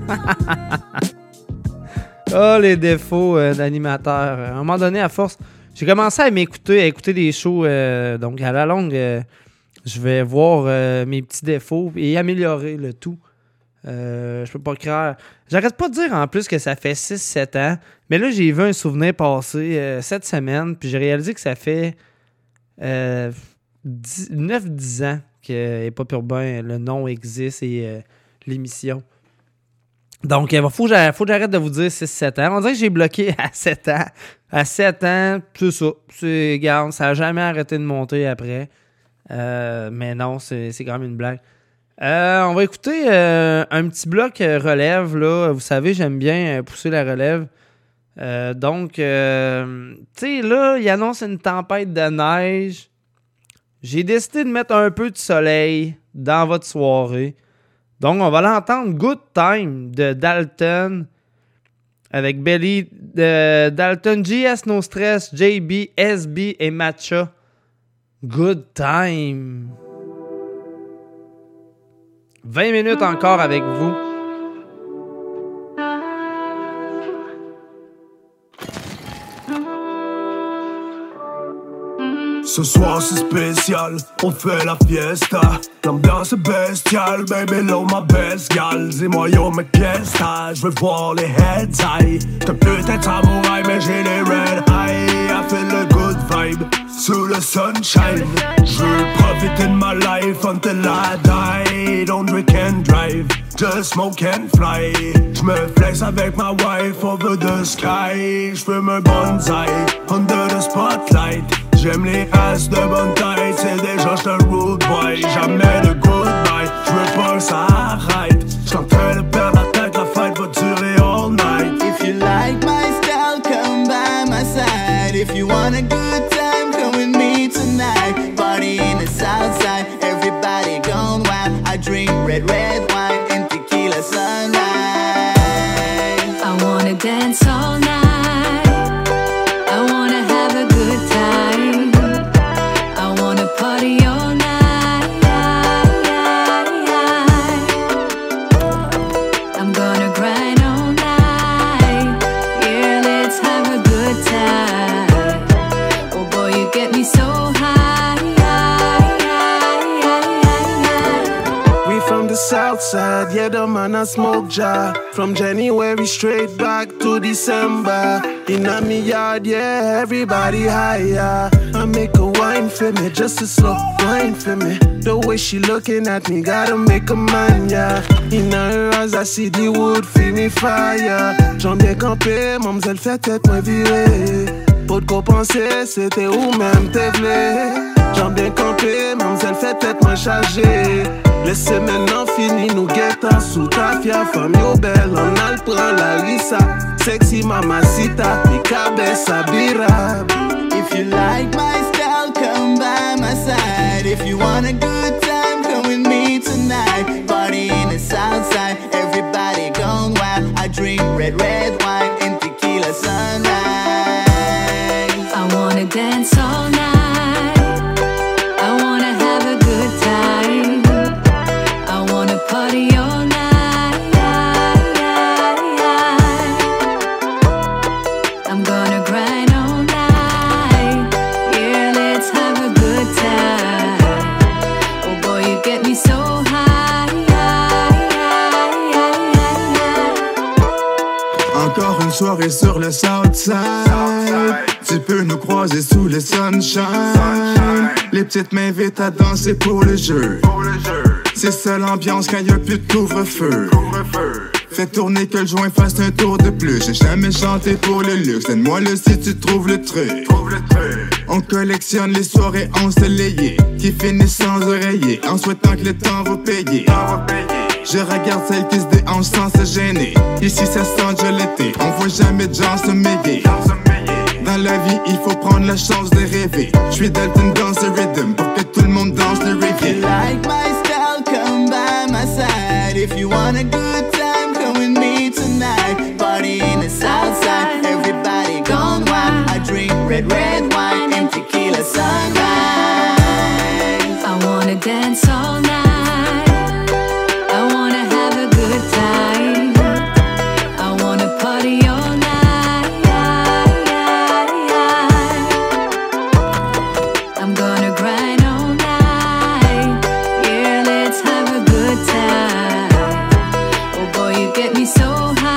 Oh, les défauts euh, d'animateur. À un moment donné, à force, j'ai commencé à m'écouter, à écouter des shows. Euh, donc, à la longue, euh, je vais voir euh, mes petits défauts et améliorer le tout. Euh, je peux pas croire. J'arrête pas de dire en plus que ça fait six sept ans. Mais là, j'ai vu un souvenir passer euh, cette semaine. Puis j'ai réalisé que ça fait euh, neuf dix ans que Hip-Hop Urbain, le nom existe et euh, l'émission. Donc, il faut, faut que j'arrête de vous dire six sept ans. On dirait que j'ai bloqué à sept ans. À sept ans, c'est ça. C'est, garde, ça n'a jamais arrêté de monter après. Euh, mais non, c'est, c'est quand même une blague. Euh, on va écouter euh, un petit bloc euh, relève. Là. Vous savez, j'aime bien euh, pousser la relève. Euh, donc, euh, tu sais, là, il annonce une tempête de neige. J'ai décidé de mettre un peu de soleil dans votre soirée. Donc, on va l'entendre Good Time de Dalton avec Belly, de Dalton, G S No Stress, J B, S B et Matcha. Good Time. vingt minutes encore avec vous.
Ce soir c'est spécial, on fait la fiesta. L'ambiance est bestiale, baby low ma best gal. Dis-moi yo mais qu'est-ce que je veux voir les heads high. T'es peut-être samouraï mais j'ai les red eye. I feel a good vibe, sous le sunshine. Je veux profiter de ma life until I die. Don't drink and drive, just smoke and fly. J'me flex avec ma wife over the sky. J'fume un bonsaï under the spotlight. J'aime les asses de bonne taille, c'est déjà j'suis un rude boy. Jamais de goodbye, j'veux pas que ça arrête. J'suis en train de perdre la tête, la fight va durer all night.
If you like my style, come by my side. If you want a good time, come with me tonight. Party in the south side, everybody gone wild. I drink red, red wine and tequila sunrise.
I wanna dance all night. I wanna have a good time. I wanna party all night. I'm gonna grind all night. Yeah, let's have a good time. Oh boy, you get me so high.
We from the south side, yeah, the man a smoke jar. From January straight back to December. In a me yard, yeah, everybody higher. I make a wine for me, just a slow wine for me. The way she looking at me, gotta make a man, yeah. In her eyes, I see the wood, feel me fire. J'en bien campé, mademoiselle fait tête moins virée. Pour te compenser, c'était où même t'es v'lé. J'en bien campé, mademoiselle fait tête moins chargée. Laissez maintenant fini, nous guettons sous ta fia. Femme yo belle, on a le prend la risa. Sexy mamacita, mi cabeza bira.
If
wanna dance all night. I wanna have a good time. I wanna party all night. I'm gonna grind all night. Yeah, let's have a good time. Oh boy, you get me so high.
Encore une soirée sur le Southside. Tu peux nous croiser sous le sunshine. Les petites m'invitent à danser pour le jeu. C'est ça l'ambiance quand y'a plus de couvre-feu. Fais tourner que le joint fasse un tour de plus. J'ai jamais chanté pour le luxe. Donne-moi le si tu trouves le truc. On collectionne les soirées ensoleillées qui finissent sans oreiller en souhaitant que le temps va payer. Je regarde celles qui se déhanchent sans se gêner. Ici ça sent déjà l'été. On voit jamais de gens sommeiller. Dans la vie, il faut prendre la chance de rêver. J'suis Dalton dans ce rhythm pour que tout le monde danse le reggae.
You like my style, come by my side. If you want a good time, come with me tonight. Party in the south side, everybody gone wild. I drink red, red wine and tequila sunrise.
I wanna dance all night. I wanna have a good time. I wanna party all night. I'm gonna grind all night. Yeah, let's have a good time. Oh boy, you get me so high.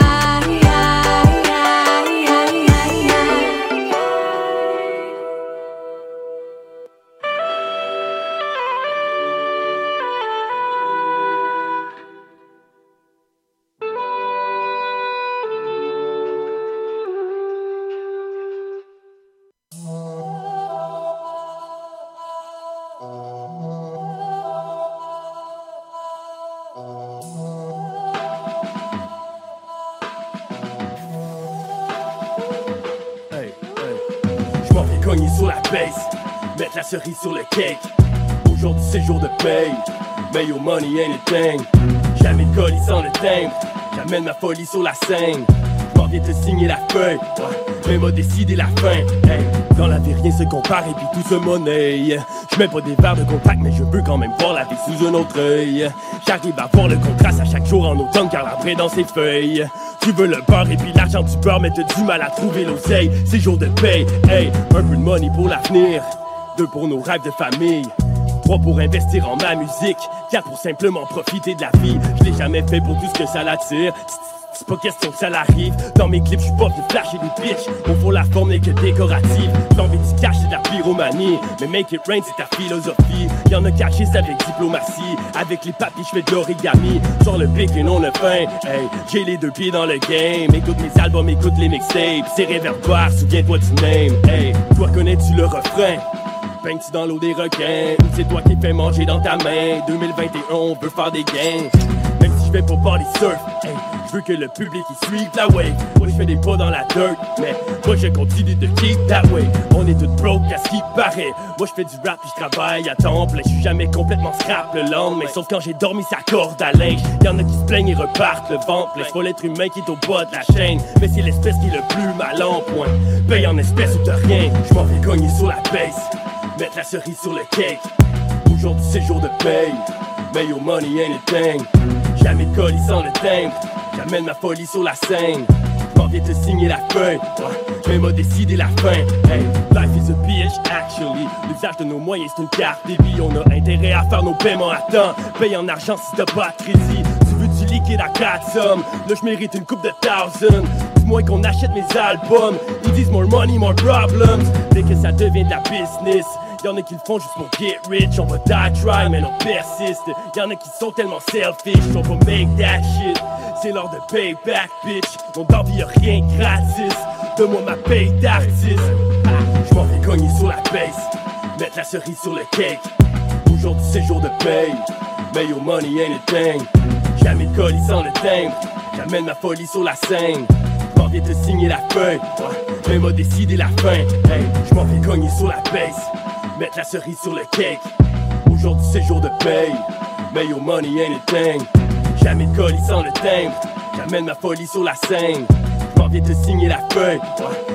J'm'en fais cogner sur la base, mettre la cerise sur le cake. Aujourd'hui c'est jour de paye, mais yo money ain't a thing. Jamais de colis sans le timbre, j'amène ma folie sur la scène. J'm'en viens te signer la feuille, ouais, mais m'a décidé la fin. Hey, dans la vie rien se compare et puis tout se monnaie. J'mets pas des verres de contact mais je veux quand même voir la vie sous un autre œil. J'arrive à voir le contraste à chaque jour en automne car la vraie dans ses feuilles. Tu veux le beurre et puis l'argent du beurre, mais t'as du mal à trouver l'oseille. C'est jour de paye, hey, un peu de money pour l'avenir, deux pour nos rêves de famille, trois pour investir en ma musique, quatre pour simplement profiter de la vie. Je l'ai jamais fait pour tout ce que ça l'attire. C'est pas question que ça l'arrive. Dans mes clips, j'suis pas venu flasher des bitches. Au fond, la forme n'est que décorative. L'envie du cash, c'est de la pyromanie. Mais make it rain, c'est ta philosophie. Y'en a caché, c'est avec diplomatie. Avec les papiers, j'fais de l'origami. Sur le pic et non le pain. Hey, j'ai les deux pieds dans le game. Écoute mes albums, écoute les mixtapes. C'est réverbère, souviens-toi du name. Hey, toi connais-tu le refrain? Peins-tu dans l'eau des requins? Ou c'est toi qui fais manger dans ta main? deux mille vingt et un, on veut faire des gains. Même si je vais pas body surf, hey, je veux que le public y suive la wave. Moi je fais des pas dans la dirt, mais moi je continue de keep that way. On est tous broke à ce qui paraît. Moi je fais du rap puis je travaille à temps plein. Je suis jamais complètement scrap le lendemain, sauf quand j'ai dormi sa corde à linge. Y'en a qui se plaignent et repartent le ventre plein. C'est pas l'être humain qui est au bas de la chaîne, mais c'est l'espèce qui est le plus mal en point. Paye en espèces ou t'as rien, je m'en fais cogner sur la base, mettre la cerise sur le cake. Aujourd'hui c'est jour de paye, mais yo money ain't a thing. Jamais de colis sans le timbre, j'amène ma folie sur la scène. J'm'en viens te signer la feuille, ouais, mais m'a décidé la fin. Hey, life is a bitch actually. L'usage de nos moyens c'est une carte débit. On a intérêt à faire nos paiements à temps. Paye en argent si t'as pas de crédit. Tu veux du liquide à quatre sommes, là j'mérite une coupe de thousand. Du moins qu'on achète mes albums. Ils disent more money, more problems. Dès que ça devient de la business, y'en a qui le font juste pour get rich. On va die try, mais on persiste. Y'en a qui sont tellement selfish, on va make that shit. C'est l'heure de payback, bitch. Mon envie y'a rien gratis. Donne-moi ma paye d'artiste. Ah, j'm'en fais cogner sur la base, mettre la cerise sur le cake. Aujourd'hui c'est jour de paye, mais yo money ain't a thing. Jamais de colis sans le timbre, j'amène ma folie sur la scène. J'm'en viens te signer la feuille, ouais, mais m'a décidé la fin. Hey, j'm'en fais cogner sur la base, mettre la cerise sur le cake. Aujourd'hui c'est jour de paye, mais yo money ain't a thing. Jamais de colis sans le timbre, j'amène ma folie sur la scène. J'm'en viens te signer la feuille, ouais,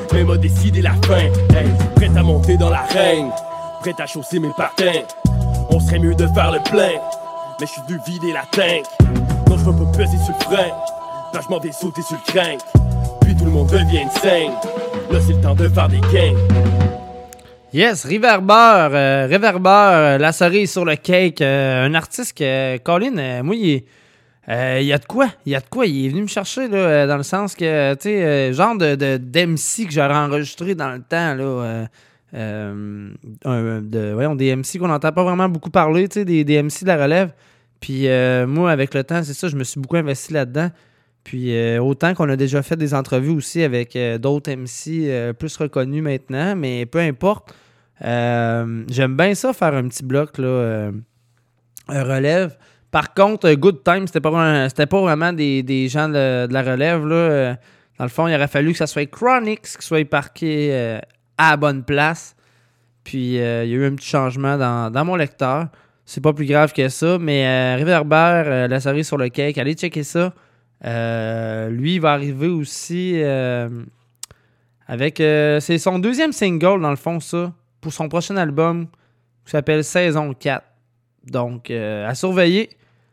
mais m'a décidé la fin. Hey, prête à monter dans l'arène, prête à chausser mes patins. On serait mieux de faire le plein, mais je suis dû vider la tank. Non, je veux pas peser sur le frein, là je m'en vais sauter sur le crank. Puis tout le monde devient insane, là c'est le temps de faire des gains.
Yes, Réverbère, euh, Réverbère, la cerise sur le cake, euh, un artiste que, Colin, euh, moi, il, euh, il y a de quoi, il y a de quoi, il est venu me chercher, là, euh, dans le sens que, tu sais, euh, genre de, de, d'M C que j'aurais enregistré dans le temps, là, euh, euh, un, de, voyons, des M C qu'on n'entend pas vraiment beaucoup parler, tu sais, des, des M C de la relève, puis euh, moi, avec le temps, c'est ça, je me suis beaucoup investi là-dedans, puis euh, autant qu'on a déjà fait des entrevues aussi avec euh, d'autres M C euh, plus reconnus maintenant, mais peu importe. Euh, j'aime bien ça, faire un petit bloc, là, euh, un relève. Par contre, Good Time, c'était pas, un, c'était pas vraiment des, des gens de, de la relève. Là. Dans le fond, il aurait fallu que ça soit Chronix qui soit parqué euh, à la bonne place. Puis, euh, il y a eu un petit changement dans, dans mon lecteur. C'est pas plus grave que ça, mais euh, Réverbère, euh, la cerise sur le cake, allez checker ça. Euh, lui, il va arriver aussi euh, avec... Euh, c'est son deuxième single, dans le fond, ça. Pour son prochain album qui s'appelle Saison quatre. Donc, euh, à surveiller.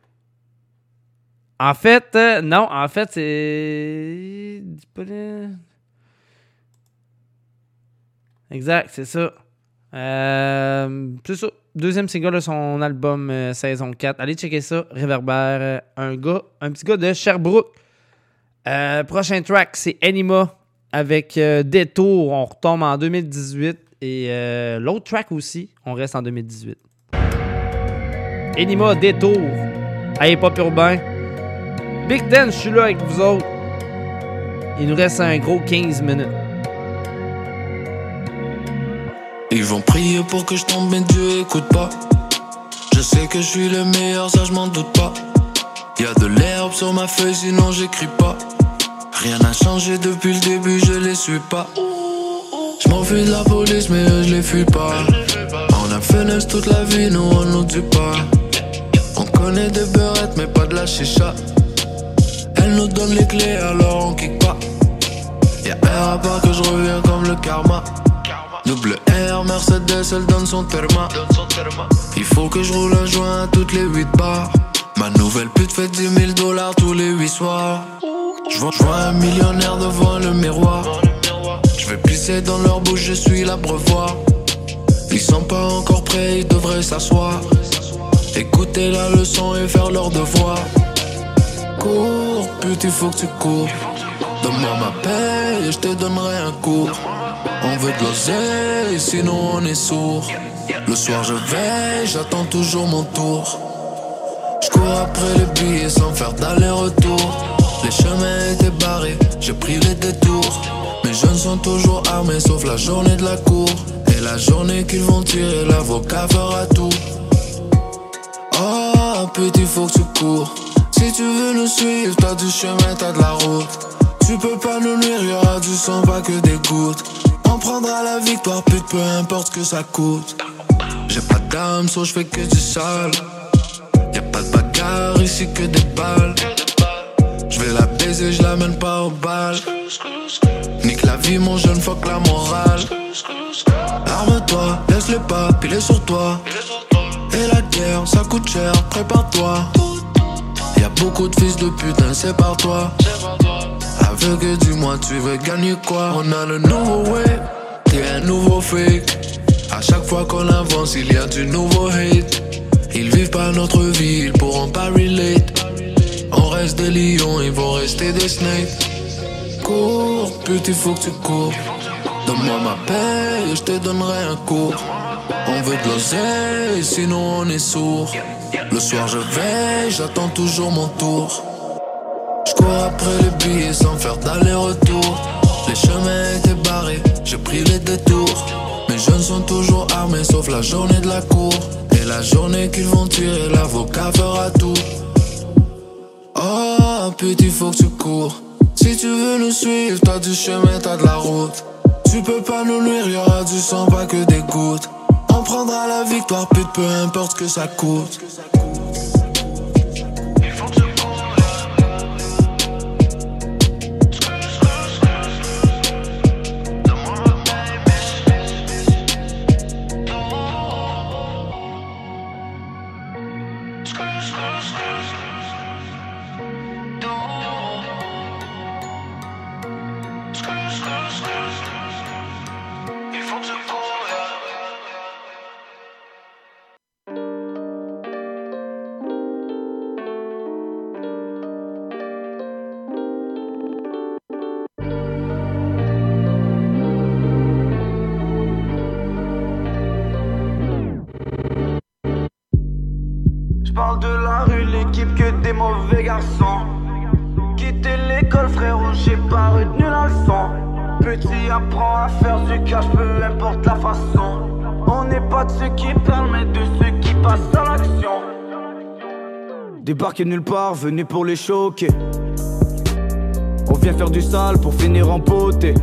En fait, euh, non, en fait, c'est... Exact, c'est ça. Euh, c'est ça. Deuxième single de son album euh, Saison quatre. Allez checker ça. Réverbère, euh, un gars, un petit gars de Sherbrooke. Euh, prochain track, c'est Anima avec euh, Détour. On retombe en deux mille dix-huit. Et euh, l'autre track aussi, on reste en deux mille dix-huit. Anima, Détour, à Hip-Hop Urbain. Big Dan, je suis là avec vous autres. Il nous reste un gros quinze minutes.
Ils vont prier pour que je tombe, mais Dieu écoute pas. Je sais que je suis le meilleur, ça je m'en doute pas. Y'a de l'herbe sur ma feuille, sinon j'écris pas. Rien n'a changé depuis le début, je les suis pas. J'm'enfuis de la police mais eux je les fuis pas. On a feunesse toute la vie, nous on nous tue pas. On connaît des beurrettes mais pas de la chicha. Elle nous donne les clés alors on kick pas. Y'a un à part que je reviens comme le karma. Double R, Mercedes, elle donne son therma. Il faut que je roule un joint à toutes les huit bars. Ma nouvelle pute fait dix mille dollars tous les huit soirs. J'vois un millionnaire devant le miroir. Je vais pisser dans leur bouche, je suis l'abreuvoir. Ils sont pas encore prêts, ils devraient s'asseoir. Écouter la leçon et faire leur devoir. Cours, pute, il faut que tu cours. Donne-moi ma paye et je te donnerai un cours. On veut de l'oseille, sinon on est sourd. Le soir je veille, j'attends toujours mon tour. Je cours après les billets sans faire d'aller-retour. Les chemins étaient barrés, j'ai pris les détours. Mes jeunes sont toujours armés sauf la journée de la cour. Et la journée qu'ils vont tirer, l'avocat fera tout. Oh petit faut que tu cours. Si tu veux nous suivre, t'as du chemin, t'as de la route. Tu peux pas nous nuire, y'aura du sang, pas que des gouttes. On prendra la victoire, pute, peu importe ce que ça coûte. J'ai pas d'âme, so j'fais que du sale. Y'a pas de bagarre, ici que des balles. J'vais la baiser, j'lamène pas au bal. Nique la vie, mon jeune, fuck la morale. Arme-toi, laisse-les pas piler sur toi. Et la guerre, ça coûte cher, prépare-toi. Y'a beaucoup de fils de putain, c'est par toi. Aveugle, dis-moi, tu veux gagner quoi? On a le nouveau way, t'es un nouveau fake. À chaque fois qu'on avance, il y a du nouveau hate. Ils vivent pas notre vie, ils pourront pas relate. On reste des lions, ils vont rester des snakes. Cours, pute, il faut que tu cours. Donne-moi ma paye et je te donnerai un cours. On veut de l'oseille, sinon on est sourd. Le soir je veille, j'attends toujours mon tour. Je cours après les billets sans faire d'aller-retour. Les chemins étaient barrés, j'ai pris les détours. Mes jeunes sont toujours armés sauf la journée de la cour. Et la journée qu'ils vont tirer, l'avocat fera tout. Oh petit faut que tu cours. Si tu veux nous suivre, t'as du chemin, t'as de la route. Tu peux pas nous nuire, y'aura du sang, pas que des gouttes. On prendra la victoire, pute, peu importe ce que ça coûte.
J'parle de la rue, l'équipe que des mauvais garçons. Quitter l'école frérot, j'ai pas retenu la leçon. Petit apprend à faire du cash, peu importe la façon. On n'est pas de ceux qui parlent, mais de ceux qui passent à l'action. Débarqué nulle part, venu pour les choquer. On vient faire du sale pour finir en beauté.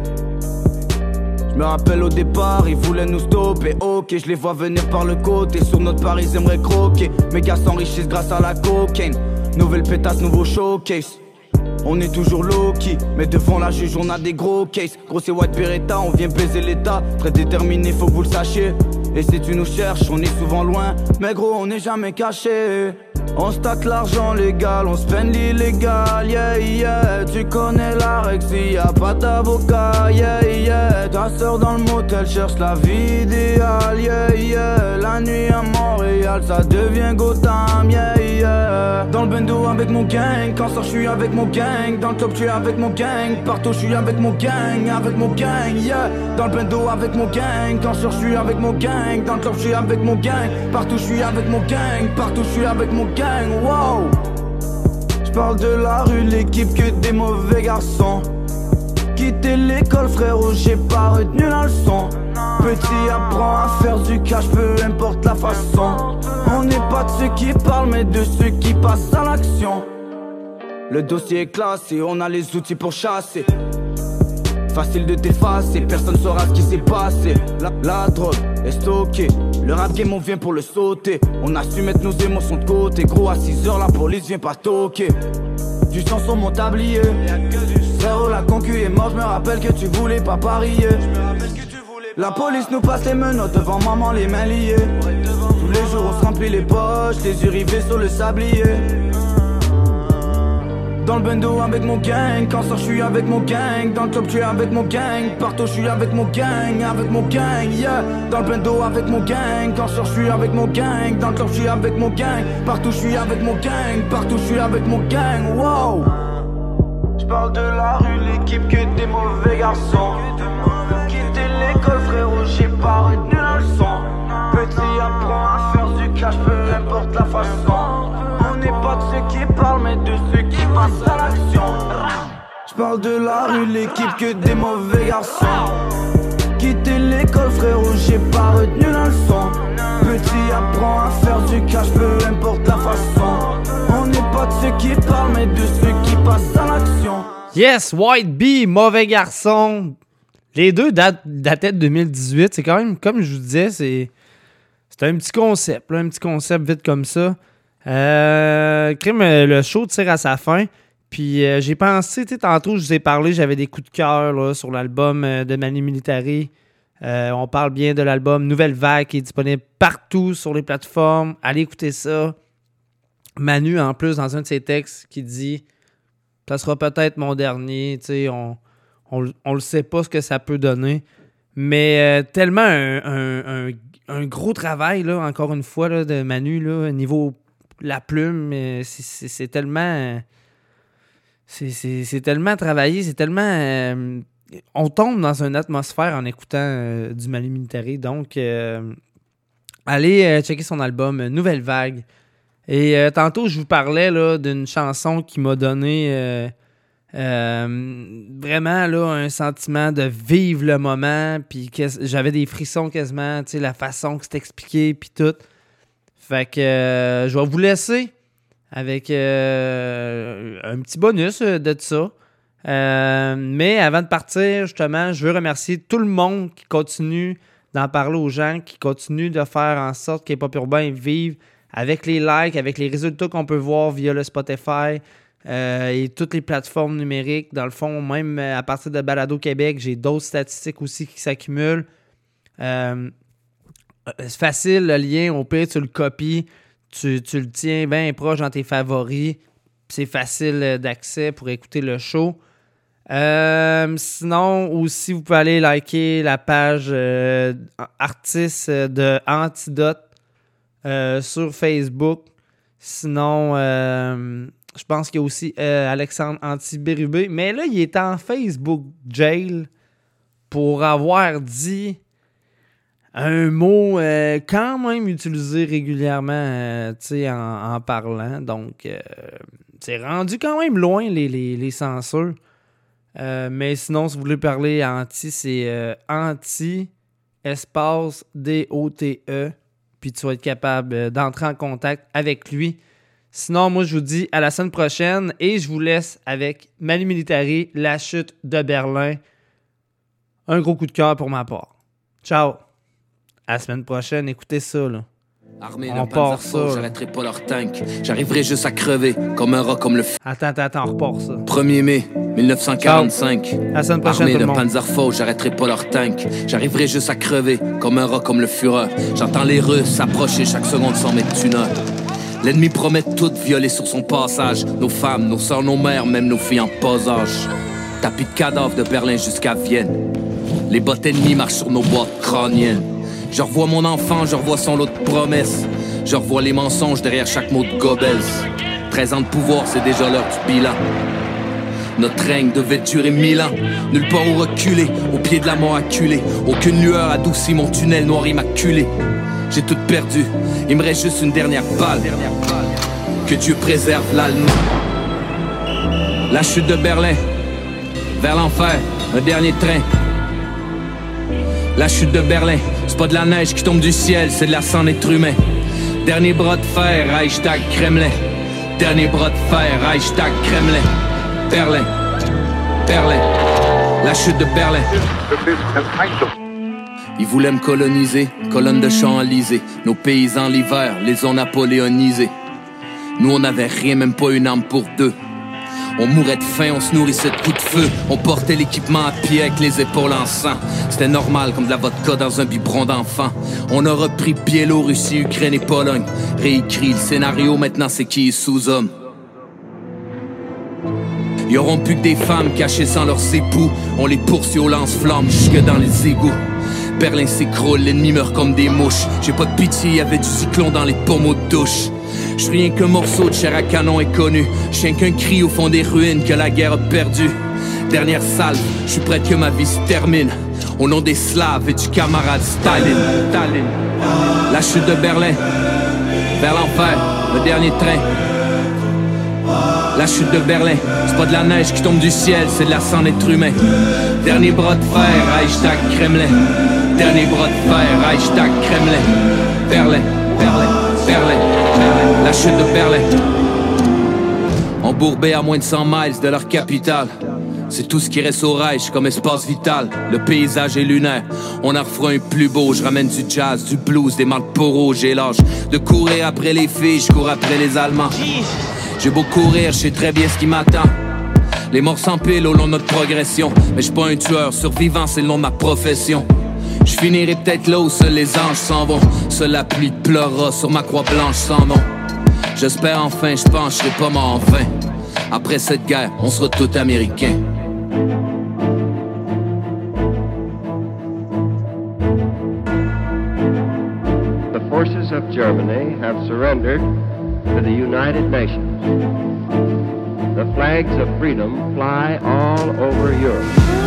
Je me rappelle au départ, ils voulaient nous stopper. Ok, je les vois venir par le côté. Sur notre Paris, ils aimeraient croquer. Mes gars s'enrichissent grâce à la cocaine. Nouvelle pétasse, nouveau showcase. On est toujours low-key, mais devant la juge on a des gros cases. Gros c'est White Beretta, on vient baiser l'état. Très déterminé, faut que vous le sachiez. Et si tu nous cherches, on est souvent loin. Mais gros on n'est jamais caché. On stack l'argent légal, on spend l'illégal, yeah yeah. Tu connais la règle, s'il y a pas d'avocat, yeah yeah. Ta sœur dans le motel cherche la vie idéale, yeah yeah. La nuit à Montréal, ça devient Gotham, yeah yeah. Dans le bendo avec mon gang, quand ça je suis avec mon gang. Dans le club je suis avec mon gang, partout je suis avec mon gang, avec mon gang, yeah. Dans le bendo avec mon gang, quand je suis avec mon gang. Dans le club je suis avec mon gang, partout je suis avec mon gang, partout je suis avec mon gang. Wow. J'parle de la rue, l'équipe que des mauvais garçons. Quitter l'école frérot, j'ai pas retenu la leçon. Petit apprend à faire du cash, peu importe la façon. On n'est pas de ceux qui parlent, mais de ceux qui passent à l'action. Le dossier est classé, on a les outils pour chasser. Facile de t'effacer, personne saura ce qui s'est passé. La, la drogue est stockée, le rap game on vient pour le sauter. On a su mettre nos émotions de côté. Gros à six heures la police vient pas toquer. Du sang sur mon tablier. Frérot la concu est mort, je me rappelle que tu voulais pas parier. La police nous passe les menottes devant maman les mains liées. Tous les jours on se remplit les poches, les yeux rivés sur le sablier. Dans le bendo avec mon gang, quand ça je suis avec mon gang. Dans le club je suis avec mon gang, partout je suis avec mon gang, avec mon gang, yeah. Dans le bendo avec mon gang, quand ça je suis avec mon gang. Dans le club je suis avec mon gang, partout je suis avec mon gang, partout je suis avec mon gang, wow. J'parle de la rue, l'équipe que des mauvais garçons. Quitter l'école frérot, j'ai pas retenu la leçon. Petit apprend à faire du cash, peu importe la façon. On n'est pas de ceux qui parlent, mais de ceux qui passent à l'action. J'parle de la rue, l'équipe que des mauvais garçons. Quitter l'école frérot, j'ai pas retenu la leçon. Petit apprend à faire du cash, peu importe la façon. On n'est pas de ceux qui parlent, mais de ceux qui passent à l'action.
Yes, White Bee, mauvais garçon. Les deux datent, dataient de deux mille dix-huit. C'est quand même, comme je vous disais, c'est, c'est un petit concept, là, un petit concept vite comme ça. Euh, crime, le show tire à sa fin. Puis euh, j'ai pensé, tu sais, tantôt, je vous ai parlé, j'avais des coups de cœur là, sur l'album de Manu Militari. Euh, on parle bien de l'album Nouvelle Vague qui est disponible partout sur les plateformes. Allez écouter ça. Manu, en plus, dans un de ses textes, qui dit « Ça sera peut-être mon dernier. » Tu sais, on, on, on le sait pas ce que ça peut donner. Mais euh, tellement un, un, un, un gros travail, là, encore une fois, là, de Manu, là, niveau la plume, c'est, c'est, c'est tellement... C'est, c'est, c'est tellement travaillé, c'est tellement... Euh, on tombe dans une atmosphère en écoutant euh, du Manu Militari. Donc, euh, allez euh, checker son album Nouvelle Vague. Et euh, tantôt, je vous parlais là, d'une chanson qui m'a donné euh, euh, vraiment là, un sentiment de vivre le moment. Puis j'avais des frissons quasiment, tu sais, la façon que c'est expliqué, puis tout. Fait que euh, je vais vous laisser avec euh, un petit bonus de ça. Euh, mais avant de partir, justement, je veux remercier tout le monde qui continue d'en parler aux gens, qui continue de faire en sorte que Hip-Hop Urbain vive avec les likes, avec les résultats qu'on peut voir via le Spotify euh, et toutes les plateformes numériques. Dans le fond, même à partir de Balado Québec, j'ai d'autres statistiques aussi qui s'accumulent. Euh, c'est facile, le lien, au pire, tu le copies, tu, tu le tiens bien proche dans tes favoris. C'est facile d'accès pour écouter le show. Euh, sinon, aussi, vous pouvez aller liker la page euh, artiste de Antidote euh, sur Facebook. Sinon, euh, je pense qu'il y a aussi euh, Alexandre Antibérubé. Mais là, il est en Facebook jail pour avoir dit un mot euh, quand même utilisé régulièrement euh, en, en parlant. Donc, euh, c'est rendu quand même loin les, les, les censures. Euh, mais sinon, si vous voulez parler anti, c'est euh, anti, espace, D O T E. Puis tu vas être capable d'entrer en contact avec lui. Sinon, moi, je vous dis à la semaine prochaine et je vous laisse avec Manu Militari, La chute de Berlin. Un gros coup de cœur pour ma part. Ciao! À la semaine prochaine, écoutez ça, là.
Armé
on
de
part ça.
J'arrêterai pas leur tank. J'arriverai juste à crever comme un rat comme le f...
Attends, attends, attends, on repart ça.
premier mai dix-neuf cent quarante-cinq.
Ciao. À la semaine prochaine,
Armé
tout le
de
monde.
Panzerfaust, j'arrêterai pas leur tank. J'arriverai juste à crever comme un rat comme le Führer. J'entends les Russes s'approcher chaque seconde sans mettre une heure. L'ennemi promet tout violer sur son passage. Nos femmes, nos sœurs, nos mères, même nos filles en bas âge. Tapis de cadavres de Berlin jusqu'à Vienne. Les bottes ennemies marchent sur nos boîtes crâniennes. Je revois mon enfant, je revois son lot de promesses. Je revois les mensonges derrière chaque mot de Goebbels. treize ans de pouvoir, c'est déjà l'heure du bilan. Notre règne devait durer mille ans. Nulle part où reculer, au pied de la mort acculée. Aucune lueur adoucit mon tunnel noir immaculé. J'ai tout perdu, il me reste juste une dernière balle. Que Dieu préserve l'Allemagne. La chute de Berlin, vers l'enfer, un dernier train. La chute de Berlin, c'est pas de la neige qui tombe du ciel, c'est de la sang d'être humain. Dernier bras de fer, Reichstag, Kremlin. Dernier bras de fer, Reichstag, Kremlin. Berlin, Berlin, la chute de Berlin. Ils voulaient me coloniser, colonne de Champs-Élysées. Nos paysans l'hiver, les ont napoléonisés. Nous on n'avait rien, même pas une arme pour deux. On mourait de faim, on se nourrissait de coups de feu. On portait l'équipement à pied avec les épaules en sang. C'était normal comme de la vodka dans un biberon d'enfant. On a repris Biélorussie, Ukraine et Pologne. Réécrit le scénario, maintenant c'est qui est sous-homme. Ils auront plus que des femmes cachées sans leurs époux. On les poursuit aux lance-flammes jusque dans les égouts. Berlin s'écroule, l'ennemi meurt comme des mouches. J'ai pas de pitié, y'avait du cyclone dans les pommeaux de douche. Je suis rien qu'un morceau de chair à canon inconnu. Je suis rien qu'un cri au fond des ruines que la guerre a perdu. Dernière salve, je suis prêt que ma vie se termine. Au nom des Slaves et du camarade Staline. Staline. La chute de Berlin, vers l'enfer, le dernier train. La chute de Berlin, c'est pas de la neige qui tombe du ciel, c'est de la sang d'être humain. Dernier bras de fer, Reichstag, Kremlin. Dernier bras de fer, Reichstag, Kremlin. Berlin, Berlin, Berlin, Berlin. La chute de Berlin. Embourbés à moins de cent miles de leur capitale. C'est tout ce qui reste au Reich comme espace vital. Le paysage est lunaire, on en refera un plus beau. Je ramène du jazz, du blues, des Marlboro. J'ai l'âge de courir après les filles, je cours après les Allemands. J'ai beau courir, je sais très bien ce qui m'attend. Les morts s'empilent au long de notre progression. Mais je suis pas un tueur, survivant c'est le nom de ma profession. Je finirai peut-être là où seuls les anges s'en vont. Seule la pluie pleurera sur ma croix blanche sans nom. J'espère enfin, je pense, je serai pas mort en vain. Après cette guerre, on sera tous américains.
The forces of Germany have surrendered to the United Nations. The flags of freedom fly all over Europe.